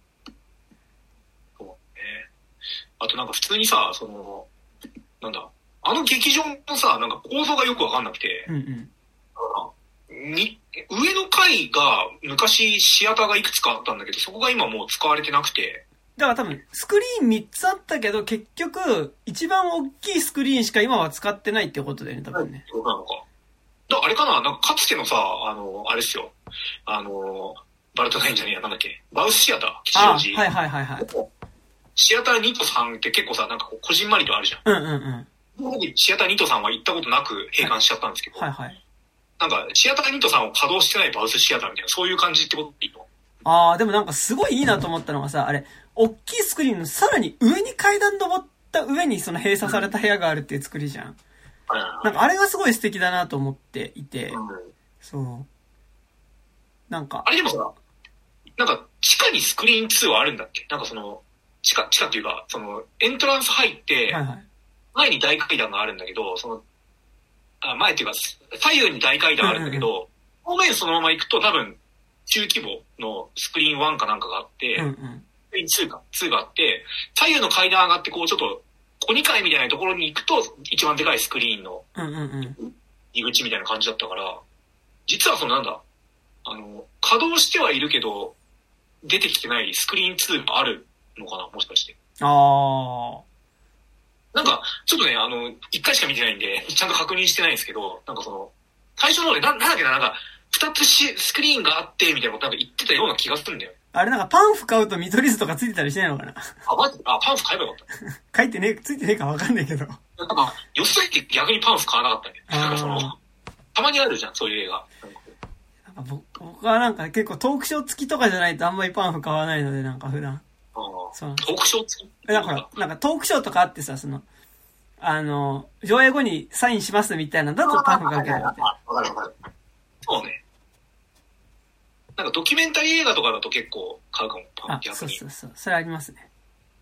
そうね。あとなんか普通にさ、その、なんだ、あの劇場のさ、なんか構造がよくわかんなくて、 うんうん。 に上の階が昔シアターがいくつかあったんだけど、そこが今もう使われてなくて。 だから多分、スクリーンみっつあったけど、結局、一番大きいスクリーンしか今は使ってないってことだよね、多分ね。 そうなのか。だあれかな、なんかかつてのさ、あの、あれっすよ。あの、バルトナインじゃねえや、なんだっけ。バウスシアター、吉祥寺。 はいはいはいはい。 シアターニトさんって結構さ、なんかこう、こじんまりとあるじゃん。 うんうんうん。 僕、シアターニトさんは行ったことなく閉館しちゃったんですけど。 はいはい、はい。 なんか、シアターニトさんを稼働してないバウスシアターみたいな、そういう感じってことでいいの？ ああ、でもなんかすごいいいなと思ったのがさ、あれ、大きいスクリーンのさらに上に階段登った上にその閉鎖された部屋があるっていう作りじゃん。うん、なんかあれがすごい素敵だなと思っていて、うん、そう。なんか。 あれでもさ、なんか地下にスクリーンツーはあるんだっけ？なんかその、地下、地下っていうか、その、エントランス入って、はいはい、前に大階段があるんだけど、その、あ前っていうか、左右に大階段あるんだけど、正面そのまま行くと多分、中規模のスクリーンワンかなんかがあって、うんうん、スクリーンツーか、ツーがあって、左右の階段上がってこうちょっと、小に階みたいなところに行くと、一番でかいスクリーンの入り口みたいな感じだったから、実はそのなんだ、あの、稼働してはいるけど、出てきてないスクリーンツーがあるのかな、もしかして。 ああ。 なんか、ちょっとね、あの、一回しか見てないんで、ちゃんと確認してないんですけど、なんかその、最初の方で、な、なんだっけな、なんか、二つしスクリーンがあって、みたいなことなんか言ってたような気がするんだよ。 あれなんかパンフ買うと見取り図とかついてたりしないのかな？ あ、マジ？あ、パンフ買えばよかった。 書いてねえ、ついてねえかわかんないけど。 なんか、よすぎて逆にパンフ買わなかったね。なんかその、たまにあるじゃん、そういう映画。 なんか僕はなんか結構トークショー付きとかじゃないとあんまりパンフ買わないので、なんか普段。 あそうトークショー付きだから、なんかトークショーとかあってさ、その、あの、上映後にサインしますみたいなのだとパンフ買うけど。わかるわかる。そうね。なんかドキュメンタリー映画とかだと結構買うかも、パンフ逆に。 そうそうそう。それありますね。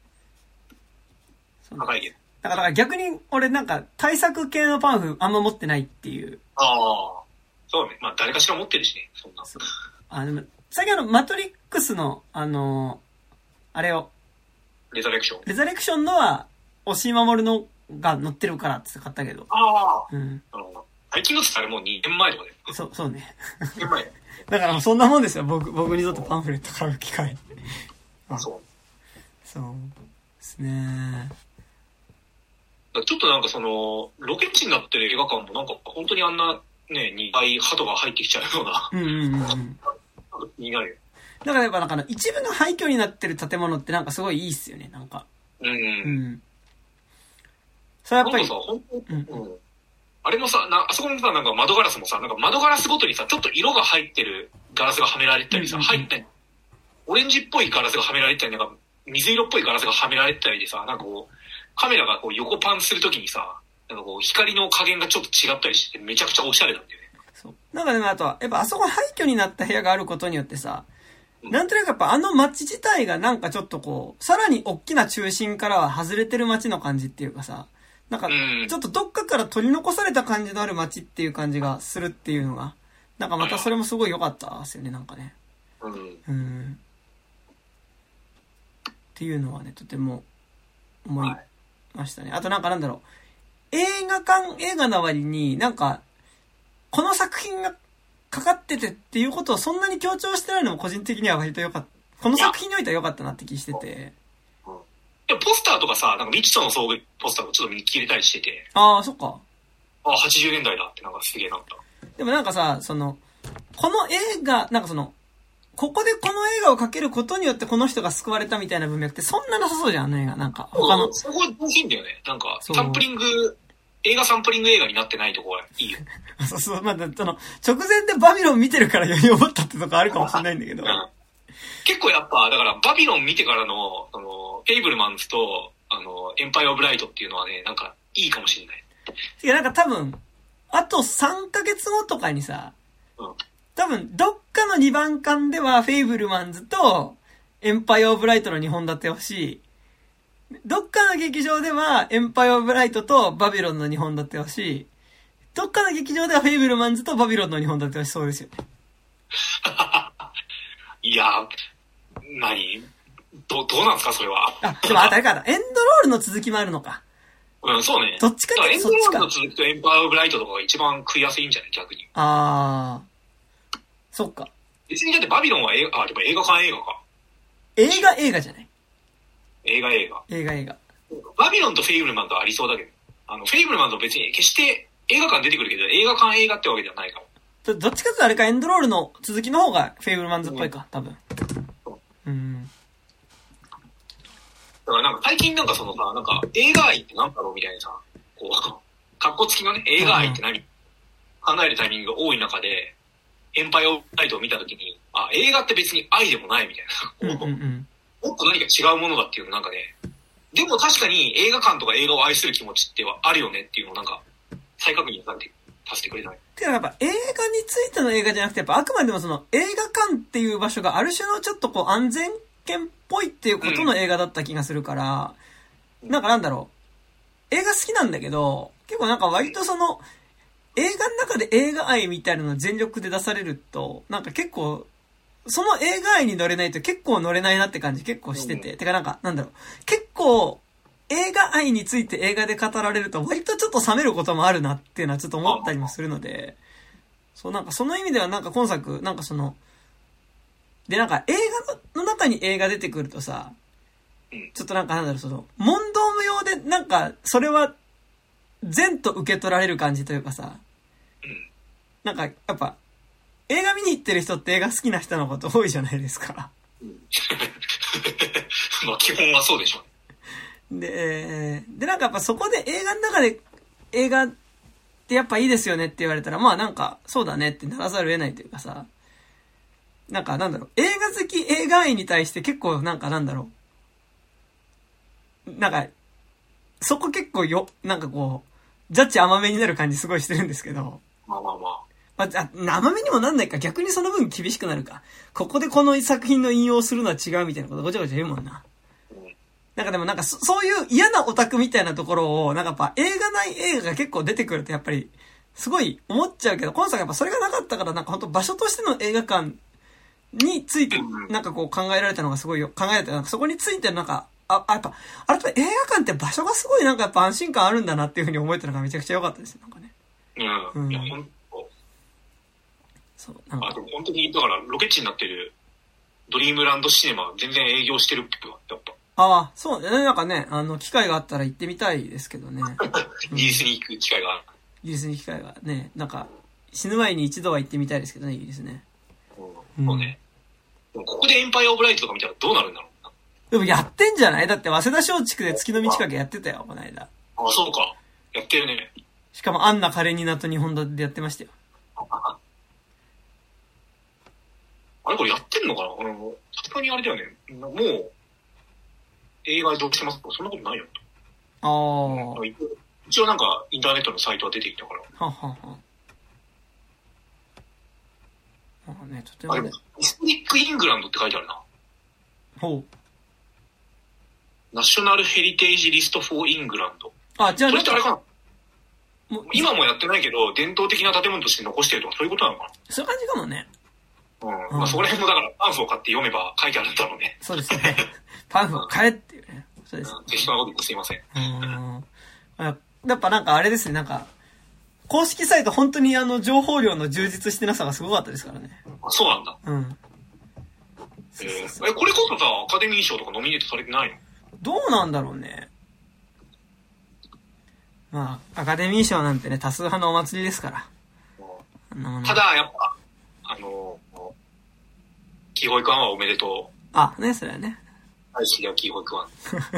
高いけど。 だから逆に俺なんか対策系のパンフあんま持ってないっていう。 ああ。そうね。まあ誰かしら持ってるしね。そんな。そうあ、でも、最近あの、マトリックスの、あのー、あれを。 レザレクション。 レザレクションのは、押井守のが載ってるからって買ったけど。 ああ。 うん。 なるほど。最近のってあれもうにねんまえとかで。 そう、そうね。 にねんまえ。 だからそんなもんですよ。僕、僕にとってパンフレット買う機会。 あ、そう。 そうですね。 ちょっとなんかその、ロケ地になってる映画館もなんか本当にあんなね、にかい鳩が入ってきちゃうような。 うんうんうん。 になるよ。 だからやっぱなんか一部の廃墟になってる建物ってなんかすごいいいっすよね、なんか。 うん。うん。 それやっぱり。 なんかさ、本当、うん、うん。あれもさ、な、あそこのさ、なんか窓ガラスもさ、なんか窓ガラスごとにさ、ちょっと色が入ってるガラスがはめられてたりさ、うんうんうん、入って、オレンジっぽいガラスがはめられてたり、なんか水色っぽいガラスがはめられてたりでさ、なんかこう、カメラがこう横パンするときにさ、なんかこう光の加減がちょっと違ったりしてめちゃくちゃオシャレなんだよね。 そう。なんかでもあとは、やっぱあそこ廃墟になった部屋があることによってさ、うん、なんとなくやっぱあの街自体がなんかちょっとこう、さらに大きな中心からは外れてる街の感じっていうかさ、なんか、ちょっとどっかから取り残された感じのある街っていう感じがするっていうのが、なんかまたそれもすごい良かったですよね、なんかね。 うん。 うん。っていうのはね、とても思いましたね。あとなんかなんだろう。映画館、映画の割になんか、この作品がかかっててっていうことをそんなに強調してないのも個人的には割と良かった。この作品においては良かったなって気してて。 でもポスターとかさ、なんか未知との遭遇ポスターもちょっと見切れたりしてて。 ああ、そっか。 ああ、はちじゅうねんだいだってなんかすげえなった。 でもなんかさ、その、この映画、なんかその、ここでこの映画をかけることによってこの人が救われたみたいな文脈ってそんななさそうじゃん、あの映画。なんか、他の。 そこは大きいんだよね。なんか、サンプリング、映画サンプリング映画になってないとこはいいよ。 そうそう、まあ、その、直前でバビロン見てるから余裕を持ったってとこあるかもしれないんだけど。うん、結構やっぱ、だからバビロン見てからの、その、フェイブルマンズと、あの、エンパイアオブライトっていうのはね、なんか、いいかもしれない。 いや、なんか多分、あとさんかげつごとかにさ、うん、多分、どっかのにばんかんでは、フェイブルマンズと、エンパイアオブライトのにほん立てをし、どっかの劇場では、エンパイアオブライトとバビロンのにほん立てをし、どっかの劇場ではフェイブルマンズとバビロンのにほん立てをしそうですよね。 いや、何ど、どうなんですかそれは。 あ、でもあ、誰かだ。エンドロールの続きもあるのか。 うん、そうね。 どっちかっていうとそっちか。エンドロールの続きとエンパワーオブライトとかが一番食いやすいんじゃない逆に。 あー。そっか。 別にだってバビロンは映画、あ、でも映画館映画か。 映画映画じゃない映画映画。 映画映画。 バビロンとフェイブルマンとありそうだけど。あの、フェイブルマンと別に決して映画館出てくるけど、映画館映画ってわけではないから。 ど、どっちかというとあれか、エンドロールの続きの方がフェイブルマンズっぽいか、多分。うん。 だからなんか最近なんかそのさ、なんか映画愛ってなんだろうみたいなさ、こう、カッコつきのね、映画愛って何、うん、考えるタイミングが多い中で、エンパイアオブライトを見たときに、あ、映画って別に愛でもないみたいな。うんうんうん、もっと何か違うものだっていうのなんかね、でも確かに映画館とか映画を愛する気持ちってはあるよねっていうのをなんか、再確認させて、させてくれない。 てかやっぱ映画についての映画じゃなくて、やっぱあくまでもその映画館っていう場所がある種のちょっとこう安全圏っぽいっていうことの映画だった気がするから、うん、なんかなんだろう。映画好きなんだけど、結構なんか割とその、映画の中で映画愛みたいなのを全力で出されると、なんか結構、その映画愛に乗れないと結構乗れないなって感じ結構してて。うん、てかなんか、なんだろう。結構、映画愛について映画で語られると割とちょっと冷めることもあるなっていうのはちょっと思ったりもするので、そうなんかその意味ではなんか今作、なんかその、でなんか映画の中に映画出てくるとさ、ちょっとなんかなんだろう、その、問答無用でなんかそれは善と受け取られる感じというかさ、なんかやっぱ映画見に行ってる人って映画好きな人のこと多いじゃないですか。 まあ基本はそうでしょうね。 で、で、なんかやっぱそこで映画の中で映画ってやっぱいいですよねって言われたら、まあなんかそうだねってならざるを得ないというかさ、なんかなんだろう、映画好き映画愛に対して結構なんかなんだろう、なんか、そこ結構よ、なんかこう、ジャッジ甘めになる感じすごいしてるんですけど。 まあまあまあ。 まあ、甘めにもなんないか、逆にその分厳しくなるか。ここでこの作品の引用するのは違うみたいなことごちゃごちゃ言うもんな。なんかでもなんかそ、そういう嫌なオタクみたいなところを、なんかやっぱ映画内映画が結構出てくるとやっぱり、すごい思っちゃうけど、今作やっぱそれがなかったから、なんか本当場所としての映画館について、なんかこう考えられたのがすごいよ、考えられた、なんかそこについてなんか、あ、やっぱ、あれと映画館って場所がすごいなんかやっぱ安心感あるんだなっていうふうに思えたのがめちゃくちゃ良かったですよ、なんかね。 うん。うん、いや、ほんと。 そう、なんか。 あ、でも本当に、だからロケ地になってるドリームランドシネマ全然営業してるっぽいやっぱ。 ああ、そうね。なんかね、あの、機会があったら行ってみたいですけどね。 イギリスに行く機会がある。 イギリスに行く機会がね、なんか、死ぬ前に一度は行ってみたいですけどね、イギリスね。 うん、そうね。でもここでエンパイアオブライトとか見たらどうなるんだろうな。 でもやってんじゃない？だって、早稲田松竹で月の満ち欠けやってたよ、この間。 ああ、そうか。やってるね。 しかも、アンナ・カレニナと日本立てでやってましたよ。 あれこれやってんのかな？あの、さすがにあれだよね。もう、映画でどうしてますか？そんなことないよ。 ああ。 一応なんか、インターネットのサイトは出てきたから。 ははは。ああね、ちょっとあれ、ヒストリック・イングランドって書いてあるな。 ほう。 ナショナルヘリテージリストフォーイングランド。 あ、じゃあ、 それってあれかな？今もやってないけど、伝統的な建物として残してるとか、そういうことなのかな？ そういう感じかもね。 うん。まあ、そこら辺もだから、パンフを買って読めば書いてあるんだろうね。 そうですね。パンフを買えっていうね。そうです、ね。 適当なこと言ってすいません。 うん。やっぱなんかあれですね、なんか、公式サイト本当にあの、情報量の充実してなさがすごかったですからね。 あ、そうなんだ。 うん。 えー、え、これこそさ、アカデミー賞とかノミネートされてないの？ どうなんだろうね。まあ、アカデミー賞なんてね、多数派のお祭りですから。 うん、ただ、やっぱ、あの、キーホイクワンはおめでとう。 あ、ね、それはね。 大好きだよ、キーホイクワン。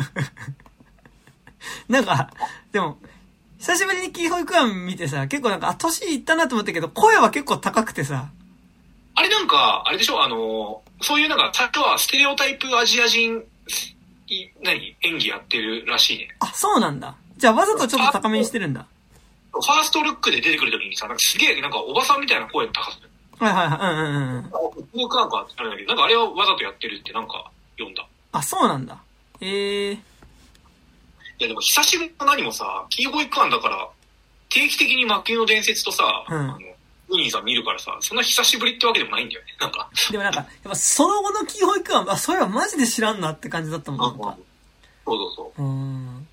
なんか、でも、久しぶりにキーホイクワン見てさ、結構なんか、あ、年いったなと思ったけど、声は結構高くてさ。 あれなんか、あれでしょ、あの、そういうなんか、最初はステレオタイプアジア人、何演技やってるらしいね。 あ、そうなんだ。じゃあわざとちょっと高めにしてるんだ。 ファーストルックで出てくるときにさ、なんかすげえなんかおばさんみたいな声の高さ。 はいはいはい、うんうんうん。 僕なんかあれだけど、なんかあれはわざとやってるってなんか読んだ。 あ、そうなんだ。へえ。いやでも久しぶりの何もさ、キーホイクワンだから、定期的に魔球の伝説とさ、うん、あのウニーさん見るからさ、そんな久しぶりってわけでもないんだよね、なんか。 でもなんか、やっぱその後のキーホイ君は、あ、それはマジで知らんなって感じだったもん、なんか。 そうそうそう。 うーん。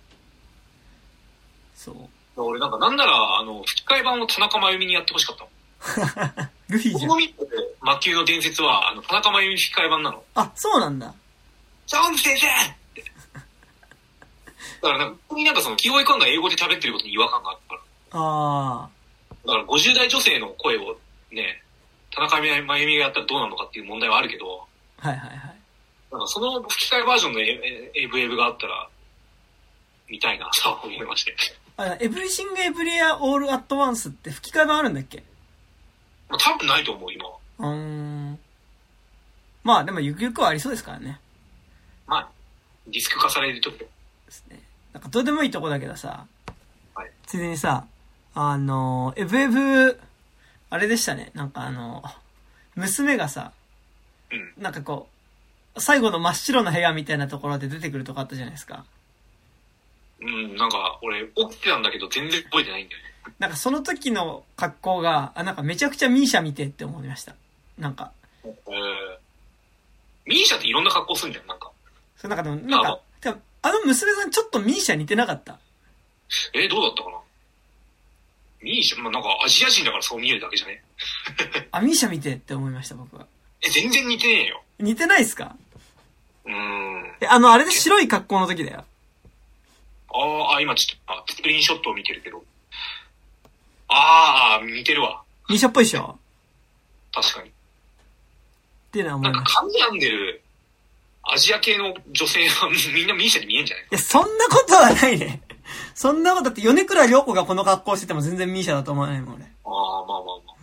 そう。 俺なんか、なんなら、あの、吹き替え版を田中真由美にやってほしかったの。ルフィじゃん。 このみっこで、魔球の伝説は、あの、田中真由美吹き替え版なの。 あ、そうなんだ。 ジョーンズ先生って。だからなんか、ここになんかその、キーホイ君が英語で喋ってることに違和感があったから。 ああ。 だからごじゅう代女性の声をね、田中真由美がやったらどうなのかっていう問題はあるけど、 はいはいはい。 なんかその吹き替えバージョンのエブエブがあったら、見たいなと思いまして。 あ、エブリシングエブリアオールアットワンスって吹き替え版あるんだっけ？ まあ、多分ないと思う、今は。 うーん。まあでもゆくゆくはありそうですからね。 まあ、ディスク化されるときですね。なんかどうでもいいとこだけどさ、 はい。 ついでにさ、あの、エブエブ、あれでしたね。なんかあの、娘がさ、 うん。 なんかこう、最後の真っ白な部屋みたいなところで出てくるとこあったじゃないですか。 うん、なんか、俺、起きてたんだけど、全然覚えてないんだよね。 なんかその時の格好が、あ、なんかめちゃくちゃミーシャ見てって思いました。なんか。 えー、ミーシャっていろんな格好するんじゃん、なんか。 それなんかでも、なんか、でもあの娘さんちょっとミーシャ似てなかった？ えー、どうだったかな。ミーシャ、まあ、なんかアジア人だからそう見えるだけじゃね。 あ、ミーシャ見てって思いました、僕は。 え、全然似てねえよ。 似てないっすか？ うーん。 え、あの、あれで白い格好の時だよ。 ああ、今ちょっと、あ、スクリーンショットを見てるけど。ああ、似てるわ。 ミーシャっぽいっしょ？ 確かに。 っていうのは思ないんかました。 髪編んでるアジア系の女性はみんなミーシャに見えんじゃない？ いや、そんなことはないね。そんなことだって、米倉涼子がこの格好してても全然ミーシャだと思わないもん、俺。 ああ、まあまあまあ。 うん。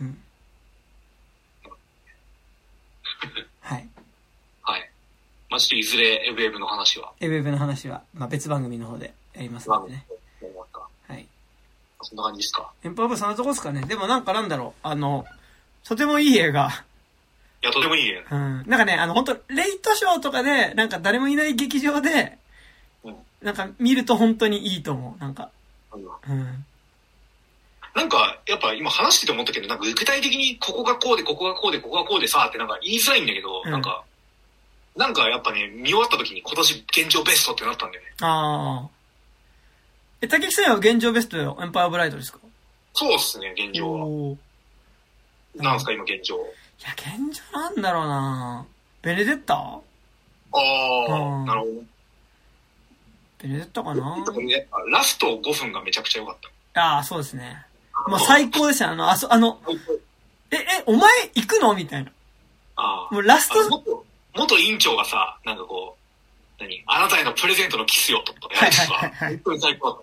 はい。 はい。まあちょっといずれエブエブの話は。 エブエブの話は、まあ別番組の方でやりますのでね。はい。 そんな感じですか。 エンパーブそんなとこですかね。でもなんかなんだろう、あの、とてもいい映画。 いや、とてもいい映画。 うん。なんかね、あの、本当レイトショーとかで、なんか誰もいない劇場で、 うん、 なんか見ると本当にいいと思う。なんか。うん。 なんか、やっぱ今話してて思ったけど、なんか具体的にここがこうで、ここがこうで、ここがこうでさってなんか言いづらいんだけど、うん、なんか、なんかやっぱね、見終わった時に今年現状ベストってなったんだよね。 ああ。え、竹木さんは現状ベストよ。エンパイアブライトですか？ そうっすね、現状は。なんすか今現状。 いや、現状なんだろうな。ベネデッタ？ああ、なるほど。 ベネデッタかな。 ラストごふんがめちゃくちゃ良かった。 ああ、そうですね。もう最高でした。あの、あそ、あの、え、え、お前行くのみたいな。 ああ。 もうラスト。 元、元委員長がさ、なんかこう、何あなたへのプレゼントのキスよとかやるとさ、はいはいはいはい、本当に最高だった。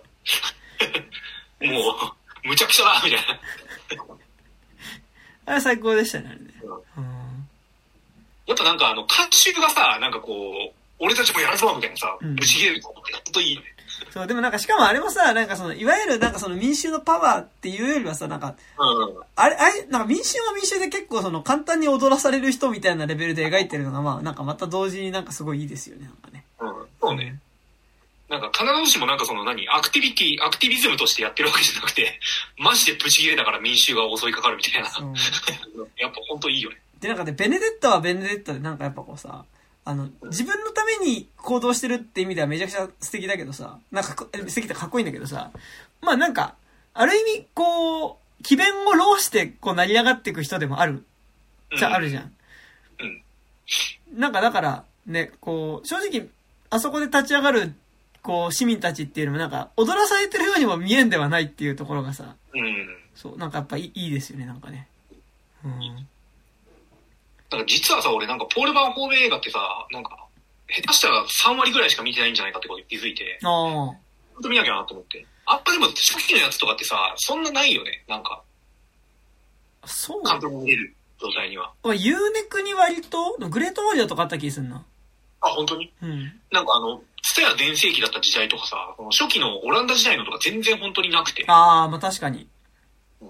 もう、むちゃくちゃだみたいな。 あれ最高でしたね、あれね。 うん、やっぱなんかあの、監修がさ、なんかこう、俺たちもやるぞみたいなさ、ぶち切れると、ほんといいね。 そう、でもなんかしかもあれもさ、なんかその、いわゆるなんかその民衆のパワーっていうよりはさ、なんか、うん、あれ、あれ、なんか民衆は民衆で結構その簡単に踊らされる人みたいなレベルで描いてるのが、まあなんかまた同時になんかすごいいいですよね、なんかね。 うん、そうね。なんか必ずしもなんかその何、アクティビティ、アクティビズムとしてやってるわけじゃなくて、マジでブチ切れだから民衆が襲いかかるみたいな。やっぱほんといいよね。 で、なんかね、ベネデッタはベネデッタでなんかやっぱこうさ、あの、自分のために行動してるって意味ではめちゃくちゃ素敵だけどさ、なんか素敵でかっこいいんだけどさ、まあなんか、ある意味こう、詭弁を浪してこう成り上がっていく人でもある。じゃあるじゃん。 うん。 うん、なんかだから、ね、こう、正直、あそこで立ち上がる、こう、市民たちっていうのもなんか、踊らされてるようにも見えんではないっていうところがさ、 うん。 そう、なんかやっぱいい、いいですよね、なんかね。うん。 だから実はさ、俺なんかポール・バンホーベ映画ってさ、なんか、下手したらさんわりぐらいしか見てないんじゃないかってことに気づいて、 ああ。ほんと見なきゃなと思って。あっぱでも初期のやつとかってさ、そんなないよね、なんか。 そう。 監督見れる状態には。 ユーネクに割と、グレートウォーリアーとかあった気すんな。 あ、本当に？ うん。 なんかあの、ツタヤ全盛期だった時代とかさ、初期のオランダ時代のとか全然本当になくて。 ああ、まあ確かに。 うん。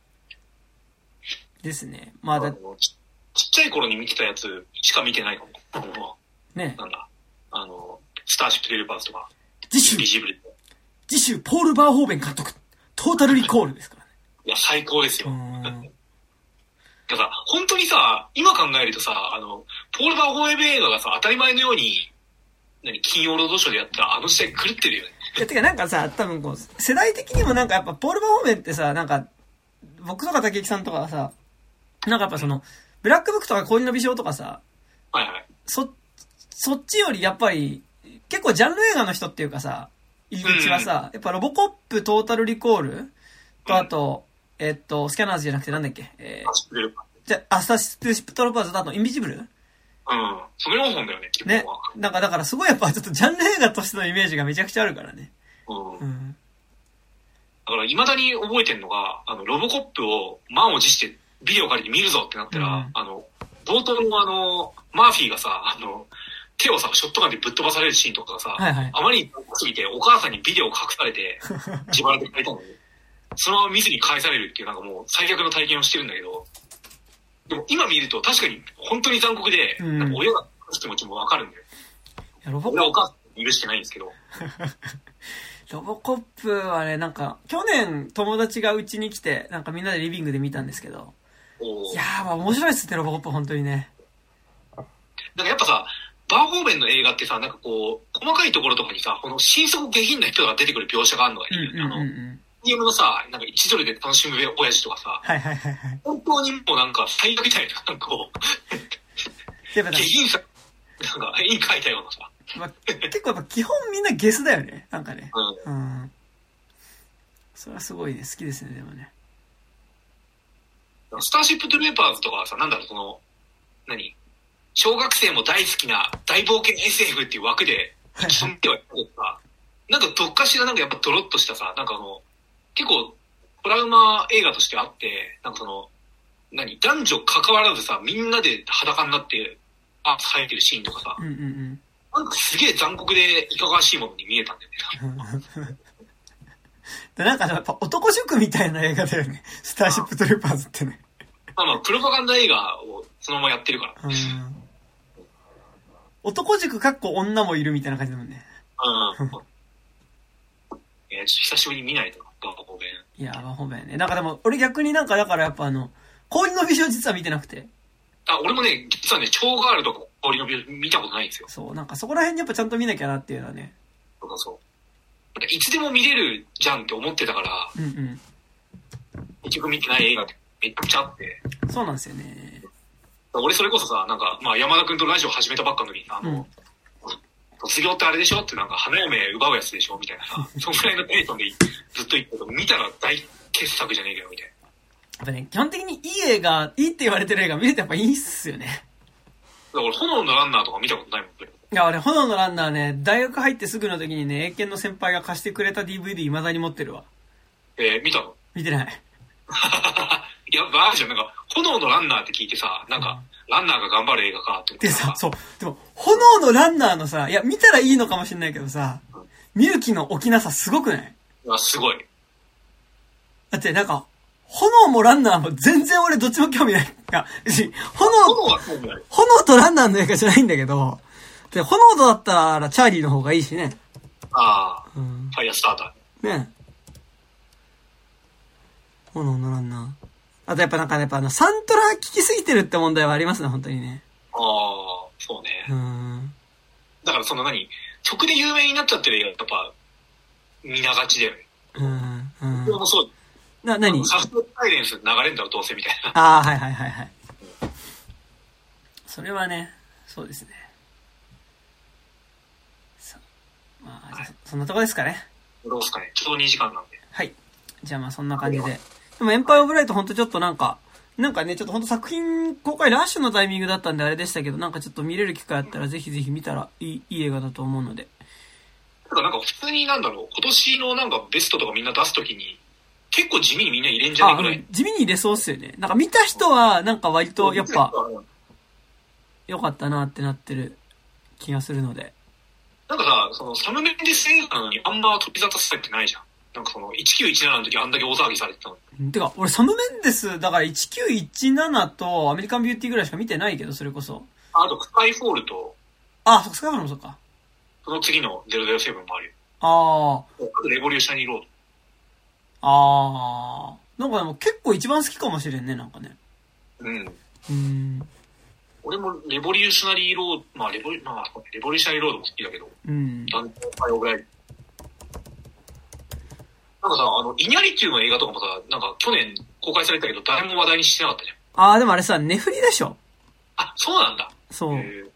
ですね。まあだ、 ち, ちっちゃい頃に見てたやつしか見てないかも。 ね。 なんだ。あの、スターシップ・デルパーズとか。 次週、次週、ポール・バーホーベン監督、トータル・リコールですからね。 いや、最高ですよ。だからさ、本当にさ、今考えるとさ、あの、ポール・バーホーウェン映画がさ、当たり前のように、何、金曜ロードショーでやったら、あの時代狂ってるよね。 いや、てかなんかさ、多分こう、世代的にもなんかやっぱ、ポール・バーホーウェンってさ、なんか、僕とか竹内さんとかはさ、なんかやっぱその、ブラックブックとか氷の微笑とかさ、 はいはい。 そ、そっちよりやっぱり、結構ジャンル映画の人っていうかさ、入り口はさ、やっぱロボコップ、トータルリコールと、あと、えっと、スキャナーズじゃなくてなんだっけ、えー、じゃ、アスタシップトロパーズとあとインビジブル？ うん。そのよんほんだよね、基本は。 ね。なんかだからすごいやっぱちょっとジャンル映画としてのイメージがめちゃくちゃあるからね。 うん。 うん、 だから未だに覚えてんのが、あの、ロボコップを満を持してビデオ借りて見るぞってなったら、うん、あの、冒頭のあの、マーフィーがさ、あの、手をさ、ショットガンでぶっ飛ばされるシーンとかがさ、 はいはい、 あまりにすぎてお母さんにビデオを隠されて、自腹で借りたのに、そのまま見ずに返されるっていうなんかもう最悪の体験をしてるんだけど、でも今見ると確かに本当に残酷で、うん、なんか親が気持ちもわかるんだよ。いやロボコップ俺はお母さんに許してないんですけど。 ロボコップはね、なんか、去年友達がうちに来て、なんかみんなでリビングで見たんですけど、いやー、まあ面白いっすね、ロボコップ本当にね。 なんかやっぱさ、バーホーベンの映画ってさ、なんかこう、細かいところとかにさ、この心底下品な人が出てくる描写があるのがいいよね。うんうんうんうん、あの、シーエム のさ、なんかいちドルで楽しむ親父とかさ、 はいはいはいはい、 本当にもうなんか最悪みたいな、なんかこう、下品さ、なんか絵に描いたようなさ。 まあ、結構やっぱ基本みんなゲスだよね、なんかね。うん。うん、それはすごいね、好きですね、でもね。 スターシップトゥルーパーズとかはさ、なんだろう、その、何小学生も大好きな大冒険 エスエフ っていう枠で、そんではやってさ、なんかどっかしらなんかやっぱドロッとしたさ、なんかあの、結構トラウマ映画としてあって、なんかその、何男女関わらずさ、みんなで裸になって、あ、生えてるシーンとかさ、 うんうんうん、 なんかすげえ残酷でいかがわしいものに見えたんだよね。 でなんかやっぱ男塾みたいな映画だよね。スターシップトゥルーパーズってね。 まあまあ、プロパガンダ映画をそのままやってるから。うん、 男塾かっこ女もいるみたいな感じだもんね。 うん。えー、久しぶりに見ないとな、バーホーベン。 いや、バーホーベンね。なんかでも、俺逆になんかだからやっぱあの、氷の美女実は見てなくて。 あ、俺もね、実はね、超ガールとか氷の美女見たことないんですよ。 そう、なんかそこら辺にやっぱちゃんと見なきゃなっていうのはね。 そうそうそう。いつでも見れるじゃんって思ってたから、 うんうん。 結局見てない映画ってめっちゃあって。 そうなんですよね。 俺それこそさ、なんか、まあ山田くんとラジオ始めたばっかの時に、あの、うん、卒業ってあれでしょってなんか花嫁奪うやつでしょみたいなさ、そのくらいのテンションでずっと言ってたけど、見たら大傑作じゃねえけどみたいな。 やっぱね、基本的にいい映画、いいって言われてる映画見れてやっぱいいっすよね。 だから俺炎のランナーとか見たことないもんね。 いや、俺、炎のランナーね、大学入ってすぐの時にね、英検の先輩が貸してくれた ディーブイディー 未だに持ってるわ。 えー、見たの？ 見てない。 いや、あるじゃん、なんか、炎のランナーって聞いてさ、なんか、うん、ランナーが頑張る映画かって思ってでさ、そう。でも、炎のランナーのさ、いや、見たらいいのかもしれないけどさ、うん、見る気の起きなさすごくない？ いや、すごい。 だってなんか、炎もランナーも全然俺どっちも興味ない。いや、炎、 炎は興味ない。 炎とランナーの映画じゃないんだけど、で、炎とだったらチャーリーの方がいいしね。 ああ、うん、ファイヤースターター。ね。炎のランナー。あとやっぱなんかね、やっぱあの、サントラ聴きすぎてるって問題はありますね、本当にね。 ああ、そうね。 うん。 だからその何、曲で有名になっちゃってる映画やっぱ、見ながちだよね。 うん。うん。 僕もそう。 な、何？ サスペサイレンス流れんだろ、どうせみたいな。 ああ、はいはいはいはい。うん、それはね、そうですね。さまあ、はい、そんなとこですかね。 どうですかね。ちょうどにじかんなんで。 はい。じゃあまあそんな感じで。でもエンパイアオブライトほんとちょっとなんか、なんかね、ちょっとほんと作品公開ラッシュのタイミングだったんであれでしたけど、なんかちょっと見れる機会あったらぜひぜひ見たらいい、いい映画だと思うので。 ただなんか普通になんだろう、今年のなんかベストとかみんな出すときに、結構地味にみんな入れんじゃねえくらい。 地味に入れそうっすよね。なんか見た人はなんか割とやっぱ、良かったなってなってる気がするので。 なんかさ、そのサムメンデス映画なのにあんま飛び沙汰されてないじゃん。なんかそのいちきゅういちななの時あんだけ大騒ぎされてたの。 てか、俺サムメンデス、だからいちきゅういちななとアメリカンビューティーぐらいしか見てないけど、それこそ。 あ、あとスカイフォールと。 あ、スカイフォールもそうか。 その次のゼロゼロセブンもあるよ。 ああ。 あとレボリューショナリーロード。 ああ。 なんかでも結構一番好きかもしれんね、なんかね。 うん。 うん。 俺もレボリューショナリーロード、まあレボリ、まあ、レボリューショナリーロードも好きだけど、 うん。 団体パイオぐらい。なんかさ、あの、イニャリっていうの映画とかもさ、なんか去年公開されたけど、誰も話題にしてなかったじゃん。 ああ、でもあれさ、ネフリでしょ？ あ、そうなんだ。 そう。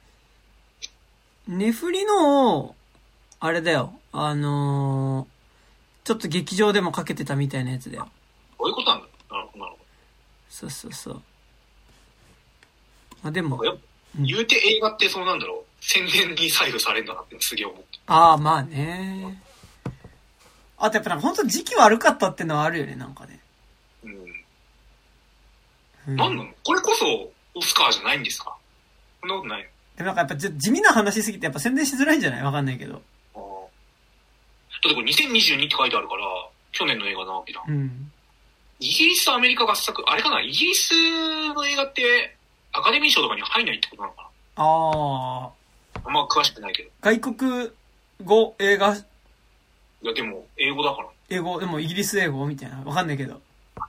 ネフリの、あれだよ。あのー、ちょっと劇場でもかけてたみたいなやつだよ。 そういうことなんだ。なるほど、なるほど。 そうそうそう。あ、でも。 言うて映画ってそうなんだろう。宣伝に左右されるんだなってすげえ思って。 ああ、まあね。あとやっぱなんか本当時期悪かったってのはあるよね、なんかね。 うん。 うん、 なんなのこれこそオスカーじゃないんですか？そんなことないよ。 でもなんかやっぱ地味な話すぎてやっぱ宣伝しづらいんじゃない？わかんないけど。 ああ。だってこれにせんにじゅうにって書いてあるから、去年の映画なわけだ。 うん。 イギリスとアメリカ合作、あれかなイギリスの映画ってアカデミー賞とかに入んないってことなのかな？ ああ。 あんま詳しくないけど。 外国語映画。 いやでも、英語だから。 英語、でもイギリス英語みたいな。わかんないけど。わ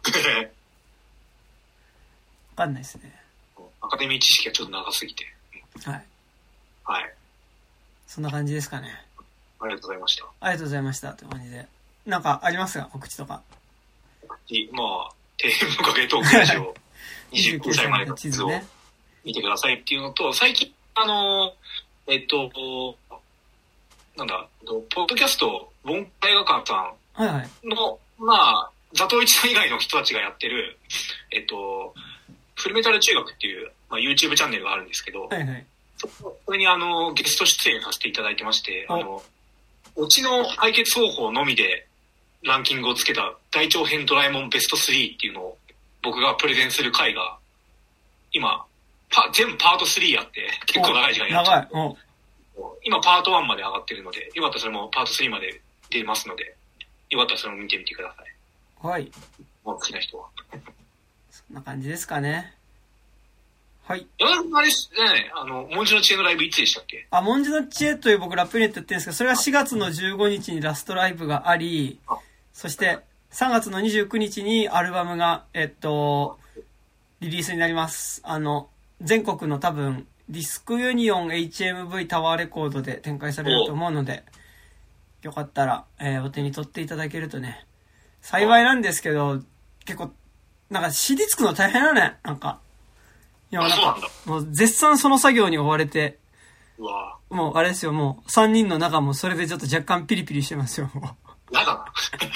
かんないですね。 アカデミー知識がちょっと長すぎて。 はい。 はい。 そんな感じですかね。 ありがとうございました。 ありがとうございました。という感じで。なんかありますか？告知とか。 告知、まあ、底辺の影トークラジオにじゅうきゅうさいまでの地図を見てくださいっていうのと、最近、あの、えっと、なんだ、ポッドキャスト、ウォンカ映画館さんの、はいはい、まあ、ザトウイチさん以外の人たちがやってる、えっと、フルメタル中学っていう、まあ、YouTube チャンネルがあるんですけど、 はいはい、 それにあの、ゲスト出演させていただいてまして、あの、オチの解決方法のみでランキングをつけた大長編ドラえもんベストスリーっていうのを僕がプレゼンする回が、今、パ全部パートスリーやって、結構長い時間やっちゃって。長い。今パートワンまで上がってるので、よかったらそれもパートスリーまで出ますので、よかったらそれも見てみてください。 はい。 もう好きな人は。 そんな感じですかね。はい。 山田君あれですね、あの、文字の知恵のライブいつでしたっけ？ あ、文字の知恵という僕ラップユニットやってるんですけど、それはしがつのじゅうごにちにラストライブがあり、そしてさんがつのにじゅうくにちにアルバムが、えっと、リリースになります。あの、全国の多分、ディスクユニオン エイチエムブイ タワーレコードで展開されると思うので、よかったら、えー、お手に取っていただけるとね、幸いなんですけど、結構、なんか シーディー 作るの大変だね、なんか。いや、なんか、もう絶賛その作業に追われて、 うわもうあれですよ、もうさんにんの中もそれでちょっと若干ピリピリしてますよ、もう。やだな。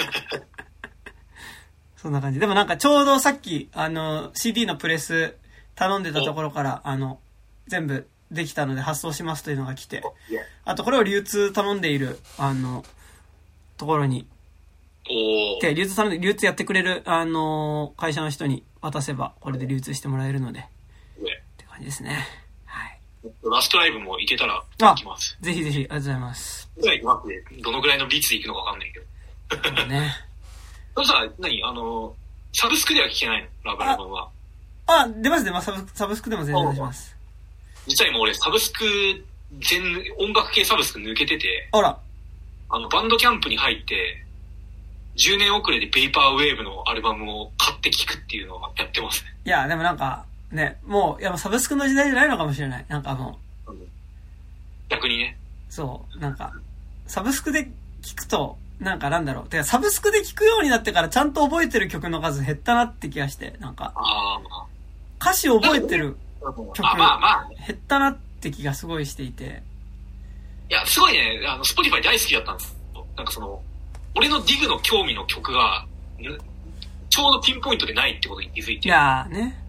そんな感じ。でもなんかちょうどさっき、あの、シーディー のプレス頼んでたところから、あの、全部できたので発送しますというのが来て、あとこれを流通頼んでいる、あの、ところに、で、流通頼んで、流通やってくれる、あの、会社の人に渡せば、これで流通してもらえるので、って感じですね。はい。 ラストライブも行けたら行きます。 ぜひぜひ、ありがとうございます。 どのぐらいの率で行くのかわかんないけど。ね。そしたら、何あの、サブスクでは聞けないのラブラブは。 あ、出ます出ます。サブ、サブスクでも全然出ます。 実は今俺、サブスク、全、音楽系サブスク抜けてて、 あら。 あの、バンドキャンプに入って、じゅうねん遅れでペーパーウェーブのアルバムを買って聴くっていうのをやってますね。 いや、でもなんか、ね、もう、いや、サブスクの時代じゃないのかもしれない。なんかもう。 逆にね。 そう、なんか、サブスクで聴くと、なんかなんだろう。てか、サブスクで聴くようになってからちゃんと覚えてる曲の数減ったなって気がして、なんか。 あ歌詞覚えてる曲、 あまあまあ、 減ったなって気がすごいしていて。 いや、すごいね、あの、スポティファイ大好きだったんですよ。なんかその、俺のディグの興味の曲が、ちょうどピンポイントでないってことに気づいて。 いやーね。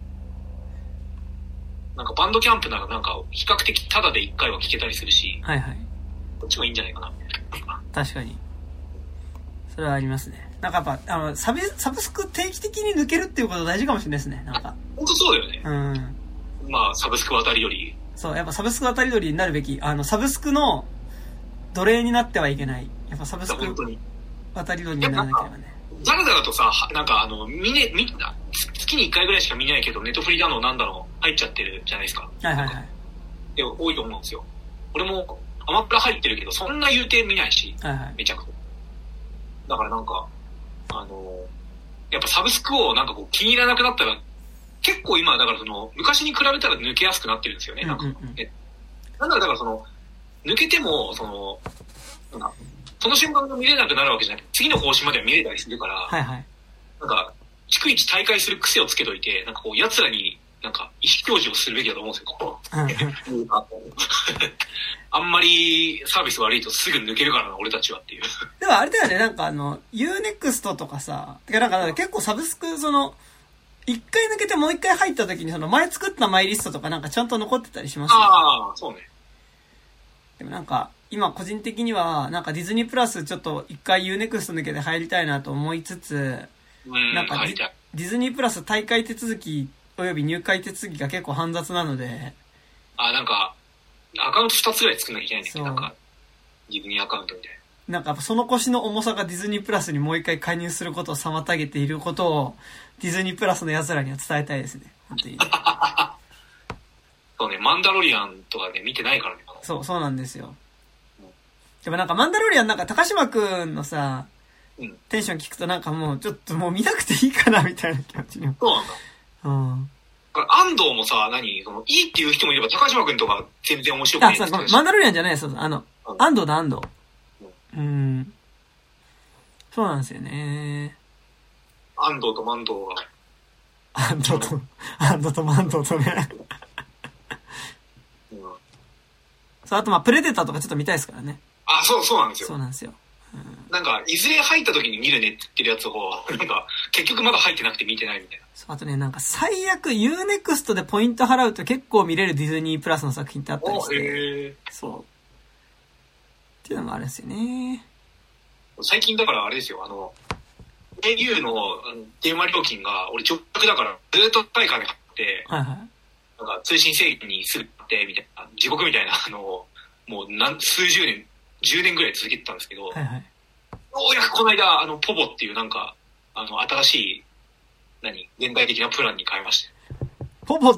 なんかバンドキャンプならなんか比較的タダで一回は聴けたりするし。 はいはい。 こっちもいいんじゃないかな。 確かに。それはありますね。なんかやっぱ、あの、サブ、サブスク定期的に抜けるっていうこと大事かもしれないですね。なんか。 ほんとそうだよね。 うん。 まあ、サブスク渡りより。 そう、やっぱサブスク渡り鳥になるべき。あの、サブスクの奴隷になってはいけない。やっぱサブスク渡り鳥にならなければね。 ザラザラとさ、なんかあの、見ね、見た、月に一回ぐらいしか見ないけど、ネットフリだのなんだの入っちゃってるじゃないですか。 はいはいはい。 で、多いと思うんですよ。俺もアマプラ入ってるけど、そんな言うて見ないし、 はいはい、 めちゃくちゃ。だからなんか、あの、 やっぱサブスクをなんかこう気に入らなくなったら、結構今だからその昔に比べたら抜けやすくなってるんですよね。なんか、うんうんうん、なんだらだからその抜けてもそのなんかその瞬間が見れなくなるわけじゃなくて次の更新までは見れたりするから、 はいはい、 なんか逐一大会する癖をつけといて、なんかこう奴らになんか意思表示をするべきだと思うんですよ。ここあんまりサービス悪いとすぐ抜けるからな俺たちはっていう。 でもあれだよね、なんかあの ユーネクスト とかさ、てかなんか結構サブスクその一回抜けてもう一回入った時にその前作ったマイリストとかなんかちゃんと残ってたりしますよね。 ああ、そうね。 でもなんか今個人的にはなんかディズニープラスちょっと一回 ユーネクスト 抜けて入りたいなと思いつつ、 うんなんかディ、ディズニープラス大会手続きおよび入会手続きが結構煩雑なので、 あなんかアカウントふたつぐらい作んなきゃいけないんだっけど、なんかディズニーアカウントみたいな。 なんかその腰の重さがディズニープラスにもう一回加入することを妨げていることをディズニープラスの奴らには伝えたいですね。本当に。 そうね、マンダロリアンとかね、見てないからね。 そう、そうなんですよ。うん、でもなんかマンダロリアンなんか高島くんのさ、うん、テンション聞くとなんかもうちょっともう見なくていいかなみたいな気持ちに。 そうなんだ。 うん。 安藤もさ、何その、いいっていう人もいれば高島くんとか全然面白くない。 あ、そう、マンダロリアンじゃないですよ。あの、うん、安藤だ、安藤。うん。そうなんですよね。 安藤と万藤が。 安藤と、安藤と万藤とね。うん、そう、あとまあ、プレデターとかちょっと見たいですからね。 あ、そう、そうなんですよ。 そうなんですよ。 うん、なんか、いずれ入った時に見るねって言ってるやつを、なんか、結局まだ入ってなくて見てないみたいな。 そう、あとね、なんか最悪 ユーネクスト でポイント払うと結構見れるディズニープラスの作品ってあったりして。 へそう。っていうのもあるんですよね。 最近だからあれですよ、あの、エーユー の電話料金が、俺直角だからずっと高い金買って、 はいはい。 なんか通信制限にするって、みたいな、地獄みたいな、あの、もう何、数十年、じゅうねんぐらい続けてたんですけど、 はいはい。 ようやくこの間、あの、ポボっていうなんか、あの、新しい、何現代的なプランに変えました。 ポボって、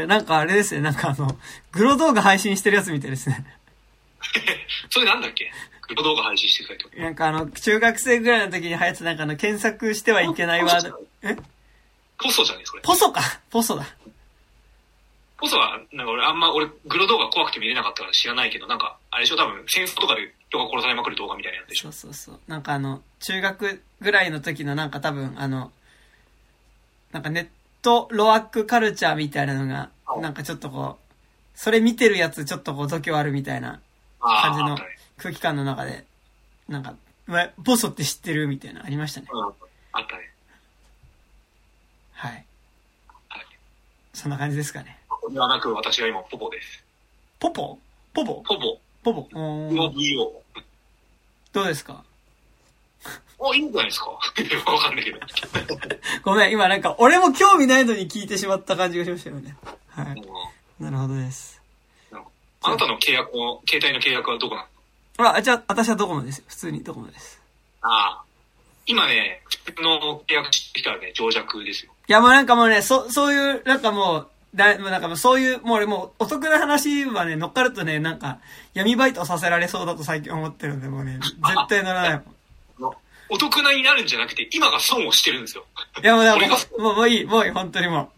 なんかあれですね、なんかあの、グロ動画配信してるやつみたいですね。 それなんだっけグロ動画配信してる人。 なんかあの、中学生ぐらいの時に流行ってなんかあの、検索してはいけないワード。えポソじゃねそれ。 ポソかポソだ。 ポソは、なんか俺あんま、俺、グロ動画怖くて見れなかったから知らないけど、なんか、あれでしょ、多分、戦争とかで人が殺されまくる動画みたいなやつでしょ。 そうそうそう。なんかあの、中学ぐらいの時のなんか多分、あの、なんかネットロアックカルチャーみたいなのが、なんかちょっとこう、それ見てるやつちょっとこう度胸あるみたいな感じの空気感の中で、なんか、ポソって知ってるみたいなありましたね。 あったね。 はい。はい。そんな感じですかね。 ではなく、私は今、ポポです。 ポポポポポポ。 ポポ。 おー。 どうですか？ あ、いいんじゃないですか？わかんないけど。 ごめん、今なんか、俺も興味ないのに聞いてしまった感じがしましたよね。はい。なるほどです。 あなたの契約の、携帯の契約はどこなの？ あ、じゃあ、私はドコモですよ。普通にドコモです。 ああ。今ね、普通の契約してきたらね、情弱ですよ。 いや、もうなんかもうね、そ、そういう、なんかもう、だ、もうなんかもうそういう、もう俺もう、お得な話はね、乗っかるとね、なんか、闇バイトさせられそうだと最近思ってるんで、もうね、絶対乗らないもん。 お得なになるんじゃなくて、今が損をしてるんですよ。 いや、もうだからもう、もう、もういい、もういい、本当にも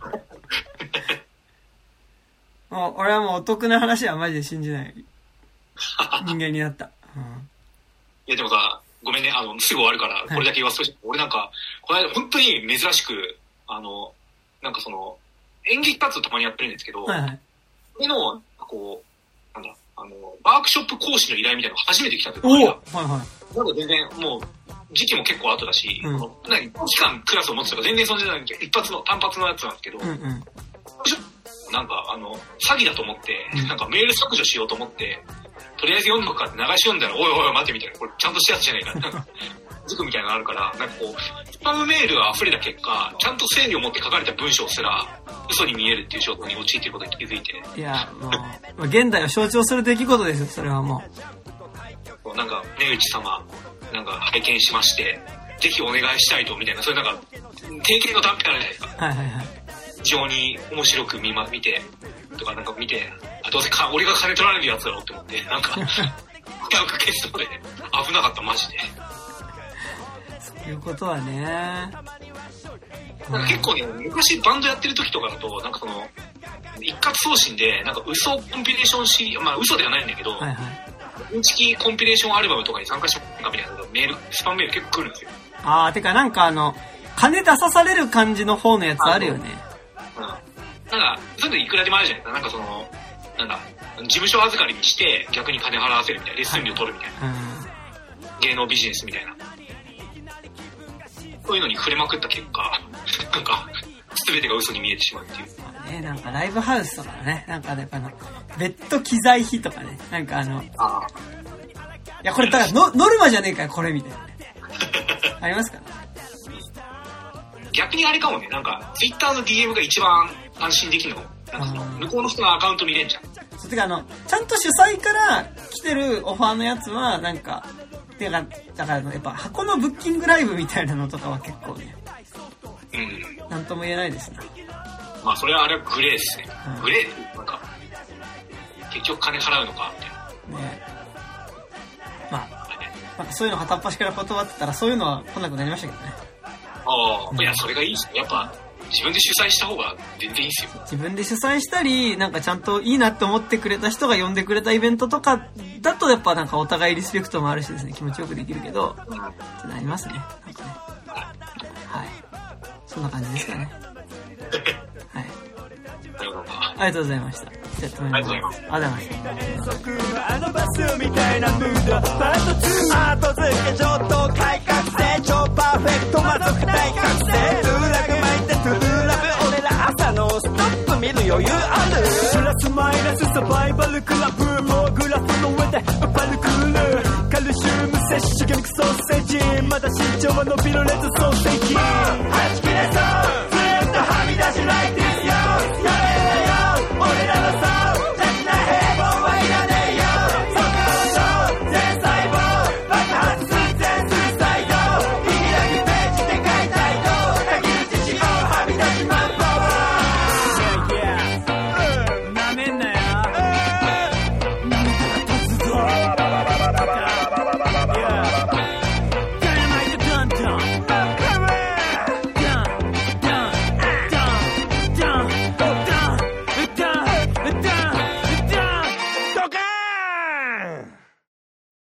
う。もう、俺はもうお得な話はマジで信じない人間になった。うん、 いや、でもさ、ごめんね、あの、すぐ終わるから、これだけ言わせてほしい。はい、俺なんか、この間本当に珍しく、あの、なんかその、演劇活動たまにやってるんですけど、 はいはい、 それの、こう、なんだ、あの、ワークショップ講師の依頼みたいなのが初めて来たんですよ。おはいはい。 なんか全然、もう、時期も結構後だし、うん、何、期間クラスを持つとか全然そんじゃないんで、一発の、単発のやつなんですけど、 うんうん、 なんか、あの、詐欺だと思って、うん、なんかメール削除しようと思って、とりあえず読んどくかって流し読んだら、おいおい待ってみたいな、これちゃんとしたやつじゃねえか。なんか、塾みたいなのがあるから、なんかこう、スパムメールが溢れた結果、ちゃんと整理を持って書かれた文章すら、嘘に見えるっていう証拠に陥っていることに気づいて。 いや、もう、現代を象徴する出来事ですよ、それはもう。なんか、根内様、なんか拝見しまして、ぜひお願いしたいと、みたいな、そういうなんか、経験の段階あるじゃないですか。 はいはいはい。 非常に面白く見ま、見て、とかなんか見て、あ、どうせか、俺が金取られるやつだろうって思って、なんか、なんか消すので、危なかった、マジで。 ということはね。なんか結構ね、昔バンドやってる時とかだと、なんかその、一括送信で、なんか嘘コンピレーションし、まあ嘘ではないんだけど、はいはい、インチキコンピレーションアルバムとかに参加しようかみたいなメール、スパンメール結構来るんですよ。 あー、てかなんかあの、金出さされる感じの方のやつあるよね。 うん。なんか、そういうのいくらでもあるじゃないですか。なんかその、なんだ、事務所預かりにして逆に金払わせるみたいな、レッスン料取るみたいな。はい、うん、芸能ビジネスみたいな。そういうのに触れまくった結果、なんか、全てが嘘に見えてしまうっていう。 ね、なんかライブハウスとかね、なんかね、あの、ベッド機材費とかね、なんかあの、あいや、これだからノ、ノルマじゃねえかよ、これみたいなね。ありますかね。 逆にあれかもね、なんか、ツイッターの ディーエム が一番安心できるの。なんかその、向こうの人のアカウント見れんじゃん。 そう、てかあの、ちゃんと主催から来てるオファーのやつは、なんか、てか、だからやっぱ箱のブッキングライブみたいなのとかは結構ね、うん。なんとも言えないですね。 まあそれはあれはグレーですね。うん、グレーなんか、結局金払うのか、みたいな。ね。 まあ、なんかそういうの片っ端から断ってたらそういうのは来なくなりましたけどね。 ああ、うん、いや、それがいいですね。やっぱ、自分で主催した方が全然いいですよ。 自分で主催したり、なんかちゃんといいなって思ってくれた人が呼んでくれたイベントとかだとやっぱなんかお互いリスペクトもあるしですね、気持ちよくできるけど、うん、ってなりますね。なんかね。はい。そんな感じですかね。はい。ありがとうございました。 ありがとうございます。 ありがとうございました。 あのバスみたいなムード、パートツー、後付け上等改革性、超パーフェクト魔族大覚醒、トゥーラグ巻いてトゥーラブ、俺ら朝のストップ見る余裕ある、プラスマイナスサバイバルクラブ、もうグラフの上でパルクール、カルシウム摂取、ゲミクソーセージ、まだ身長は伸びるレッドソーセージ。